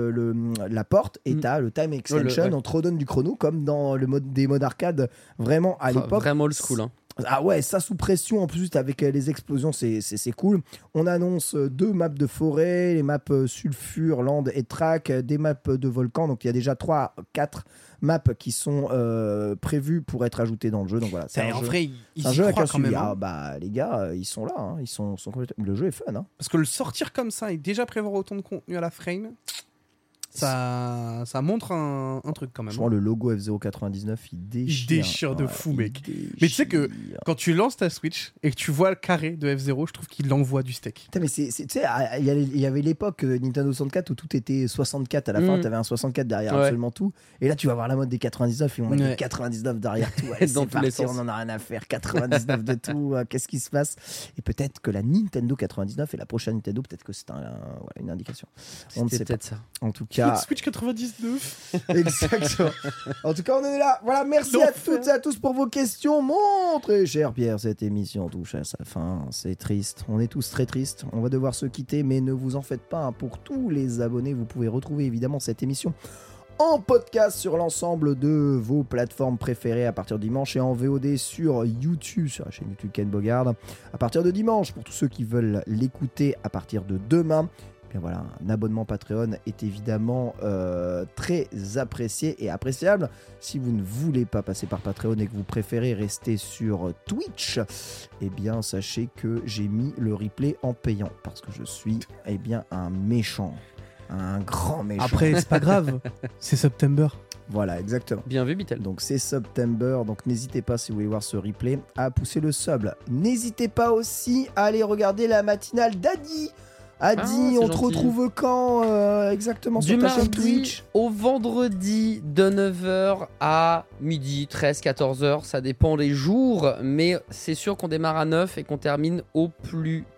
la porte et tu as le time extension, on te redonne du chrono comme dans des modes arcade vraiment à l'époque. Vraiment old school. Hein. Ah ouais, ça sous pression en plus avec les explosions, c'est cool. On annonce 2 maps de forêt, les maps sulfure, land et track, des maps de volcan. Donc il y a déjà 3-4 maps qui sont prévues pour être ajoutées dans le jeu. Donc voilà, c'est un en jeu. vrai, C'est un y jeu avec croient un quand même. suivi. Hein. Ah bah les gars, ils sont là, hein. Ils sont complètement... Le jeu est fun. Hein. Parce que le sortir comme ça et déjà prévoir autant de contenu à la frame, ça montre un truc quand même. Franchement, le logo F-Zero 99, il déchire. Il déchire de Ouais, fou, il mec. déchire. Mais tu sais que quand tu lances ta Switch et que tu vois le carré de F-Zero, je trouve qu'il envoie du steak. Putain, mais tu sais, il y avait l'époque Nintendo 64 où tout était 64 à la fin, t'avais un 64 derrière absolument tout. Et là, tu vas voir la mode des 99, ils vont mettre des 99 derrière tout. Allez, Dans c'est tous les parti, sens. on en a rien à faire. 99 de tout, qu'est-ce qui se passe? Et peut-être que la Nintendo 99 et la prochaine Nintendo, peut-être que c'est voilà, une indication. On ne C'était sait pas. peut-être ça. En tout cas, Switch 99. exactement. En tout cas, on est là. Voilà, merci à toutes et à tous pour vos questions. Mon très cher Pierre, cette émission touche à sa fin. C'est triste. On est tous très tristes. On va devoir se quitter, mais ne vous en faites pas. Pour tous les abonnés, vous pouvez retrouver évidemment cette émission en podcast sur l'ensemble de vos plateformes préférées à partir de dimanche et en VOD sur YouTube, sur la chaîne YouTube Ken Bogard. À partir de dimanche, pour tous ceux qui veulent l'écouter à partir de demain, bien voilà, un abonnement Patreon est évidemment très apprécié et appréciable. Si vous ne voulez pas passer par Patreon et que vous préférez rester sur Twitch, eh bien sachez que j'ai mis le replay en payant parce que je suis bien un méchant. Un grand méchant. Après, c'est pas grave. C'est September. Voilà, exactement. Bien vu, Bitel. Donc c'est September, donc n'hésitez pas si vous voulez voir ce replay à pousser le sub. N'hésitez pas aussi à aller regarder la matinale d'Adi. Adi, c'est on te gentil. retrouve quand exactement Du sur ta chaîne mardi Twitch? au vendredi de 9h à midi, 13, 14h, ça dépend des jours, mais c'est sûr qu'on démarre à 9 et qu'on termine au plus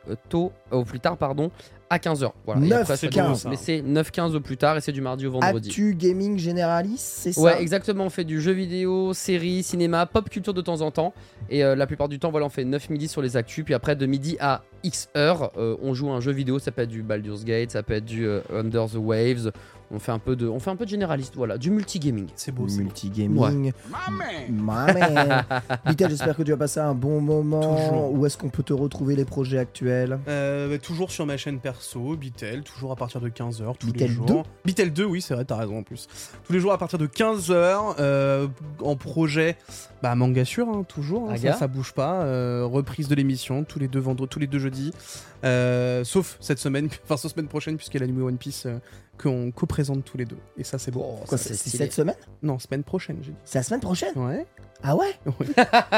au plus tard, à 15h. Voilà. Et après, ça 9-15. dure, mais c'est 9-15 au plus tard et c'est du mardi au vendredi. Actu gaming généraliste, c'est ça? Ouais, exactement. On fait du jeu vidéo, séries, cinéma, pop culture de temps en temps. Et la plupart du temps, voilà, on fait 9 midi sur les actus. Puis après, de midi à X heures, on joue un jeu vidéo. Ça peut être du Baldur's Gate, ça peut être du Under the Waves. On fait un peu de généraliste, voilà, du multigaming. C'est beau. Multigaming. Maman. Bitel, j'espère que tu as passé un bon moment. Toujours. Où est-ce qu'on peut te retrouver les projets actuels? Toujours sur ma chaîne perso, Bitel, toujours à partir de 15h tous Bitel les jours. 2? Bitel 2, oui, c'est vrai, t'as raison en plus. Tous les jours à partir de 15h, en projet, manga sûr, hein, toujours, hein, ça bouge pas. Reprise de l'émission tous les deux jeudis. Sauf cette semaine, enfin sauf semaine prochaine, puisqu'il y a l'anime One Piece qu'on co-présente tous les deux. Et ça, c'est beau. Oh, quoi, c'est cette semaine? Non, semaine prochaine, j'ai dit. C'est la semaine prochaine? Ouais. Ah ouais? Oui.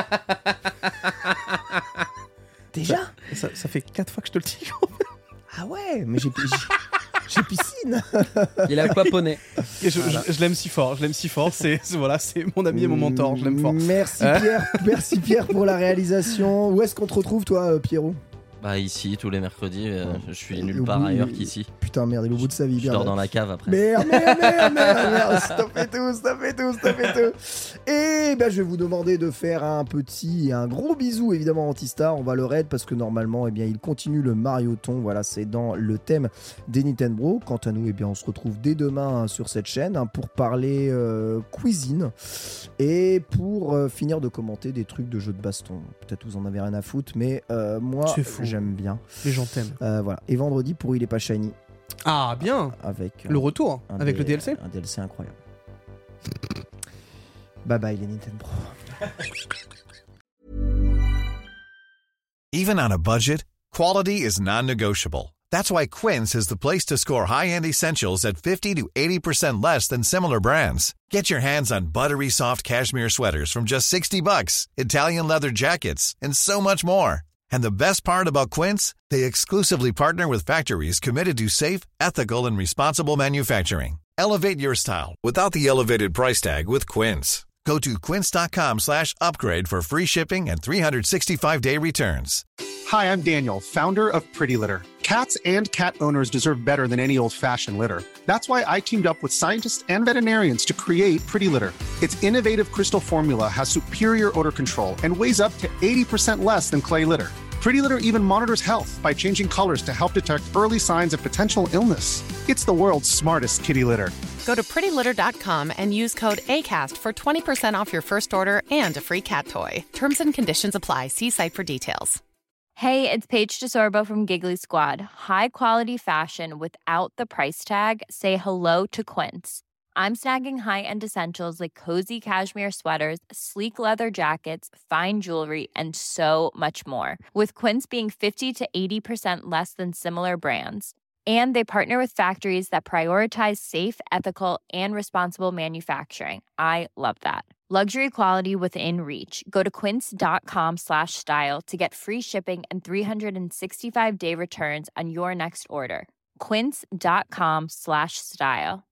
Déjà? Ça fait 4 fois que je te le dis. Ah ouais, mais j'ai piscine. Il a aquaponé. Je l'aime si fort, c'est mon ami et mon mentor, je l'aime fort. Merci Pierre pour la réalisation. Où est-ce qu'on te retrouve toi, Pierrot? Ici, tous les mercredis, je suis nulle part ailleurs qu'ici. Putain, merde, il est au bout de sa vie. Je dors dans la cave après. Merde. Stoppez tout. Et je vais vous demander de faire un gros bisou, évidemment, Antistar. On va le raid parce que normalement, il continue le Marioton. Voilà, c'est dans le thème des Nintendo. Quant à nous, on se retrouve dès demain sur cette chaîne pour parler cuisine et pour finir de commenter des trucs de jeux de baston. Peut-être vous en avez rien à foutre, mais moi, j'aime bien. Les gens t'aiment. Voilà. Et vendredi, pour Il est pas shiny. Ah, bien. Avec le retour, avec le DLC. Un DLC incroyable. Bye bye les Nintendo. Even on a budget, quality is non-negotiable. That's why Quince is the place to score high-end essentials at 50 to 80% less than similar brands. Get your hands on buttery soft cashmere sweaters from just $60, Italian leather jackets, and so much more. And the best part about Quince, they exclusively partner with factories committed to safe, ethical, and responsible manufacturing. Elevate your style without the elevated price tag with Quince. Go to quince.com/upgrade for free shipping and 365-day returns. Hi, I'm Daniel, founder of Pretty Litter. Cats and cat owners deserve better than any old-fashioned litter. That's why I teamed up with scientists and veterinarians to create Pretty Litter. Its innovative crystal formula has superior odor control and weighs up to 80% less than clay litter. Pretty Litter even monitors health by changing colors to help detect early signs of potential illness. It's the world's smartest kitty litter. Go to prettylitter.com and use code ACAST for 20% off your first order and a free cat toy. Terms and conditions apply. See site for details. Hey, it's Paige DeSorbo from Giggly Squad. High quality fashion without the price tag. Say hello to Quince. I'm snagging high-end essentials like cozy cashmere sweaters, sleek leather jackets, fine jewelry, and so much more. With Quince being 50 to 80% less than similar brands. And they partner with factories that prioritize safe, ethical, and responsible manufacturing. I love that. Luxury quality within reach. Go to quince.com/style to get free shipping and 365-day returns on your next order. Quince.com/style.